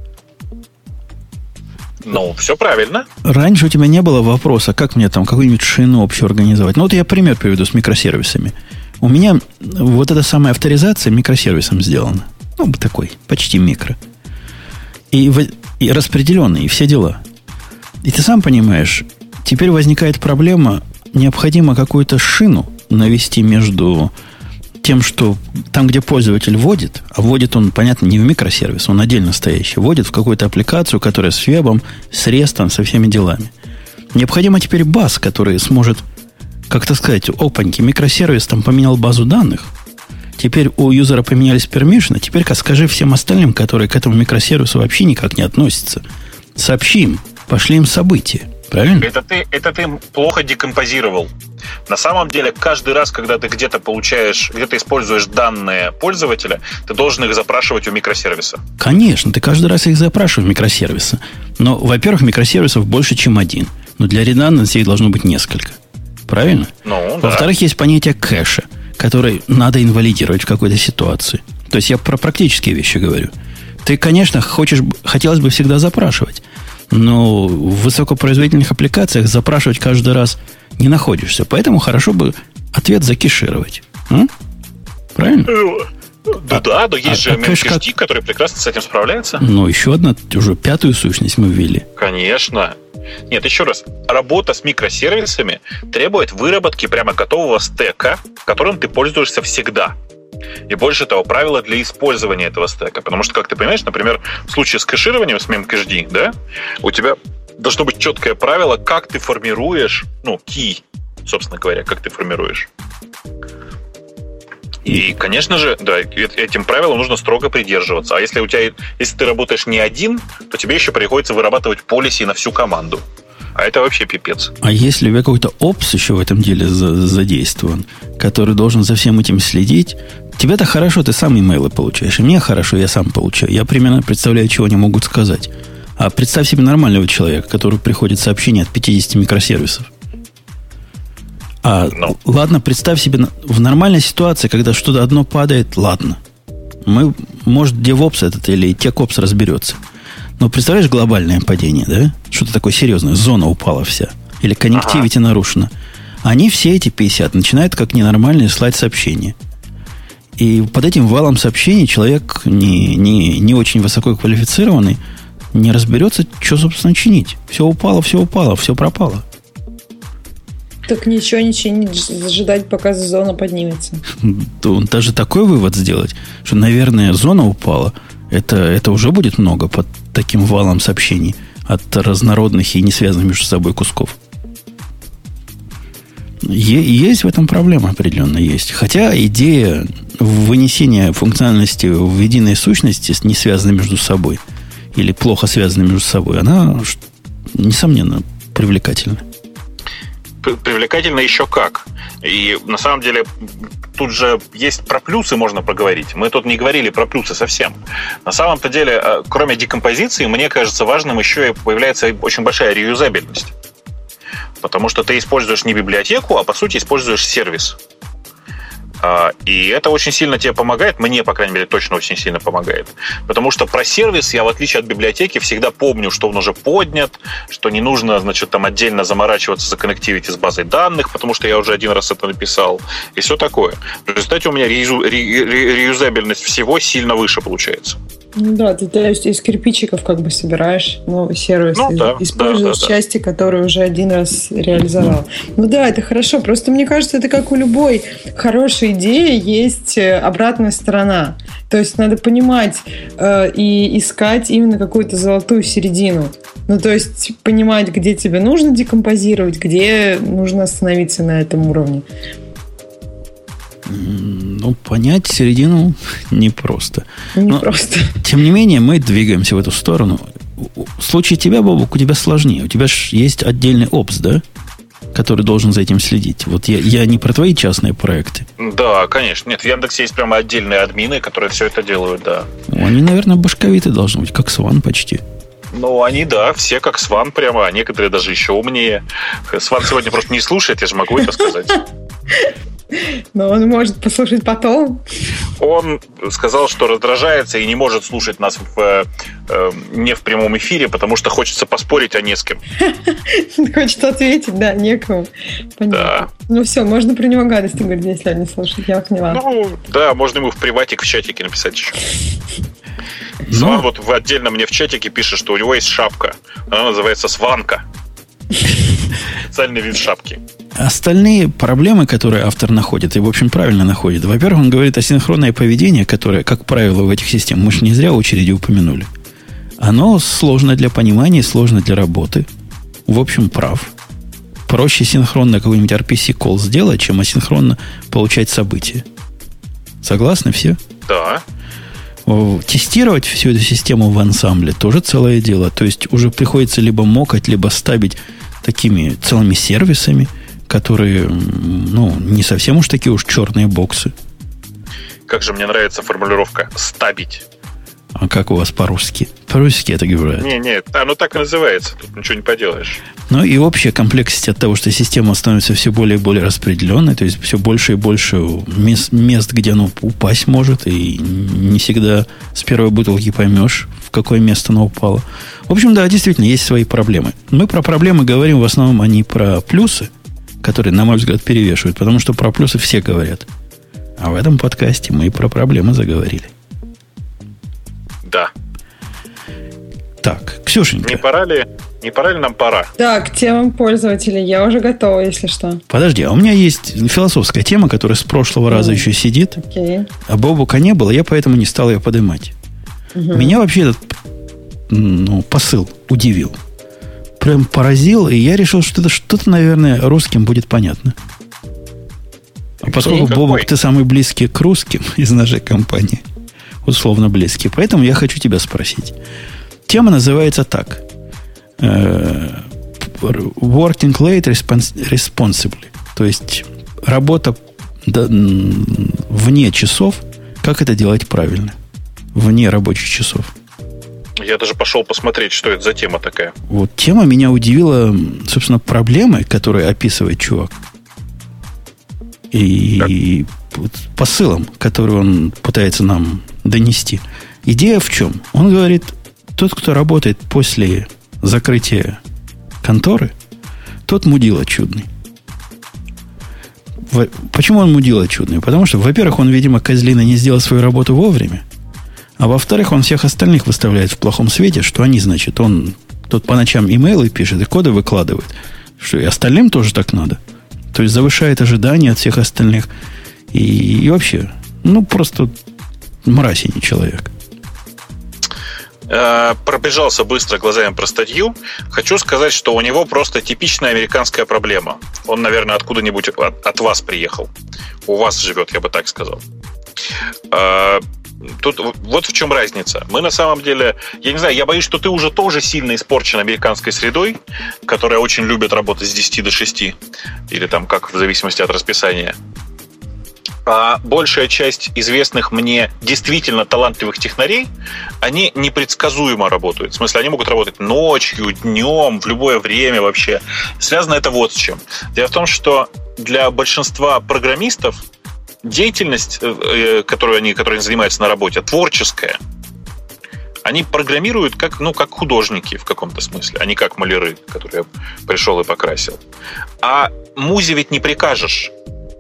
Speaker 3: Ну, все правильно.
Speaker 1: Раньше у тебя не было вопроса, как мне там какую-нибудь шину общую организовать. Ну, вот я пример приведу с микросервисами. У меня вот эта самая авторизация микросервисом сделана. Ну, такой, почти микро. И, и распределенный, и все дела. И ты сам понимаешь, теперь возникает проблема, необходимо какую-то шину навести между тем, что там, где пользователь вводит, а вводит он, понятно, не в микросервис, он отдельно стоящий, вводит в какую-то аппликацию, которая с вебом, с рестом, со всеми делами. Необходимо теперь бас, который сможет, как-то сказать, опаньки, микросервис там поменял базу данных, теперь у юзера поменялись пермишины, теперь-ка скажи всем остальным, которые к этому микросервису вообще никак не относятся, сообщи им, пошли им события. Правильно?
Speaker 3: Это ты, это ты плохо декомпозировал. На самом деле, каждый раз, когда ты где-то получаешь, где-то используешь данные пользователя, ты должен их запрашивать у микросервиса.
Speaker 1: Конечно, ты каждый раз их запрашиваешь у микросервиса. Но, во-первых, микросервисов больше, чем один. Но для редунданции их должно быть несколько. Правильно?
Speaker 3: Ну, да.
Speaker 1: Во-вторых, есть понятие кэша, который надо инвалидировать в какой-то ситуации. То есть я про практические вещи говорю. Ты, конечно, хочешь, хотелось бы всегда запрашивать. Но в высокопроизводительных аппликациях запрашивать каждый раз не находишься. Поэтому хорошо бы ответ закешировать. М? Правильно?
Speaker 3: Да, а, да, но есть а, же мемкэш-ди, который прекрасно с этим справляется.
Speaker 1: Ну, еще одна, уже пятую сущность мы ввели.
Speaker 3: Конечно. Нет, еще раз. Работа с микросервисами требует выработки прямо готового стека, которым ты пользуешься всегда. И больше того, правила для использования этого стека. Потому что, как ты понимаешь, например, в случае с кэшированием, с мемкэш-ди, да, у тебя должно быть четкое правило, как ты формируешь, ну, key, собственно говоря, как ты формируешь. И, конечно же, да, этим правилам нужно строго придерживаться. А если у тебя, если ты работаешь не один, то тебе еще приходится вырабатывать полиси на всю команду. А это вообще пипец.
Speaker 1: А если у тебя какой-то опс еще в этом деле задействован, который должен за всем этим следить, тебе-то хорошо, ты сам имейлы получаешь. И мне хорошо, я сам получаю. Я примерно представляю, чего они могут сказать. А представь себе нормального человека, который приходит сообщение от пятидесяти микросервисов. А no. ладно, представь себе в нормальной ситуации, когда что-то одно падает, ладно. Мы, может, DevOps этот или TechOps разберется. Но представляешь глобальное падение, да? Что-то такое серьезное. Зона упала вся. Или коннективити ага. нарушена. Они все эти пятьдесят начинают как ненормальные слать сообщения. И под этим валом сообщений человек не, не, не очень высококвалифицированный не разберется, что, собственно, чинить. Все упало, все упало, все пропало.
Speaker 4: Так ничего не чинить, ожидать, пока зона поднимется.
Speaker 1: Он даже такой вывод сделать, что, наверное, зона упала. Это, это уже будет много под таким валом сообщений от разнородных и не связанных между собой кусков. Е- есть в этом проблема определенно есть. Хотя идея вынесения функциональности в единой сущности, не связанной между собой, или плохо связанной между собой, она, несомненно, привлекательна.
Speaker 3: Привлекательно еще как. И на самом деле тут же есть про плюсы можно проговорить. Мы тут не говорили про плюсы совсем. На самом-то деле, кроме декомпозиции, мне кажется, важным еще и появляется очень большая реюзабельность. Потому что ты используешь не библиотеку, а по сути используешь сервис. И это очень сильно тебе помогает, мне, по крайней мере, точно очень сильно помогает. Потому что про сервис я, в отличие от библиотеки, всегда помню, что он уже поднят, что не нужно, значит, там отдельно заморачиваться за коннективити с базой данных, потому что я уже один раз это написал, и все такое. В результате у меня рею, ре, ре, реюзабельность всего сильно выше получается.
Speaker 4: Ну да, ты, то есть из кирпичиков как бы собираешь новый сервис, ну, да, используешь да, да, части, да. которые уже один раз реализовал. Ну да, это хорошо, просто мне кажется, это как у любой хорошей идеи есть обратная сторона. То есть надо понимать э, и искать именно какую-то золотую середину. Ну то есть понимать, где тебе нужно декомпозировать, где нужно остановиться на этом уровне.
Speaker 1: Ну, понять середину непросто.
Speaker 4: Непросто.
Speaker 1: Тем не менее, мы двигаемся в эту сторону. В случае тебя, Бобук, у тебя сложнее. У тебя же есть отдельный опс, да? Который должен за этим следить. Вот я, я не про твои частные проекты.
Speaker 3: Да, конечно. Нет, в Яндексе есть прямо отдельные админы, которые все это делают, да.
Speaker 1: Они, наверное, башковиты должны быть, как Сван почти.
Speaker 3: Ну, они, да, все как Сван прямо, а некоторые даже еще умнее. Сван сегодня просто не слушает, я же могу это сказать.
Speaker 4: Но он может послушать потом.
Speaker 3: Он сказал, что раздражается и не может слушать нас в, э, не в прямом эфире, потому что хочется поспорить, а не с кем.
Speaker 4: Хочет ответить, да, некому. Понятно. Да. Ну все, можно про него гадости говорить, если он не слушает. Я поняла.
Speaker 3: Ну, да, можно ему в приватик, в чатике написать еще. Сван Но... вот в отдельно мне в чатике пишет, что у него есть шапка. Она называется Сванка. Специальный вид шапки.
Speaker 1: Остальные проблемы, которые автор находит, и, в общем, правильно находит. Во-первых, он говорит асинхронное поведение, которое, как правило, в этих системах, мы же не зря очереди упомянули. Оно сложно для понимания, сложно для работы. В общем, прав. Проще синхронно какой-нибудь ар пи си-колл сделать, чем асинхронно получать события. Согласны все?
Speaker 3: Да.
Speaker 1: Тестировать всю эту систему в ансамбле тоже целое дело. То есть уже приходится либо мокать, либо ставить такими целыми сервисами, которые, ну, не совсем уж такие уж черные боксы.
Speaker 3: Как же мне нравится формулировка «стабить».
Speaker 1: А как у вас по-русски? По-русски это говорят.
Speaker 3: Не, не, оно так и называется. Тут ничего не поделаешь.
Speaker 1: Ну и общая комплексность от того, что система становится все более и более распределенной, то есть все больше и больше мест, мест, где оно упасть может, и не всегда с первой бутылки поймешь, в какое место оно упало. В общем, да, действительно, есть свои проблемы. Мы про проблемы говорим в основном, а не про плюсы, которые, на мой взгляд, перевешивают, потому что про плюсы все говорят. А в этом подкасте мы и про проблемы заговорили.
Speaker 3: Да.
Speaker 1: Так, Ксюшенька.
Speaker 3: Не пора ли, не пора ли нам пора?
Speaker 4: Так, темам пользователей. Я уже готова, если что.
Speaker 1: Подожди, а у меня есть философская тема, которая с прошлого mm. раза еще сидит.
Speaker 4: Okay.
Speaker 1: А Бобука не было, я поэтому не стал ее поднимать. Uh-huh. Меня вообще этот ну, посыл удивил. Прям поразил, и я решил, что это что-то, наверное, русским будет понятно. А поскольку, Какой? Бобук, ты самый близкий к русским из нашей компании, условно близкий, поэтому я хочу тебя спросить. Тема называется так. Working late responsibly. То есть работа вне часов. Как это делать правильно? Вне рабочих часов.
Speaker 3: Я даже пошел посмотреть, что это за тема такая.
Speaker 1: Вот тема меня удивила, собственно, проблемы, которые описывает чувак. И так. посылом, который он пытается нам донести. Идея в чем? Он говорит, тот, кто работает после закрытия конторы, тот мудила чудный. Почему он мудила чудный? Потому что, во-первых, он, видимо, козлина не сделал свою работу вовремя, а во-вторых, он всех остальных выставляет в плохом свете, что они, значит, он тут по ночам имейлы пишет и коды выкладывает, что и остальным тоже так надо. То есть завышает ожидания от всех остальных. И, и вообще, ну, просто мразь, а не человек.
Speaker 3: Пробежался быстро глазами про статью. Хочу сказать, что у него просто типичная американская проблема. Он, наверное, откуда-нибудь от, от вас приехал. У вас живет, я бы так сказал. Тут вот в чем разница. Мы на самом деле, я не знаю, я боюсь, что ты уже тоже сильно испорчен американской средой, которая очень любит работать с десяти до шести, или там как в зависимости от расписания. А большая часть известных мне действительно талантливых технарей, они непредсказуемо работают. В смысле, они могут работать ночью, днем, в любое время вообще. Связано это вот с чем. Дело в том, что для большинства программистов деятельность, которую они, которой они занимаются на работе, творческая. Они программируют как, ну, как художники в каком-то смысле, а не как маляры, которые я пришел и покрасил. А музе ведь не прикажешь.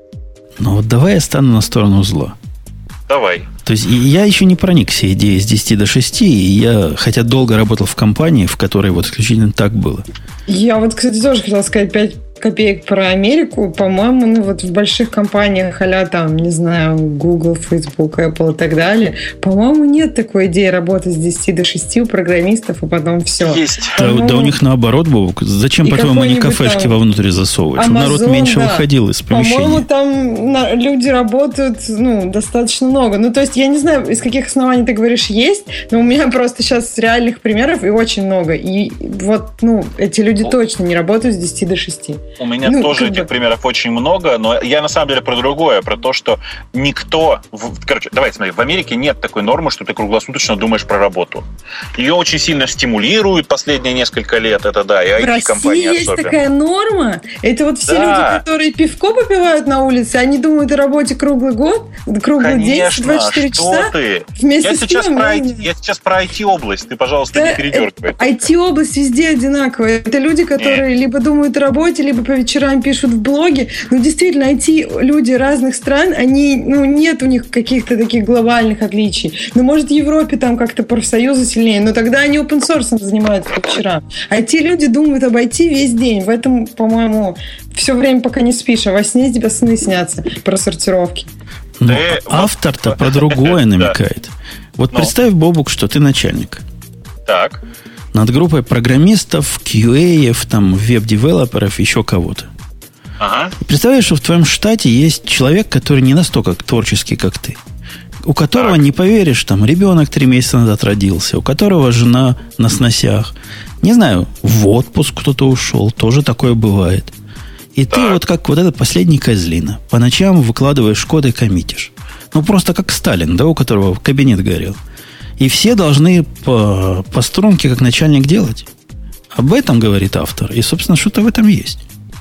Speaker 1: Ну вот давай я стану на сторону зла.
Speaker 3: Давай.
Speaker 1: То есть я еще не проник всей идеей с десяти до шести, и я, хотя долго работал в компании, в которой вот исключительно так было.
Speaker 4: Я вот, кстати, тоже хотела сказать пять копеек про Америку. По-моему, ну вот в больших компаниях, а-ля там, не знаю, Google, Facebook, Apple и так далее, по-моему, нет такой идеи работать с десяти до шести у программистов, а потом все.
Speaker 3: Есть.
Speaker 1: Да, да у них наоборот, Бобук. Зачем,
Speaker 4: и
Speaker 1: по-твоему, они кафешки
Speaker 4: там
Speaker 1: вовнутрь засовывают? Чтобы народ меньше
Speaker 4: да.
Speaker 1: выходил из помещения.
Speaker 4: По-моему, там люди работают, ну, достаточно много. Ну, то есть, я не знаю, из каких оснований ты говоришь есть, но у меня просто сейчас реальных примеров и очень много. И вот, ну, эти люди ну, точно не работают с десяти до шести.
Speaker 3: У меня ну, тоже этих бы... примеров очень много, но я на самом деле про другое, про то, что никто... Короче, давайте смотри, в Америке нет такой нормы, что ты круглосуточно думаешь про работу. Ее очень сильно стимулируют последние несколько лет, это да, и ай ти-компании особенно. В России
Speaker 4: есть такая норма. Это вот все
Speaker 3: да.
Speaker 4: люди, которые пивко попивают на улице, они думают о работе круглый год, круглый
Speaker 3: Конечно,
Speaker 4: день, двадцать четыре часа.
Speaker 3: Ты?
Speaker 4: Вместе
Speaker 3: я,
Speaker 4: с
Speaker 3: сейчас
Speaker 4: тем,
Speaker 3: про
Speaker 4: ну,
Speaker 3: ай ти, я сейчас про ай ти-область, ты, пожалуйста, да, не передергивай.
Speaker 4: ай ти-область везде одинаковая. Это люди, которые Нет. либо думают о работе, либо по вечерам пишут в блоге. Ну, действительно, ай ти-люди разных стран, они, ну, нет у них каких-то таких глобальных отличий. Ну, может, в Европе там как-то профсоюзы сильнее, но тогда они open-source занимаются по вечерам. ай ти-люди думают об ай ти весь день. В этом, по-моему, все время, пока не спишь, а во сне тебе сны снятся про сортировки.
Speaker 1: Но автор-то про другое намекает. Вот представь, Бобук, что ты начальник.
Speaker 3: Так.
Speaker 1: Над группой программистов, кью эй-ев, там, веб-девелоперов, еще кого-то.
Speaker 3: Ага.
Speaker 1: Представляешь, что в твоем штате есть человек, который не настолько творческий, как ты. У которого, так. не поверишь, там, ребенок три месяца назад родился, у которого жена на сносях. Не знаю, в отпуск кто-то ушел, тоже такое бывает. И так. ты вот как вот этот последний козлина. По ночам выкладываешь код и коммитишь. Ну, просто как Сталин, да, у которого кабинет горел. И все должны по, по струнке, как начальник, делать. Об этом говорит автор. И, собственно, что-то в этом есть.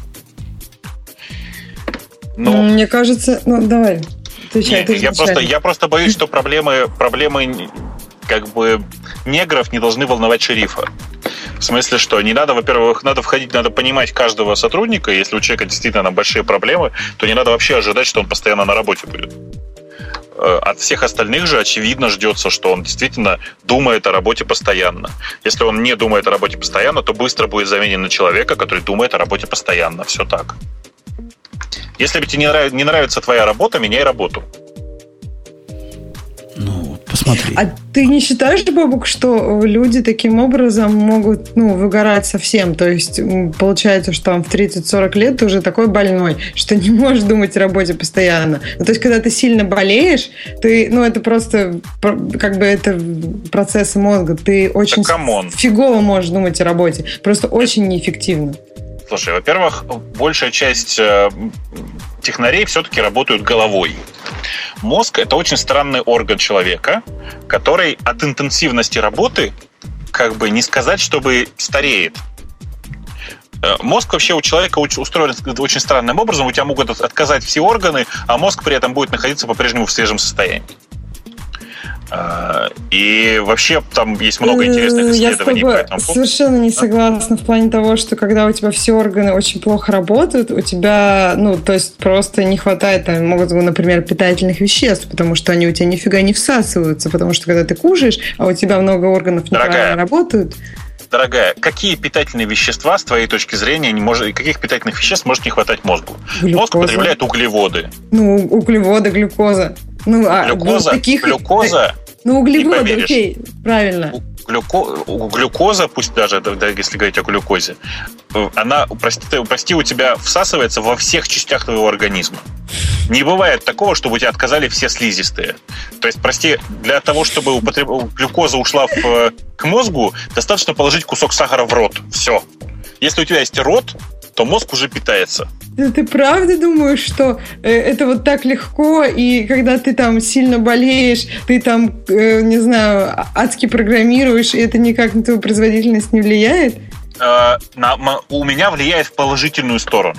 Speaker 4: Но... Мне кажется... Ну, давай. Отвечай,
Speaker 3: не, я, просто, я просто боюсь, что проблемы, проблемы как бы негров не должны волновать шерифа. В смысле, что не надо, во-первых, надо входить, надо понимать каждого сотрудника. Если у человека действительно большие проблемы, то не надо вообще ожидать, что он постоянно на работе будет. От всех остальных же, очевидно, ждется, что он действительно думает о работе постоянно. Если он не думает о работе постоянно, то быстро будет заменен на человека, который думает о работе постоянно. Все так. Если тебе не нравится, не нравится твоя работа, меняй работу.
Speaker 1: Ну, посмотри.
Speaker 4: А ты не считаешь, Бобук, что люди таким образом могут, ну, выгорать совсем? То есть получается, что там в тридцать-сорок лет ты уже такой больной, что не можешь думать о работе постоянно. Ну, то есть, когда ты сильно болеешь, ты, ну, это просто как бы это процессы мозга. Ты очень фигово можешь думать о работе. Просто очень неэффективно.
Speaker 3: Слушай, во-первых, большая часть э, технарей все-таки работают головой. Мозг – это очень странный орган человека, который от интенсивности работы, как бы не сказать, чтобы стареет. Мозг вообще у человека устроен очень странным образом. У тебя могут отказать все органы, а мозг при этом будет находиться по-прежнему в свежем состоянии. И вообще там есть много интересных исследований.
Speaker 4: Я с тобой совершенно не согласна в плане того, что когда у тебя все органы очень плохо работают, у тебя, ну, то есть просто не хватает, там, могут, например, питательных веществ, потому что они у тебя нифига не всасываются, потому что когда ты кушаешь, а у тебя много органов неправильно Дорогая. работают.
Speaker 3: Дорогая, какие питательные вещества, с твоей точки зрения, не может, каких питательных веществ может не хватать мозгу? Глюкоза. Мозг потребляет углеводы.
Speaker 4: Ну, углеводы, глюкоза. Ну,
Speaker 3: глюкоза,
Speaker 4: а, таких...
Speaker 3: глюкоза.
Speaker 4: Ну, углеводы, окей, правильно.
Speaker 3: Глюко... Глюкоза, пусть даже, да, если говорить о глюкозе, она, прости, прости, у тебя всасывается во всех частях твоего организма. Не бывает такого, чтобы у тебя отказали все слизистые. То есть, прости, для того, чтобы употреб... глюкоза ушла в... к мозгу, достаточно положить кусок сахара в рот. Все. Если у тебя есть рот, то мозг уже питается.
Speaker 4: Ты правда думаешь, что э, это вот так легко, и когда ты там сильно болеешь, ты там, э, не знаю, адски программируешь, и это никак на твою производительность не влияет?
Speaker 3: Э, на, у меня влияет в положительную сторону.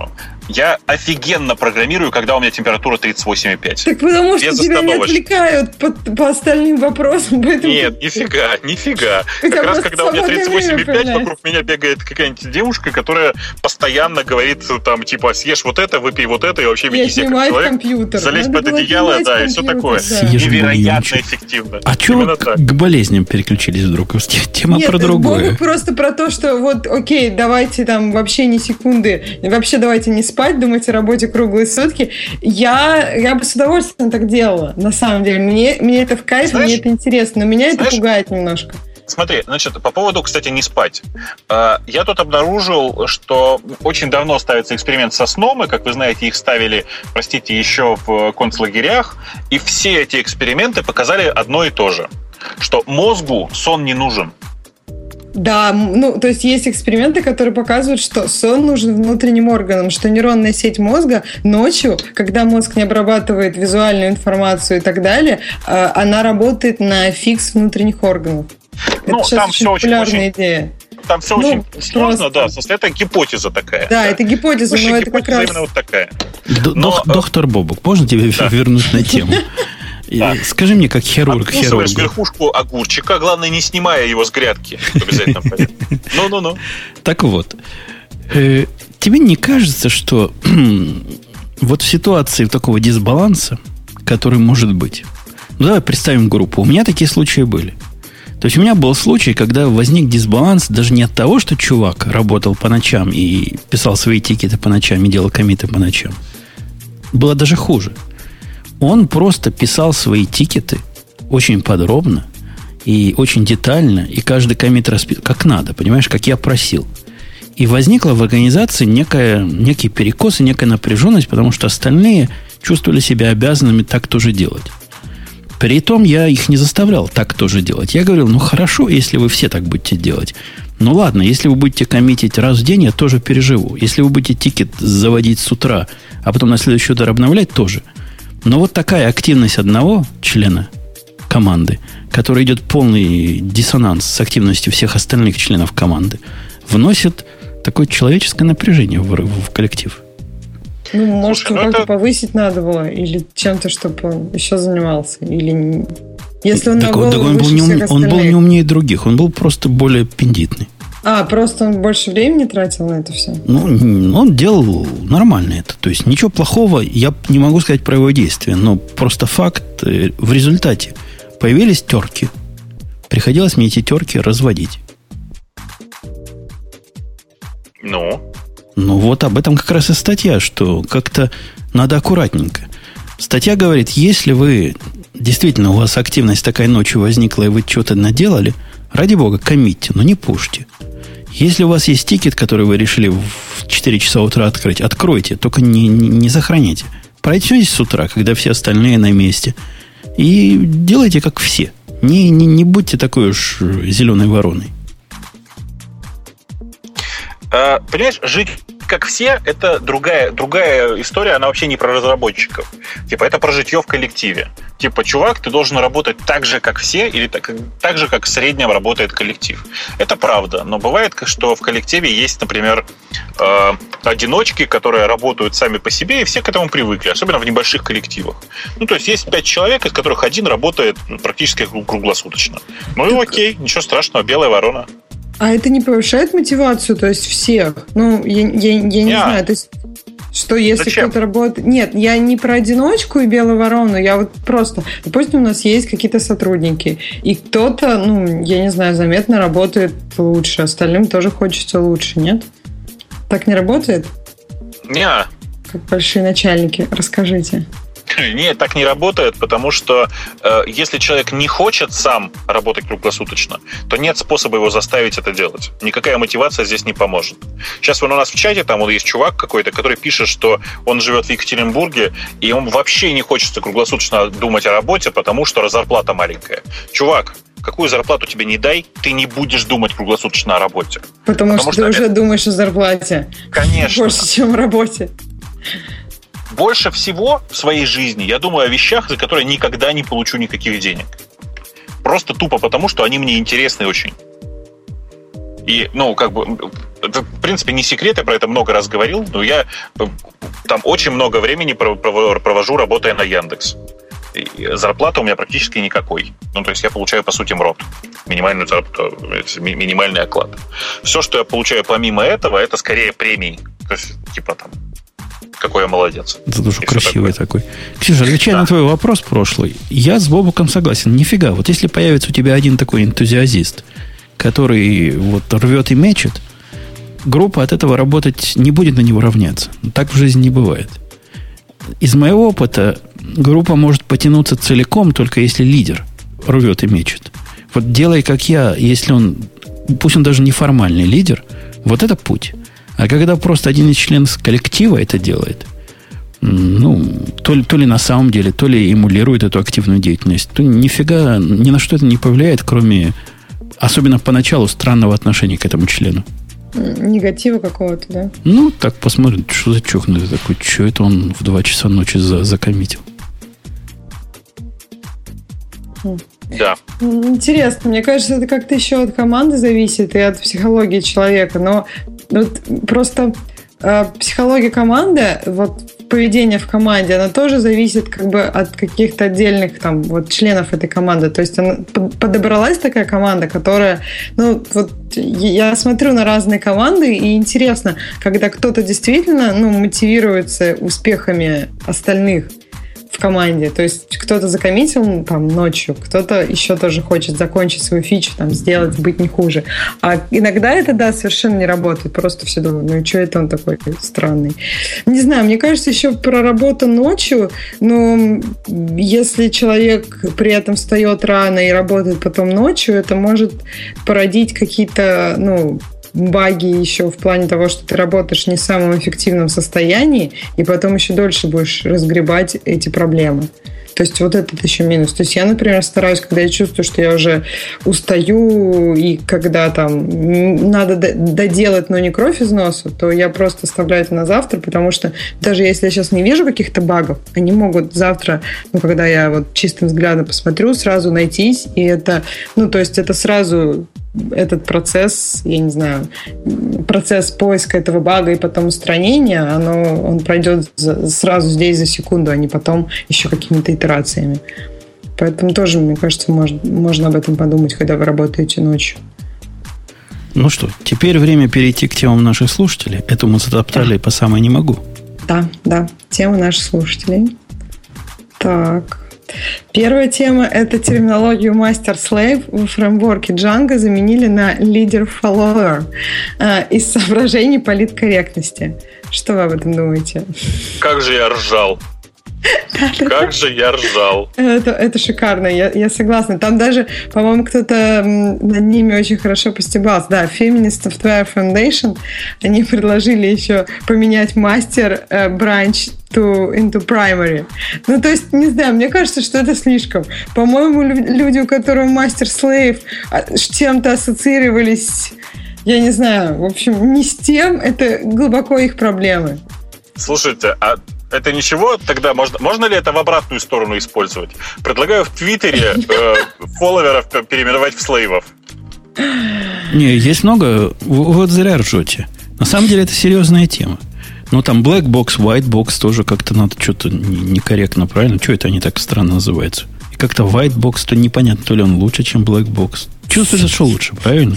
Speaker 3: Я офигенно программирую, когда у меня температура тридцать восемь и пять.
Speaker 4: Так потому что тебя не отвлекают по, по остальным вопросам. Поэтому...
Speaker 3: Нет, нифига, нифига. Как раз когда у меня тридцать восемь и пять, вокруг меня бегает какая-нибудь девушка, которая постоянно говорит, там, типа, съешь вот это, выпей вот это, и вообще веди себя как человек.
Speaker 4: Компьютер.
Speaker 3: Залезь под одеяло, да, и все такое.
Speaker 1: Да.
Speaker 3: Невероятно эффективно.
Speaker 1: А чего к, к болезням переключились вдруг? Тема
Speaker 4: Нет,
Speaker 1: про другое.
Speaker 4: Просто про то, что вот, окей, давайте там вообще не секунды, вообще давайте не спать, думать о работе круглые сутки. Я, я бы с удовольствием так делала, на самом деле. Мне, мне это в кайф, знаешь, мне это интересно, но меня знаешь, это пугает немножко.
Speaker 3: Смотри, значит, по поводу, кстати, не спать. Я тут обнаружил, что очень давно ставится эксперимент со сном, и, как вы знаете, их ставили, простите, еще в концлагерях, и все эти эксперименты показали одно и то же, что мозгу сон не нужен.
Speaker 4: Да, ну, то есть есть эксперименты, которые показывают, что сон нужен внутренним органам, что нейронная сеть мозга ночью, когда мозг не обрабатывает визуальную информацию и так далее, она работает на фикс внутренних органов.
Speaker 3: Ну,
Speaker 4: это
Speaker 3: там все очень,
Speaker 4: популярная
Speaker 3: очень,
Speaker 4: идея.
Speaker 3: Там все
Speaker 4: ну,
Speaker 3: очень сложно,
Speaker 4: просто...
Speaker 3: да. Это гипотеза такая.
Speaker 4: Да, да. это гипотеза,
Speaker 3: Высшая
Speaker 4: но это как раз...
Speaker 3: именно вот такая.
Speaker 1: Д- но, доктор Бобук, можно тебя да. вернуть на тему? Да. Скажи мне, как хирург,
Speaker 3: Откусываешь
Speaker 1: хирург.
Speaker 3: верхушку огурчика, главное, не снимая его с грядки. Обязательно. Ну-ну-ну.
Speaker 1: Так вот, э, тебе не кажется, что вот в ситуации такого дисбаланса, который может быть, ну, давай представим группу. У меня такие случаи были. То есть у меня был случай, когда возник дисбаланс даже не от того, что чувак работал по ночам и писал свои тикеты по ночам и делал коммиты по ночам. Было даже хуже. Он просто писал свои тикеты очень подробно и очень детально, и каждый коммит расписал как надо, понимаешь, как я просил. И возникла в организации некая, некий перекос и некая напряженность, потому что остальные чувствовали себя обязанными так тоже делать. При этом я их не заставлял так тоже делать. Я говорил, ну хорошо, если вы все так будете делать. Ну ладно, если вы будете коммитить раз в день, я тоже переживу. Если вы будете тикет заводить с утра, а потом на следующий утро обновлять, тоже. Но вот такая активность одного члена команды, который идет полный диссонанс с активностью всех остальных членов команды, вносит такое человеческое напряжение в, в коллектив.
Speaker 4: Ну, может,
Speaker 3: Слушай, ну
Speaker 4: как-то
Speaker 3: это...
Speaker 4: повысить надо было, или чем-то, чтобы он еще занимался, или... Если он
Speaker 1: так,
Speaker 4: на голову
Speaker 1: так он, был не ум... он был не умнее других, он был просто более пендитный.
Speaker 4: А, просто он больше времени тратил на это все?
Speaker 1: Ну, он делал нормально это. То есть ничего плохого я не могу сказать про его действия, но просто факт, в результате появились терки. Приходилось мне эти терки разводить.
Speaker 3: Ну?
Speaker 1: Ну, вот об этом как раз и статья, что как-то надо аккуратненько. Статья говорит, если вы действительно у вас активность такая ночью возникла, и вы что-то наделали, ради бога, коммитьте, но не пушьте. Если у вас есть тикет, который вы решили в четыре часа утра открыть, откройте, только не, не, не сохраняйте. Пройдетесь с утра, когда все остальные на месте, и делайте как все. Не, не, не будьте такой уж зеленой вороной.
Speaker 3: А, понимаешь, жить как все, это другая, другая история, она вообще не про разработчиков. Типа, это про житье в коллективе. Типа, чувак, ты должен работать так же, как все, или так, так же, как в среднем работает коллектив. Это правда, но бывает, что в коллективе есть, например, э, одиночки, которые работают сами по себе, и все к этому привыкли, особенно в небольших коллективах. Ну, то есть, есть пять человек, из которых один работает практически круглосуточно. Ну и окей, ничего страшного, белая ворона.
Speaker 4: А это не повышает мотивацию, то есть всех? Ну, я, я, я не yeah. знаю, то есть, что если
Speaker 3: Зачем?
Speaker 4: кто-то работает... Нет, я не про одиночку и белую ворону, я вот просто... Допустим, у нас есть какие-то сотрудники, и кто-то, ну, я не знаю, заметно работает лучше, остальным тоже хочется лучше, нет? Так не работает?
Speaker 3: Нет.
Speaker 4: Как большие начальники, расскажите.
Speaker 3: Нет, так не работает, потому что э, если человек не хочет сам работать круглосуточно, то нет способа его заставить это делать. Никакая мотивация здесь не поможет. Сейчас вон у нас в чате, там вот есть чувак какой-то, который пишет, что он живет в Екатеринбурге, и он вообще не хочется круглосуточно думать о работе, потому что зарплата маленькая. Чувак, какую зарплату тебе не дай, ты не будешь думать круглосуточно о работе.
Speaker 4: Потому, потому что, что ты уже думаешь о зарплате.
Speaker 3: Конечно.
Speaker 4: Больше, чем о работе.
Speaker 3: Больше всего в своей жизни я думаю о вещах, за которые никогда не получу никаких денег. Просто тупо потому, что они мне интересны очень. И, ну, как бы, это, в принципе, не секрет, я про это много раз говорил, но я там очень много времени провожу, работая на Яндекс. И зарплата у меня практически никакой. Ну, то есть я получаю, по сути, МРОТ. Минимальную зарплату, минимальный оклад. Все, что я получаю помимо этого, это скорее премии. То есть, типа там, какой я молодец.
Speaker 1: Это тоже красивый такой. Ксюша, отвечая да. на твой вопрос прошлый, я с Бобуком согласен. Нифига. Вот если появится у тебя один такой энтузиазист, который вот рвет и мечет, группа от этого работать не будет на него равняться. Так в жизни не бывает. Из моего опыта группа может потянуться целиком, только если лидер рвет и мечет. Вот делай, как я, если он, пусть он даже неформальный лидер, вот это путь. А когда просто один из членов коллектива это делает, ну, то ли, то ли на самом деле, то ли эмулирует эту активную деятельность, то нифига, ни на что это не повлияет, кроме, особенно поначалу, странного отношения к этому члену.
Speaker 4: Негатива какого-то, да?
Speaker 1: Ну, так посмотрим, что за чухнутый такой, что это он в два часа ночи за, закоммитил.
Speaker 3: Да.
Speaker 4: Интересно, мне кажется, это как-то еще от команды зависит и от психологии человека, но вот просто э, психология команды, вот поведение в команде, оно тоже зависит как бы от каких-то отдельных там вот членов этой команды. То есть она, подобралась такая команда, которая, ну вот я смотрю на разные команды, и интересно, когда кто-то действительно ну, мотивируется успехами остальных в команде. То есть кто-то закоммитил там ночью, кто-то еще тоже хочет закончить свою фичу, там, сделать, быть не хуже. А иногда это, да, совершенно не работает. Просто все думают, ну и что это он такой странный? Не знаю, мне кажется, еще про работу ночью, но если человек при этом встает рано и работает потом ночью, это может породить какие-то, ну, баги еще в плане того, что ты работаешь не в самом эффективном состоянии, и потом еще дольше будешь разгребать эти проблемы. То есть вот этот еще минус. То есть я, например, стараюсь, когда я чувствую, что я уже устаю, и когда там надо доделать, но не кровь из носа, то я просто оставляю это на завтра, потому что даже если я сейчас не вижу каких-то багов, они могут завтра, ну, когда я вот чистым взглядом посмотрю, сразу найтись, и это, ну, то есть это сразу этот процесс, я не знаю, процесс поиска этого бага и потом устранения, оно, он пройдет за, сразу здесь за секунду, а не потом еще какими-то итерациями. Поэтому тоже, мне кажется, можно, можно об этом подумать, когда вы работаете ночью.
Speaker 1: Ну что, теперь время перейти к темам наших слушателей. Это мы затоптали да. по самой не могу.
Speaker 4: Да, да, тема наших слушателей. Так. Первая тема – это терминологию master-slave во фреймворке Django заменили на leader-follower э, из соображений политкорректности. Что вы об этом думаете?
Speaker 3: Как же я ржал. Как же я ржал.
Speaker 4: Это, это шикарно, я, я согласна. Там даже, по-моему, кто-то над ними очень хорошо постебался. Да, Feminist Software Foundation, они предложили еще поменять мастер э, branch to, into primary. Ну, то есть, не знаю, мне кажется, что это слишком. По-моему, люди, у которых мастер-слейв, чем-то ассоциировались, я не знаю, в общем, не с тем, это глубоко их проблемы.
Speaker 3: Слушайте, а это ничего? Тогда можно, можно ли это в обратную сторону использовать? Предлагаю в Твиттере э, фолловеров переименовать в слейвов.
Speaker 1: Не, есть много. Вы вот зря ржете. На самом деле это серьезная тема. Ну, там black box, white box тоже как-то надо что-то некорректно, правильно? Что это они так странно называются? И как-то white box, то непонятно, то ли он лучше, чем black box. Чувствуется, что лучше, правильно?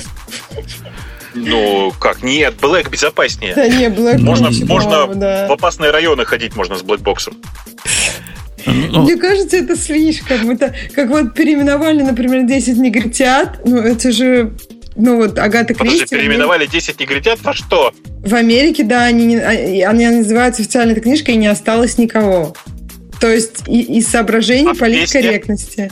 Speaker 3: Ну, как? Нет, Black безопаснее.
Speaker 4: Да не, Black
Speaker 3: можно,
Speaker 4: Box,
Speaker 3: можно
Speaker 4: да.
Speaker 3: в опасные районы ходить можно с блэкбоксом.
Speaker 1: Но...
Speaker 4: Мне кажется, это слишком. Это как вот переименовали, например, десять негритят. Ну, это же... Ну, вот Агата Кристи...
Speaker 3: Подожди, переименовали десять негритят во что?
Speaker 4: В Америке, да, они, не, они называются официальной книжкой, и не осталось никого. То есть и, из соображений
Speaker 3: а
Speaker 4: политкорректности.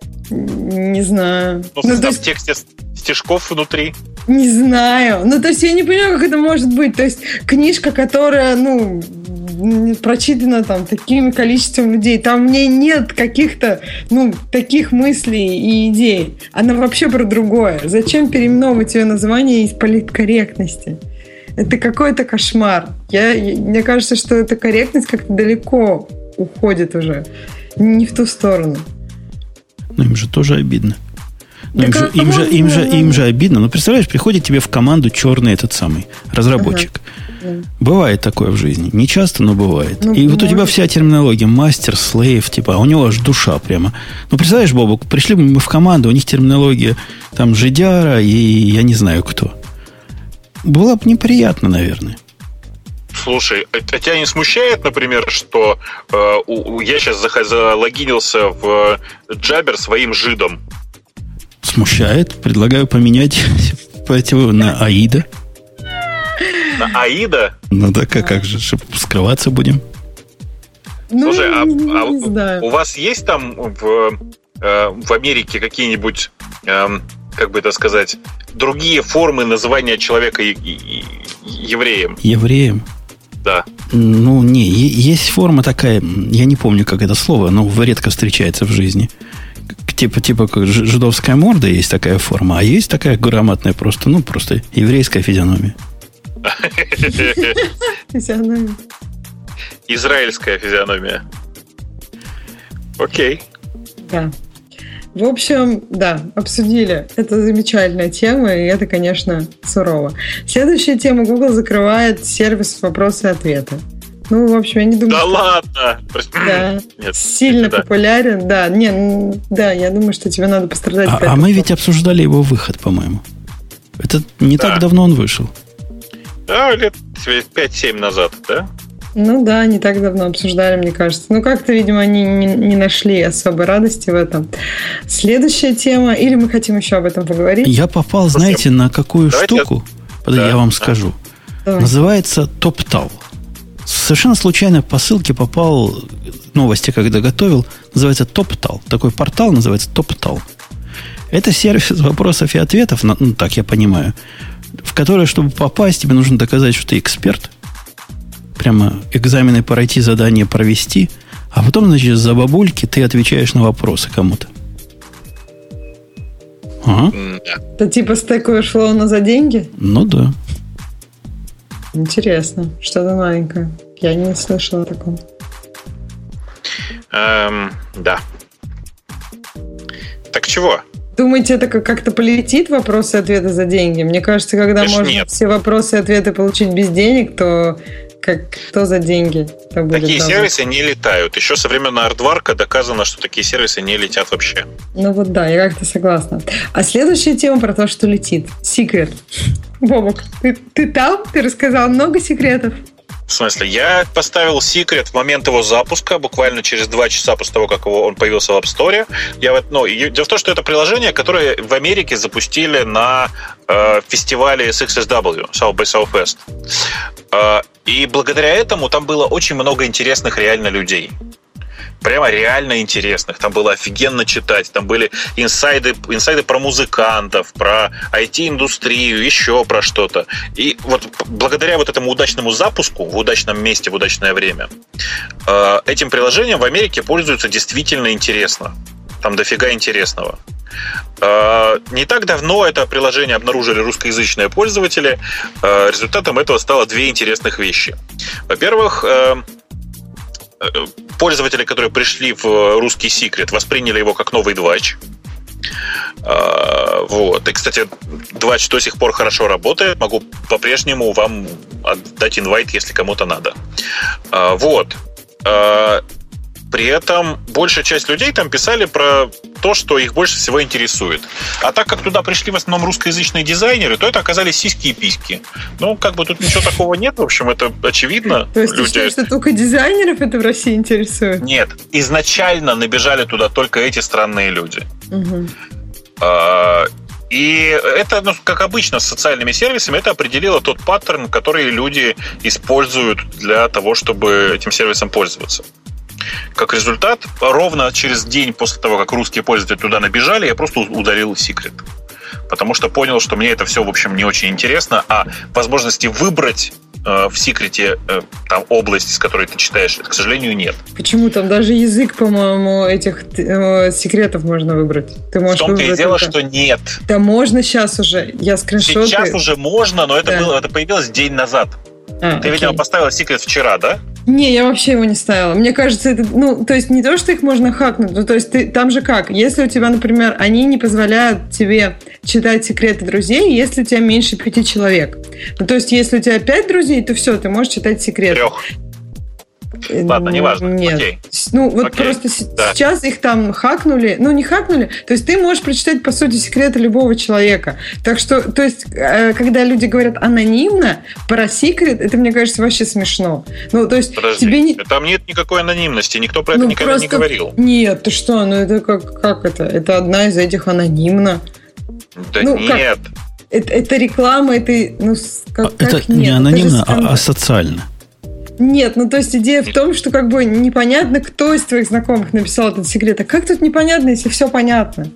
Speaker 4: Не знаю.
Speaker 3: Ну,
Speaker 4: ну,
Speaker 3: в
Speaker 4: есть...
Speaker 3: тексте стишков внутри.
Speaker 4: Не знаю. Ну, то есть я не понимаю, как это может быть. То есть книжка, которая, ну, прочитана там таким количеством людей, там в ней нет каких-то, ну, таких мыслей и идей. Она вообще про другое. Зачем переименовывать ее название из политкорректности? Это какой-то кошмар. Я, мне кажется, что эта корректность как-то далеко уходит уже. Не в ту сторону.
Speaker 1: Ну, им же тоже обидно. Ну, им, же, им, же, им, же, им же обидно. Ну, представляешь, приходит тебе в команду черный этот самый разработчик. Ага. Бывает такое в жизни. Не часто, но бывает. Ну, и вот может. У тебя вся терминология мастер, слейв, типа, а у него аж душа прямо. Ну, представляешь, Бобок, пришли бы мы в команду, у них терминология там жидяра и я не знаю кто. Было бы неприятно, наверное.
Speaker 3: Слушай, а тебя не смущает, например, что э, у, я сейчас залогинился в Jabber своим жидом?
Speaker 1: Смущает. Предлагаю поменять на Аида.
Speaker 3: На Аида?
Speaker 1: Ну да, как, как же, скрываться будем?
Speaker 3: Слушай, ну, а, а у вас есть там в, э, в Америке какие-нибудь, э, как бы это сказать, другие формы называния человека е- е- евреем?
Speaker 1: Евреем?
Speaker 3: Да.
Speaker 1: Ну, не, есть форма такая, я не помню, как это слово, но редко встречается в жизни. Типа, типа как жидовская морда есть такая форма, а есть такая грамотная просто, ну, просто еврейская физиономия.
Speaker 4: Физиономия.
Speaker 3: Израильская физиономия. Окей.
Speaker 4: Да. В общем, да, обсудили. Это замечательная тема, и это, конечно, сурово. Следующая тема. Google закрывает сервис вопросы и ответы. Ну, в общем, я не думаю,
Speaker 3: да
Speaker 4: что...
Speaker 3: ладно!
Speaker 4: Да, нет, сильно это популярен. Да. Да, не, да, я думаю, что тебе надо пострадать.
Speaker 1: А, а мы ведь обсуждали его выход, по-моему. Это не да. так давно он вышел.
Speaker 3: Да, лет пять-семь назад, да?
Speaker 4: Ну да, не так давно обсуждали, мне кажется. Ну, как-то, видимо, они не, не нашли особой радости в этом. Следующая тема, или мы хотим еще об этом поговорить?
Speaker 1: Я попал, знаете, на какую Давайте штуку? Я... Подожди, да. я вам скажу. Давай. Называется TopTal. Совершенно случайно по ссылке попал, новости когда готовил, называется TopTal. Такой портал называется TopTal. Это сервис вопросов и ответов, ну, так я понимаю, в который, чтобы попасть, тебе нужно доказать, что ты эксперт. Прямо экзамены пройти, задание провести, а потом, значит, за бабульки ты отвечаешь на вопросы кому-то. Ага.
Speaker 4: Это типа Stack Overflow за деньги?
Speaker 1: Ну да.
Speaker 4: Интересно. Что-то новенькое. Я не слышала о таком.
Speaker 3: Эм, да. Так чего?
Speaker 4: Думаете, это как-то полетит, вопросы и ответы за деньги? Мне кажется, когда Конечно, можно нет. все вопросы и ответы получить без денег, то как кто за деньги? Будет
Speaker 3: такие давать. Сервисы не летают. Еще со времен Ардварка доказано, что такие сервисы не летят вообще.
Speaker 4: Ну вот да, я как-то согласна. А следующая тема про то, что летит. Секрет. Бобок, ты, ты там? Ты рассказал много секретов?
Speaker 3: В смысле, я поставил секрет в момент его запуска, буквально через два часа после того, как его, он появился в App Store. Я, ну, дело в том, что это приложение, которое в Америке запустили на э, фестивале эс икс эс дабл ю, South by Southwest. Э, и благодаря этому там было очень много интересных реально людей. Прямо реально интересных. Там было офигенно читать. Там были инсайды, инсайды про музыкантов, про ай ти-индустрию, еще про что-то. И вот благодаря вот этому удачному запуску в удачном месте, в удачное время, этим приложением в Америке пользуются действительно интересно. Там дофига интересного. Не так давно это приложение обнаружили русскоязычные пользователи. Результатом этого стало две интересных вещи. Во-первых, пользователи, которые пришли в русский секрет, восприняли его как новый Двач. Вот. И, кстати, Двач до сих пор хорошо работает. Могу по-прежнему вам отдать инвайт, если кому-то надо. Вот. При этом большая часть людей там писали про то, что их больше всего интересует. А так как туда пришли в основном русскоязычные дизайнеры, то это оказались сиськи и письки. Ну, как бы тут ничего такого нет, в общем, это очевидно.
Speaker 4: То есть люди... ты считаешь, что только дизайнеров это в России интересует?
Speaker 3: Нет, изначально набежали туда только эти странные люди.
Speaker 4: Угу.
Speaker 3: И это, ну, как обычно, с социальными сервисами, это определило тот паттерн, который люди используют для того, чтобы этим сервисом пользоваться. Как результат, ровно через день после того, как русские пользователи туда набежали, я просто удалил секрет. Потому что понял, что мне это все, в общем, не очень интересно, а возможности выбрать э, в секрете э, там, область, с которой ты читаешь, это, к сожалению, нет.
Speaker 4: Почему? Там даже язык, по-моему, этих э, секретов можно выбрать. Ты можешь
Speaker 3: в том-то и дело,
Speaker 4: это.
Speaker 3: Что нет.
Speaker 4: Да можно сейчас уже. Я скриншоты...
Speaker 3: Сейчас уже можно, но это, да. было, это появилось день назад. А, ты, окей. видимо, поставила секрет вчера, да?
Speaker 4: Не, я вообще его не ставила. Мне кажется, это, ну, то есть не то, что их можно хакнуть, ну, то есть ты, там же как, если у тебя, например, они не позволяют тебе читать секреты друзей, если у тебя меньше пяти человек. Ну, то есть если у тебя пять друзей, то все, ты можешь читать секреты.
Speaker 3: Трех. Ладно, неважно.
Speaker 4: Нет.
Speaker 3: Окей.
Speaker 4: Ну, вот
Speaker 3: Окей.
Speaker 4: просто
Speaker 3: Да.
Speaker 4: сейчас их там хакнули. Ну, не хакнули. То есть ты можешь прочитать, по сути, секреты любого человека. Так что, то есть, когда люди говорят анонимно, про секрет, это, мне кажется, вообще смешно. Ну, то есть,
Speaker 3: Подожди,
Speaker 4: тебе не...
Speaker 3: там нет никакой анонимности, никто про это
Speaker 4: ну,
Speaker 3: никогда
Speaker 4: просто...
Speaker 3: не говорил.
Speaker 4: Нет, ты что? Ну, это как, как это? Это одна из этих анонимно.
Speaker 3: Да
Speaker 4: ну,
Speaker 3: нет.
Speaker 4: Как? Это, это реклама, это... Ну, как,
Speaker 1: это
Speaker 4: как
Speaker 1: не
Speaker 4: нет?
Speaker 1: анонимно,
Speaker 4: это
Speaker 1: а, а социально.
Speaker 4: Нет, ну то есть идея в том, что как бы непонятно, кто из твоих знакомых написал этот секрет. А как тут непонятно, если все понятно?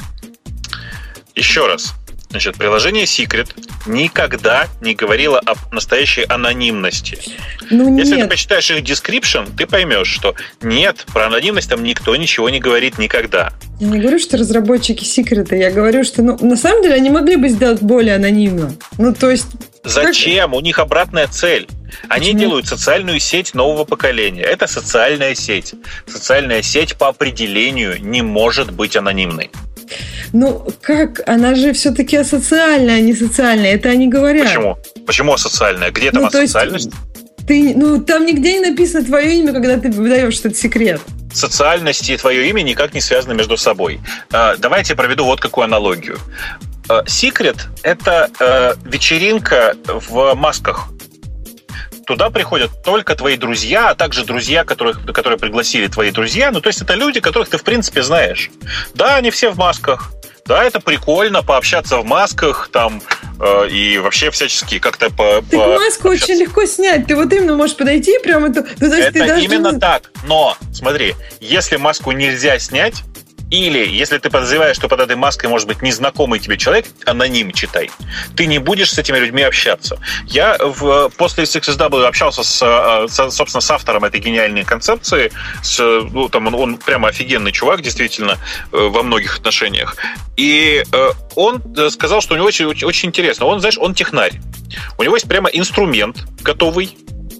Speaker 3: Еще раз. Значит, приложение Secret никогда не говорило об настоящей анонимности.
Speaker 4: Ну,
Speaker 3: Если
Speaker 4: нет.
Speaker 3: ты почитаешь их description, ты поймешь, что нет, про анонимность там никто ничего не говорит никогда.
Speaker 4: Я не говорю, что разработчики секрета. Я говорю, что ну, на самом деле они могли бы сделать более анонимно. Ну, то есть...
Speaker 3: Зачем? Как... У них обратная цель. Они Почему? делают социальную сеть нового поколения. Это социальная сеть. Социальная сеть по определению не может быть анонимной.
Speaker 4: Ну, как? Она же все-таки асоциальная, а не социальная. Это они говорят.
Speaker 3: Почему? Почему асоциальная? Где там
Speaker 4: ну,
Speaker 3: асоциальность?
Speaker 4: Ты, ну, там нигде не написано твое имя, когда ты выдаешь этот секрет.
Speaker 3: Социальность и твое имя никак не связаны между собой. Давайте я проведу вот какую аналогию. Secret – это вечеринка в масках. Туда приходят только твои друзья, а также друзья, которых, которые пригласили твои друзья. Ну, то есть это люди, которых ты, в принципе, знаешь. Да, они все в масках. Да, это прикольно пообщаться в масках там э, и вообще всячески как-то по,
Speaker 4: так
Speaker 3: по
Speaker 4: маску
Speaker 3: общаться.
Speaker 4: Очень легко снять. Ты вот именно можешь подойти прямо... Ну, то есть
Speaker 3: это
Speaker 4: ты даже...
Speaker 3: именно так. Но, смотри, если маску нельзя снять, или если ты подозреваешь, что под этой маской может быть незнакомый тебе человек, аноним читай, ты не будешь с этими людьми общаться. Я в, после Six эс дабл ю общался, с, с, собственно, с автором этой гениальной концепции. С, ну, там он, он прямо офигенный чувак, действительно, во многих отношениях. И он сказал, что у него очень, очень интересно. Он, знаешь, он технарь. У него есть прямо инструмент готовый,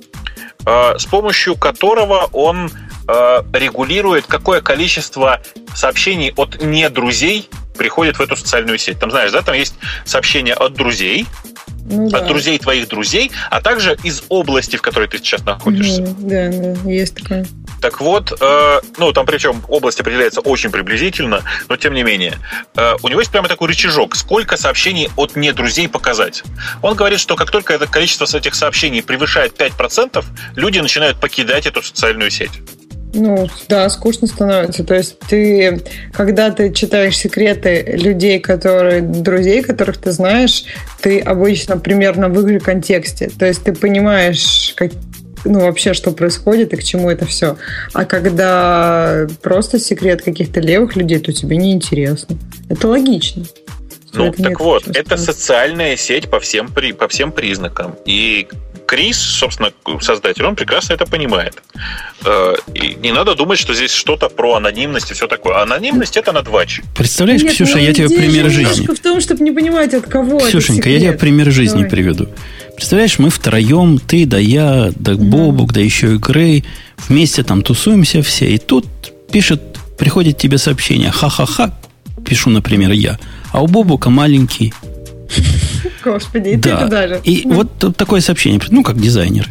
Speaker 3: с помощью которого он регулирует, какое количество сообщений от недрузей приходит в эту социальную сеть. Там, знаешь, да, там есть сообщения от друзей, ну, да. от друзей твоих друзей, а также из области, в которой ты сейчас находишься.
Speaker 4: Угу, да, да, есть такое.
Speaker 3: Так вот, э, ну, там причем область определяется очень приблизительно, но тем не менее. Э, у него есть прямо такой рычажок, сколько сообщений от недрузей показать. Он говорит, что как только это количество этих сообщений превышает пять процентов, люди начинают покидать эту социальную сеть.
Speaker 4: Ну, да, скучно становится. То есть ты, когда ты читаешь секреты людей, которые, друзей, которых ты знаешь, ты обычно примерно в их же контексте. То есть ты понимаешь, как, ну, вообще, что происходит и к чему это все. А когда просто секрет каких-то левых людей, то тебе неинтересно. Это логично.
Speaker 3: Ну, это так вот, это социальная сеть по всем, по всем признакам. И Крис, собственно, создатель, он прекрасно это понимает. И не надо думать, что здесь что-то про анонимность и все такое. Анонимность – это надвач.
Speaker 1: Представляешь, Нет, Ксюша, я тебе пример жизни.
Speaker 4: в том, чтобы не понимать, от кого
Speaker 1: Ксюшенька, я тебе пример жизни Давай. приведу. Представляешь, мы втроем, ты, да я, да Бобук, mm. да еще и Грей, вместе там тусуемся все, и тут пишет, приходит тебе сообщение, ха-ха-ха, пишу, например, я, а у Бобука маленький.
Speaker 4: Господи, и да. ты туда же.
Speaker 1: И mm. вот такое сообщение, ну, как дизайнер.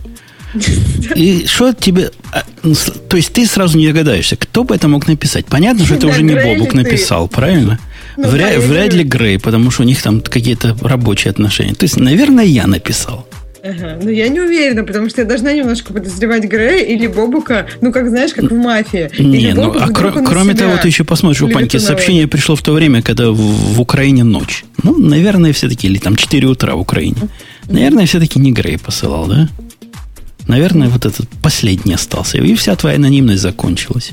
Speaker 1: И что тебе... То есть ты сразу не догадаешься, кто бы это мог написать. Понятно, что это уже не Бобук написал, правильно? Ну, вряд, да, вряд ли Грей, потому что у них там какие-то рабочие отношения. То есть, наверное, я написал.
Speaker 4: Ага. Ну, я не уверена, потому что я должна немножко подозревать Грея или Бобука, ну, как, знаешь, как в «Мафии».
Speaker 1: Не, ну, а кро- кроме того, ты еще посмотришь, у Паньки сообщение пришло в то время, когда в, в Украине ночь. Ну, наверное, все-таки, или там четыре утра в Украине. Наверное, все-таки не Грей посылал, да? Наверное, вот этот последний остался. И вся твоя анонимность закончилась.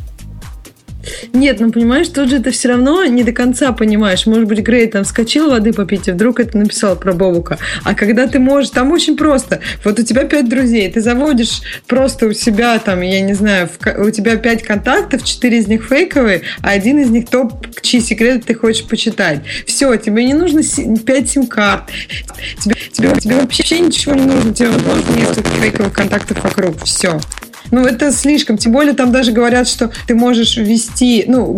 Speaker 4: Нет, ну понимаешь, тут же ты все равно не до конца понимаешь. Может быть, Грей там скочил воды попить, и вдруг это написал про Бобука. А когда ты можешь, там очень просто. Вот у тебя пять друзей, ты заводишь просто у себя там, я не знаю, в, у тебя пять контактов, четыре из них фейковые, а один из них топ, чьи секреты ты хочешь почитать. Все, тебе не нужно пять сим-карт. Тебе, тебе, тебе вообще ничего не нужно. Тебе нужно несколько фейковых контактов вокруг. Все. Ну, это слишком. Тем более, там даже говорят, что ты можешь ввести... Ну,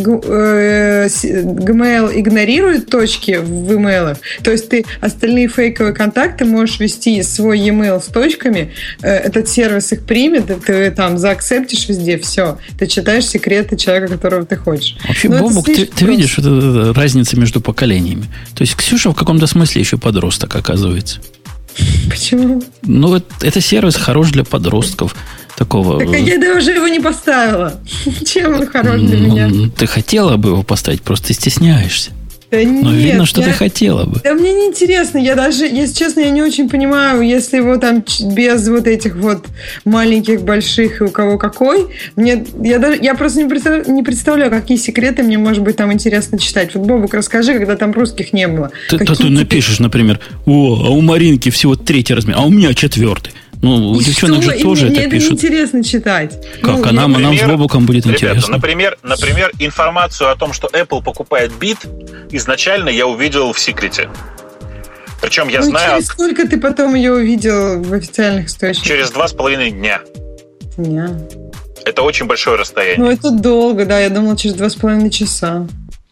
Speaker 4: Gmail игнорирует точки в email. То есть ты остальные фейковые контакты можешь ввести свой e-mail с точками, этот сервис их примет, ты там заакцептишь везде, все. Ты читаешь секреты человека, которого ты хочешь.
Speaker 1: Вообще, Бобук, ты, ты видишь, это, это разница между поколениями. То есть Ксюша в каком-то смысле еще подросток, оказывается.
Speaker 4: Почему?
Speaker 1: Ну, это, это сервис хорош для подростков. Такого...
Speaker 4: Так я даже его не поставила. Чем он хорош для ну, меня?
Speaker 1: Ты хотела бы его поставить, просто ты стесняешься.
Speaker 4: Да нет,
Speaker 1: но видно, что
Speaker 4: я...
Speaker 1: ты хотела бы.
Speaker 4: Да мне не интересно. Я даже, если честно, я не очень понимаю, если его там без вот этих вот маленьких, больших и у кого какой. Мне, я, даже, я просто не представляю, не представляю, какие секреты мне, может быть, там интересно читать. Вот, Бобук, расскажи, когда там русских не было.
Speaker 1: Ты, ты, ты напишешь, например, о, а у Маринки всего третий размер, а у меня четвертый. Ну, у девчонок же тоже это пишут. Мне это
Speaker 4: неинтересно читать.
Speaker 1: Как?
Speaker 4: Ну,
Speaker 1: а нам, например, нам с Бобуком будет
Speaker 3: ребята,
Speaker 1: интересно.
Speaker 3: Например, например, информацию о том, что Apple покупает бит, изначально я увидел в секрете. Причем я
Speaker 4: ну,
Speaker 3: знаю...
Speaker 4: Через сколько ты потом ее увидел в официальных источниках?
Speaker 3: Через два с половиной дня.
Speaker 4: Дня.
Speaker 3: Это очень большое расстояние.
Speaker 4: Ну, это долго, да. Я думала, через два с половиной часа.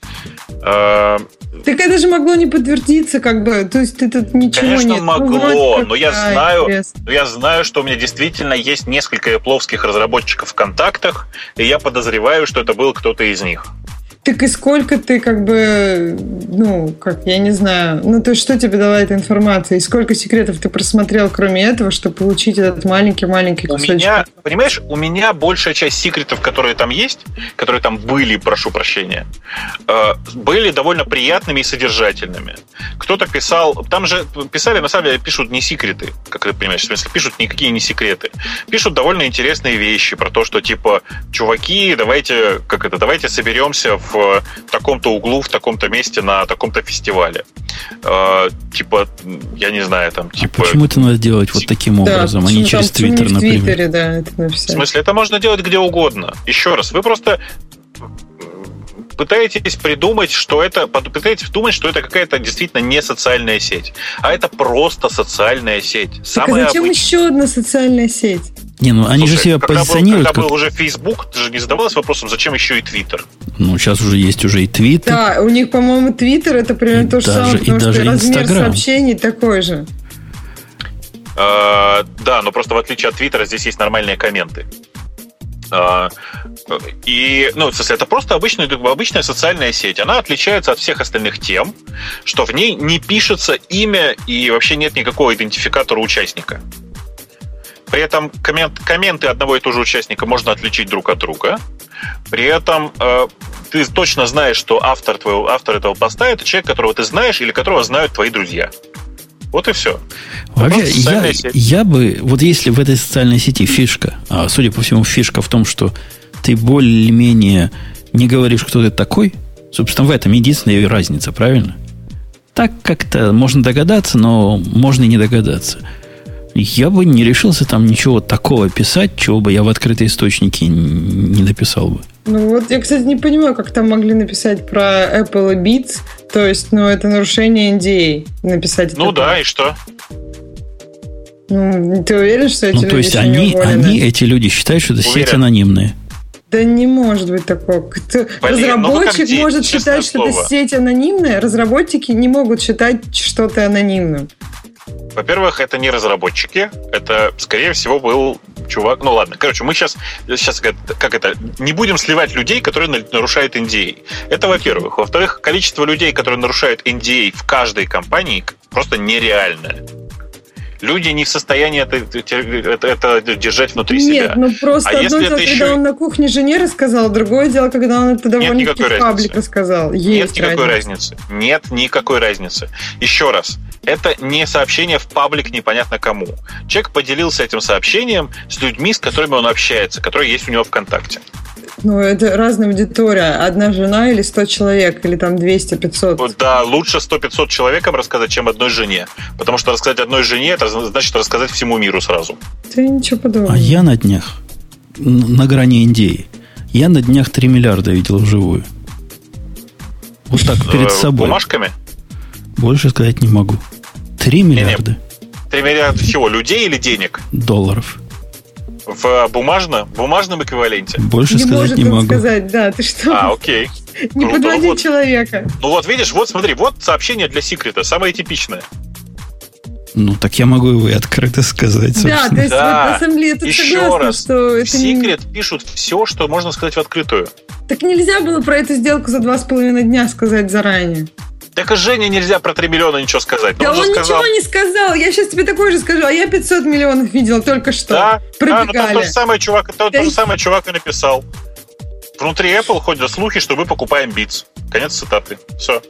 Speaker 3: Так
Speaker 4: это же могло не подтвердиться, как бы, то есть ты тут ничего
Speaker 3: Конечно,
Speaker 4: нет.
Speaker 3: Конечно, могло,
Speaker 4: ну,
Speaker 3: но я знаю, но я знаю, что у меня действительно есть несколько эпловских разработчиков в контактах, и я подозреваю, что это был кто-то из них.
Speaker 4: Так и сколько ты, как бы, ну, как, я не знаю, ну, то есть что тебе дала эта информация, и сколько секретов ты просмотрел, кроме этого, чтобы получить этот маленький-маленький кусочек?
Speaker 3: У меня, понимаешь, у меня большая часть секретов, которые там есть, которые там были, прошу прощения, были довольно приятными и содержательными. Кто-то писал, там же писали, на самом деле, пишут не секреты, как ты понимаешь, в смысле, пишут никакие не секреты. Пишут довольно интересные вещи про то, что, типа, чуваки, давайте, как это, давайте соберемся в в таком-то углу, в таком-то месте, на таком-то фестивале. Э, типа, я не знаю, там, типа...
Speaker 1: А почему это надо делать вот таким образом, да, а не через Твиттер, например? В Твиттере,
Speaker 4: да, это написать.
Speaker 3: В смысле, это можно делать где угодно. Еще раз, вы просто пытаетесь придумать, что это, пытаетесь думать, что это какая-то действительно не социальная сеть, а это просто социальная сеть.
Speaker 4: Самая так а зачем обычная. Еще одна социальная сеть?
Speaker 1: Не, ну они
Speaker 3: Слушай,
Speaker 1: же себя
Speaker 3: когда
Speaker 1: позиционируют.
Speaker 3: Был, когда
Speaker 1: как...
Speaker 3: был уже Facebook, ты же не задавалась вопросом, зачем еще и Твиттер?
Speaker 1: Ну, сейчас уже есть уже и Твиттер.
Speaker 4: Да, у них, по-моему, Твиттер это примерно и то же даже, самое, потому что размер сообщений такой же.
Speaker 3: А, да, но просто в отличие от Твиттера здесь есть нормальные комменты. А, и, ну, в смысле, это просто обычная, обычная социальная сеть. Она отличается от всех остальных тем, что в ней не пишется имя и вообще нет никакого идентификатора участника. При этом коммент, комменты одного и того же участника можно отличить друг от друга. При этом э, ты точно знаешь, что автор, твоего, автор этого поста – это человек, которого ты знаешь или которого знают твои друзья. Вот и все.
Speaker 1: Вообще, я, я бы, вот если в этой социальной сети фишка, а судя по всему фишка в том, что ты более-менее не говоришь, кто ты такой, собственно, в этом единственная разница, правильно? Так как-то можно догадаться, но можно и не догадаться. Я бы не решился там ничего такого писать, чего бы я в открытые источники не написал бы.
Speaker 4: Ну вот я, кстати, не понимаю, как там могли написать про Apple и Beats. То есть, ну, это нарушение эн ди эй написать.
Speaker 3: Ну
Speaker 4: это
Speaker 3: да,
Speaker 4: так.
Speaker 3: И что?
Speaker 4: Ну, ты уверен, что эти
Speaker 1: ну,
Speaker 4: люди
Speaker 1: то есть
Speaker 4: еще
Speaker 1: они,
Speaker 4: не уволены?
Speaker 1: они, эти люди, считают, что это
Speaker 3: Уверен.
Speaker 1: сеть анонимная.
Speaker 4: Да не может быть такого. Кто...
Speaker 3: Блин,
Speaker 4: Разработчик
Speaker 3: ну,
Speaker 4: может считать, что
Speaker 3: слово.
Speaker 4: это сеть анонимная. Разработчики не могут считать что-то анонимным.
Speaker 3: Во-первых, это не разработчики, это, скорее всего, был чувак... Ну, ладно, короче, мы сейчас, сейчас как это, не будем сливать людей, которые нарушают эн ди эй. Это, во-первых. Во-вторых, количество людей, которые нарушают эн ди эй в каждой компании, просто нереальное. Люди не в состоянии это, это, это держать внутри
Speaker 4: Нет,
Speaker 3: себя.
Speaker 4: Нет, ну просто
Speaker 3: а
Speaker 4: одно дело, когда
Speaker 3: еще...
Speaker 4: он на кухне жене рассказал, другое дело, когда он это довольно-таки в паблик рассказал. Есть
Speaker 3: Нет никакой
Speaker 4: разница.
Speaker 3: разницы. Нет никакой разницы. Еще раз. Это не сообщение в паблик непонятно кому. Человек поделился этим сообщением с людьми, с которыми он общается, которые есть у него ВКонтакте.
Speaker 4: Ну, это разная аудитория. Одна жена или сто человек, или там двести-пятьсот.
Speaker 3: Да, лучше сто-пятьсот человекам рассказать, чем одной жене. Потому что рассказать одной жене, это значит рассказать всему миру сразу.
Speaker 4: Да ничего подобного.
Speaker 1: А я на днях, на грани эн ди эй, я на днях три миллиарда видел вживую. Вот так, перед собой.
Speaker 3: Бумажками?
Speaker 1: Больше сказать не могу. Три миллиарда.
Speaker 3: Три миллиарда чего? Людей или денег?
Speaker 1: Долларов.
Speaker 3: В бумажно, бумажном эквиваленте?
Speaker 1: Больше
Speaker 4: не
Speaker 1: сказать
Speaker 4: может
Speaker 1: не
Speaker 4: он
Speaker 1: могу.
Speaker 4: сказать, да, ты что?
Speaker 3: А, окей.
Speaker 4: Не
Speaker 3: Круто.
Speaker 4: подводи
Speaker 3: Вот.
Speaker 4: человека.
Speaker 3: Ну вот видишь, вот смотри, вот сообщение для секрета, самое типичное.
Speaker 1: Ну, так я могу его и открыто сказать, собственно.
Speaker 4: Да, то есть
Speaker 3: Да.
Speaker 4: вот на самом деле я тут
Speaker 3: Еще
Speaker 4: согласна,
Speaker 3: раз,
Speaker 4: что
Speaker 3: в
Speaker 4: это не...
Speaker 3: секрет пишут все, что можно сказать в открытую.
Speaker 4: Так нельзя было про эту сделку за два с половиной дня сказать заранее.
Speaker 3: Так и Жене нельзя про три миллиона ничего сказать.
Speaker 4: Да
Speaker 3: он
Speaker 4: он
Speaker 3: же сказал,
Speaker 4: ничего не сказал. Я сейчас тебе такое же скажу. А я пятьсот миллионов видела только что.
Speaker 3: да, да, ну там
Speaker 4: Пробегали.
Speaker 3: то же самое чувак, то,
Speaker 4: Да
Speaker 3: то же
Speaker 4: и-
Speaker 3: самое чувак и написал. Внутри Apple ходят слухи, что мы покупаем Beats. Конец цитаты. Все.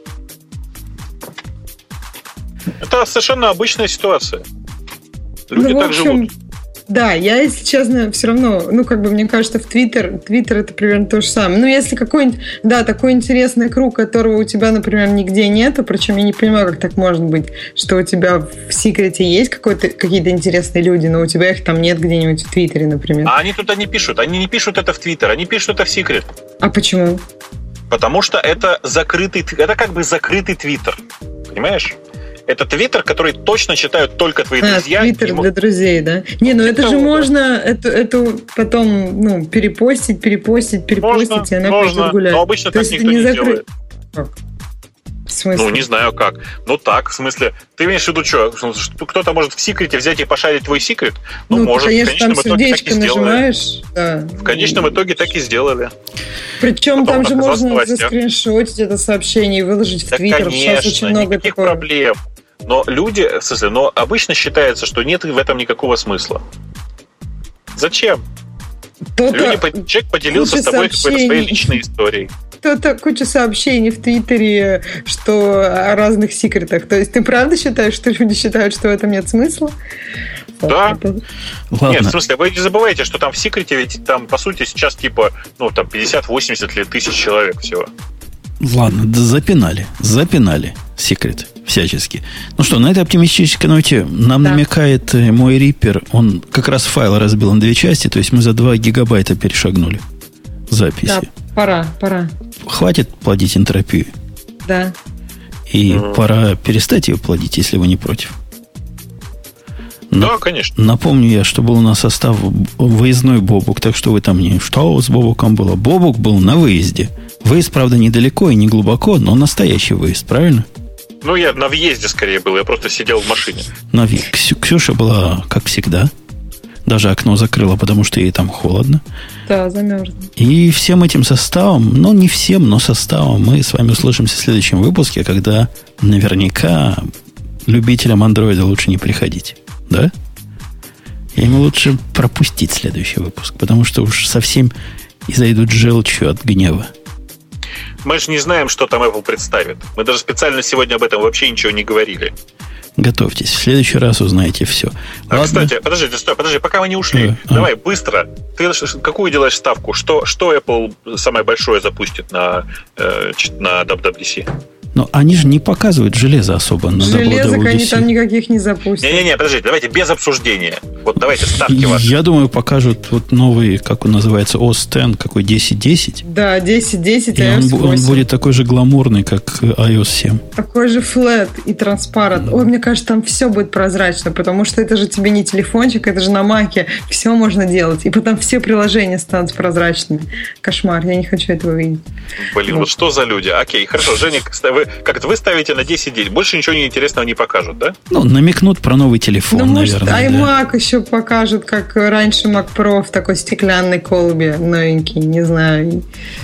Speaker 3: Это совершенно обычная ситуация. Люди
Speaker 4: Ну, в
Speaker 3: так
Speaker 4: общем,
Speaker 3: живут.
Speaker 4: да, я, если честно, все равно, ну, как бы, мне кажется, в Твиттер, Твиттер это примерно то же самое. Ну, если какой-нибудь, да, такой интересный круг, которого у тебя, например, нигде нету, причем я не понимаю, как так может быть, что у тебя в секрете есть какой-то, какие-то интересные люди, но у тебя их там нет где-нибудь в Твиттере, например.
Speaker 3: А они туда не пишут. Они не пишут это в Твиттер, они пишут это в секрет.
Speaker 4: А почему?
Speaker 3: Потому что это закрытый, это как бы закрытый Твиттер. Понимаешь? Это Твиттер, который точно читают только твои
Speaker 4: А,
Speaker 3: друзья.
Speaker 4: Твиттер
Speaker 3: Ему-
Speaker 4: для друзей, да? Не, ну это
Speaker 3: Типа
Speaker 4: же
Speaker 3: того, да.
Speaker 4: можно, это, это потом, ну, перепостить, перепостить, перепостить,
Speaker 3: Можно,
Speaker 4: и она
Speaker 3: можно,
Speaker 4: пойдет гулять.
Speaker 3: но обычно
Speaker 4: То
Speaker 3: так
Speaker 4: есть
Speaker 3: никто
Speaker 4: это
Speaker 3: не
Speaker 4: закры-
Speaker 3: делает.
Speaker 4: Как? В смысле?
Speaker 3: Ну, не знаю как. Ну так, в смысле, ты имеешь в виду что? Что кто-то может в секрете взять и пошарить твой секрет? Ну,
Speaker 4: Ну,
Speaker 3: может,
Speaker 4: конечно,
Speaker 3: в конечном
Speaker 4: там
Speaker 3: итоге так и
Speaker 4: сердечко
Speaker 3: сделали.
Speaker 4: нажимаешь. Да.
Speaker 3: В конечном итоге так и сделали.
Speaker 4: Причем
Speaker 3: потом
Speaker 4: там же
Speaker 3: оказалось в
Speaker 4: можно
Speaker 3: новостях.
Speaker 4: заскриншотить это сообщение и выложить в
Speaker 3: Да,
Speaker 4: Твиттер. Сейчас
Speaker 3: конечно,
Speaker 4: очень много
Speaker 3: никаких
Speaker 4: такого.
Speaker 3: проблем. Но люди, в смысле, но обычно считается, что нет в этом никакого смысла. Зачем?
Speaker 4: Кто-то,
Speaker 3: Люди, по- человек поделился
Speaker 4: куча
Speaker 3: с тобой какой-то своей
Speaker 4: сообщений.
Speaker 3: личной историей.
Speaker 4: кто-то куча сообщений в Твиттере, что о разных секретах. То есть ты правда считаешь, что люди считают, что в этом нет смысла?
Speaker 3: Да.
Speaker 4: Это-
Speaker 1: Ладно.
Speaker 3: Нет, в смысле, вы не забывайте, что там в секрете ведь там, по сути, сейчас типа, ну, там пятьдесят-восемьдесят или тысяч человек всего.
Speaker 1: Ладно, да запинали, запинали секрет всячески. Ну что, на этой оптимистической ноте нам
Speaker 4: Да.
Speaker 1: намекает э, мой риппер, он как раз файл разбил на две части, то есть мы за два гигабайта перешагнули записи.
Speaker 4: Да, пора, пора.
Speaker 1: Хватит плодить энтропию.
Speaker 4: Да.
Speaker 1: И
Speaker 3: Мгм.
Speaker 1: пора перестать ее плодить, если вы не против. На-
Speaker 3: Да, конечно.
Speaker 1: Напомню я, что был у нас состав выездной Бобук, так что вы там не что с Бобуком было. Бобук был на выезде. Выезд, правда, недалеко и не глубоко, но настоящий выезд, правильно?
Speaker 3: Ну, я на въезде скорее был, я просто сидел в машине.
Speaker 1: Но ви- Ксю- Ксюша была, как всегда. Даже окно закрыла, потому что ей там холодно.
Speaker 4: Да, замерзла.
Speaker 1: И всем этим составом, ну не всем, но составом, мы с вами услышимся в следующем выпуске, когда наверняка любителям андроида лучше не приходить. Да? Им лучше пропустить следующий выпуск, потому что уж совсем изойдут желчью от гнева.
Speaker 3: Мы же не знаем, что там Apple представит. Мы даже специально сегодня об этом вообще ничего не говорили.
Speaker 1: Готовьтесь, в следующий раз узнаете все.
Speaker 3: А, кстати, подожди, стой, подожди, пока мы не ушли.
Speaker 1: А,
Speaker 3: Давай, быстро. Ты ш- какую делаешь ставку? Что, что Apple самое большое запустит на, э, ч- на дабл ю дабл ю си?
Speaker 1: Но они же не показывают железо особо на
Speaker 4: Железок они
Speaker 1: дабл ю дабл ю си.
Speaker 4: там никаких не запустят.
Speaker 3: Не-не-не, подождите, давайте без обсуждения. Вот давайте ставки ваши.
Speaker 1: Я думаю, покажут вот новый, как он называется, о эс десять, какой десять десять.
Speaker 4: Да, десять десять,
Speaker 1: И он,
Speaker 4: iOS
Speaker 1: бу- он
Speaker 4: восемь.
Speaker 1: будет такой же гламурный, как ай о эс семь.
Speaker 4: Такой же флэт и транспарант. Ой, мне кажется, там все будет прозрачно, потому что это же тебе не телефончик, это же на маке. Все можно делать. И потом все приложения станут прозрачными. Кошмар, я не хочу этого видеть.
Speaker 3: Блин, вот что за люди? Окей, хорошо, Женя, вы, как-то вы ставите на десять десять. Больше ничего интересного не покажут, да?
Speaker 1: Ну, намекнут про новый телефон,
Speaker 4: Ну, может,
Speaker 1: наверное. да.
Speaker 4: iMac еще покажут, как раньше Mac Pro в такой стеклянной колбе новенький, не знаю.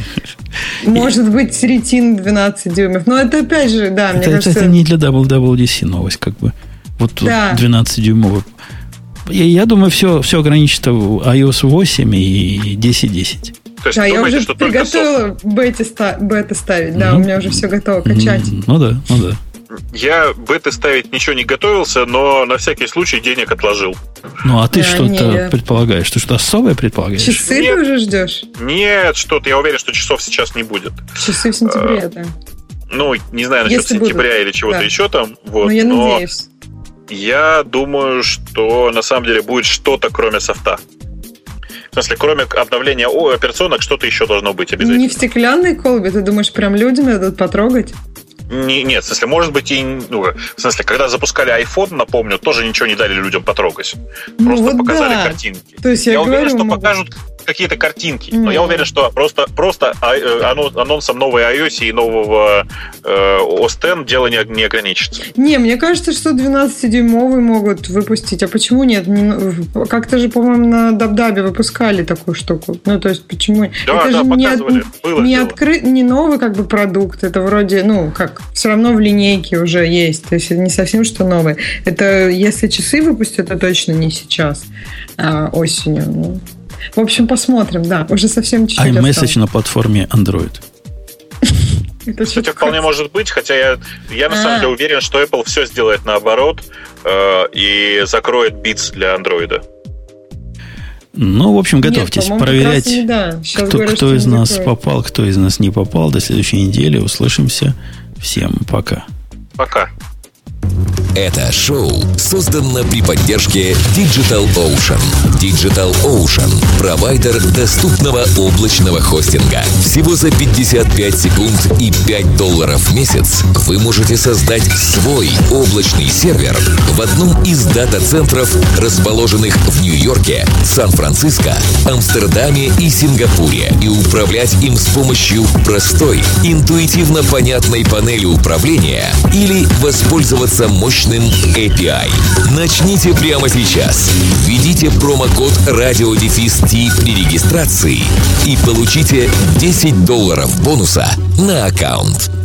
Speaker 4: Может быть, ретин двенадцать дюймов. Но это опять же, да, мне
Speaker 1: Это, это-
Speaker 4: кажется...
Speaker 1: это не для дабл ю дабл ю си новость, как бы. Вот тут
Speaker 4: Да.
Speaker 1: двенадцатидюймовый. Я, я думаю, все, все ограничится в ай о эс восемь и десять десять.
Speaker 3: То есть
Speaker 4: Да, я
Speaker 3: думаете,
Speaker 4: уже
Speaker 3: что только софт?
Speaker 4: приготовила бете ста- бета ставить. Да,
Speaker 1: Ну,
Speaker 4: у меня уже все готово качать.
Speaker 1: М, Ну да, ну да.
Speaker 3: Я беты ставить ничего не готовился, но на всякий случай денег отложил.
Speaker 1: Ну, а ты
Speaker 4: Да,
Speaker 1: что-то
Speaker 4: не, я-
Speaker 1: предполагаешь? Ты что-то особое предполагаешь?
Speaker 4: Часы
Speaker 3: Нет.
Speaker 4: ты уже ждешь?
Speaker 3: Нет, что-то, я уверен, что часов сейчас не будет.
Speaker 4: Часы в сентябре, да.
Speaker 3: Ну, не знаю насчет
Speaker 4: Если
Speaker 3: сентября
Speaker 4: будут,
Speaker 3: или чего-то
Speaker 4: да.
Speaker 3: еще там. Вот,
Speaker 4: Но я
Speaker 3: но
Speaker 4: надеюсь.
Speaker 3: я думаю, что на самом деле будет что-то, кроме софта. В смысле, кроме обновления о, операционок, что-то еще должно быть обязательно.
Speaker 4: Не в стеклянной колбе, ты думаешь, прям людям дадут потрогать?
Speaker 3: Не, нет, в смысле, может быть, и... Ну, в смысле, когда запускали iPhone, напомню, тоже ничего не дали людям потрогать.
Speaker 4: Ну,
Speaker 3: просто
Speaker 4: вот
Speaker 3: показали
Speaker 4: да.
Speaker 3: картинки.
Speaker 4: То есть я,
Speaker 3: я
Speaker 4: говорю,
Speaker 3: уверен, что
Speaker 4: могу...
Speaker 3: покажут какие-то картинки.
Speaker 4: Mm.
Speaker 3: Но я уверен, что просто, просто анонсом новой iOS и нового э, о эс X дело не, не ограничится.
Speaker 4: Не, мне кажется, что двенадцатидюймовый могут выпустить. А почему нет? Не, как-то же, по-моему, на Дабдабе выпускали такую штуку. Ну, то есть, почему...
Speaker 3: Да,
Speaker 4: это
Speaker 3: да,
Speaker 4: же
Speaker 3: показывали.
Speaker 4: Не,
Speaker 3: Было
Speaker 4: не,
Speaker 3: дело.
Speaker 4: откры... не новый как бы продукт. Это вроде, ну, как, все равно в линейке уже есть. То есть, это не совсем что новое. Это, если часы выпустят, то точно не сейчас, а осенью. Ну. В общем, посмотрим, да. Уже совсем чуть-чуть
Speaker 1: iMessage
Speaker 4: осталось.
Speaker 1: на платформе Android.
Speaker 4: Это
Speaker 3: Кстати, вполне может быть, хотя я, я на самом деле уверен, что Apple все сделает наоборот э, и закроет Beats для Android.
Speaker 1: Ну, в общем, готовьтесь
Speaker 4: Нет,
Speaker 1: проверять,
Speaker 4: не, да.
Speaker 1: кто,
Speaker 4: говорят,
Speaker 1: кто из нас
Speaker 4: закроют.
Speaker 1: попал, кто из нас не попал. До следующей недели услышимся. Всем пока.
Speaker 3: Пока.
Speaker 2: Это шоу создано при поддержке DigitalOcean. DigitalOcean – провайдер доступного облачного хостинга. Всего за пятьдесят пять секунд и пять долларов в месяц вы можете создать свой облачный сервер в одном из дата-центров, расположенных в Нью-Йорке, Сан-Франциско, Амстердаме и Сингапуре, и управлять им с помощью простой, интуитивно понятной панели управления или воспользоваться мощным эй пи ай. Начните прямо сейчас. Введите промокод радиодефис-ти при регистрации и получите десять долларов бонуса на аккаунт.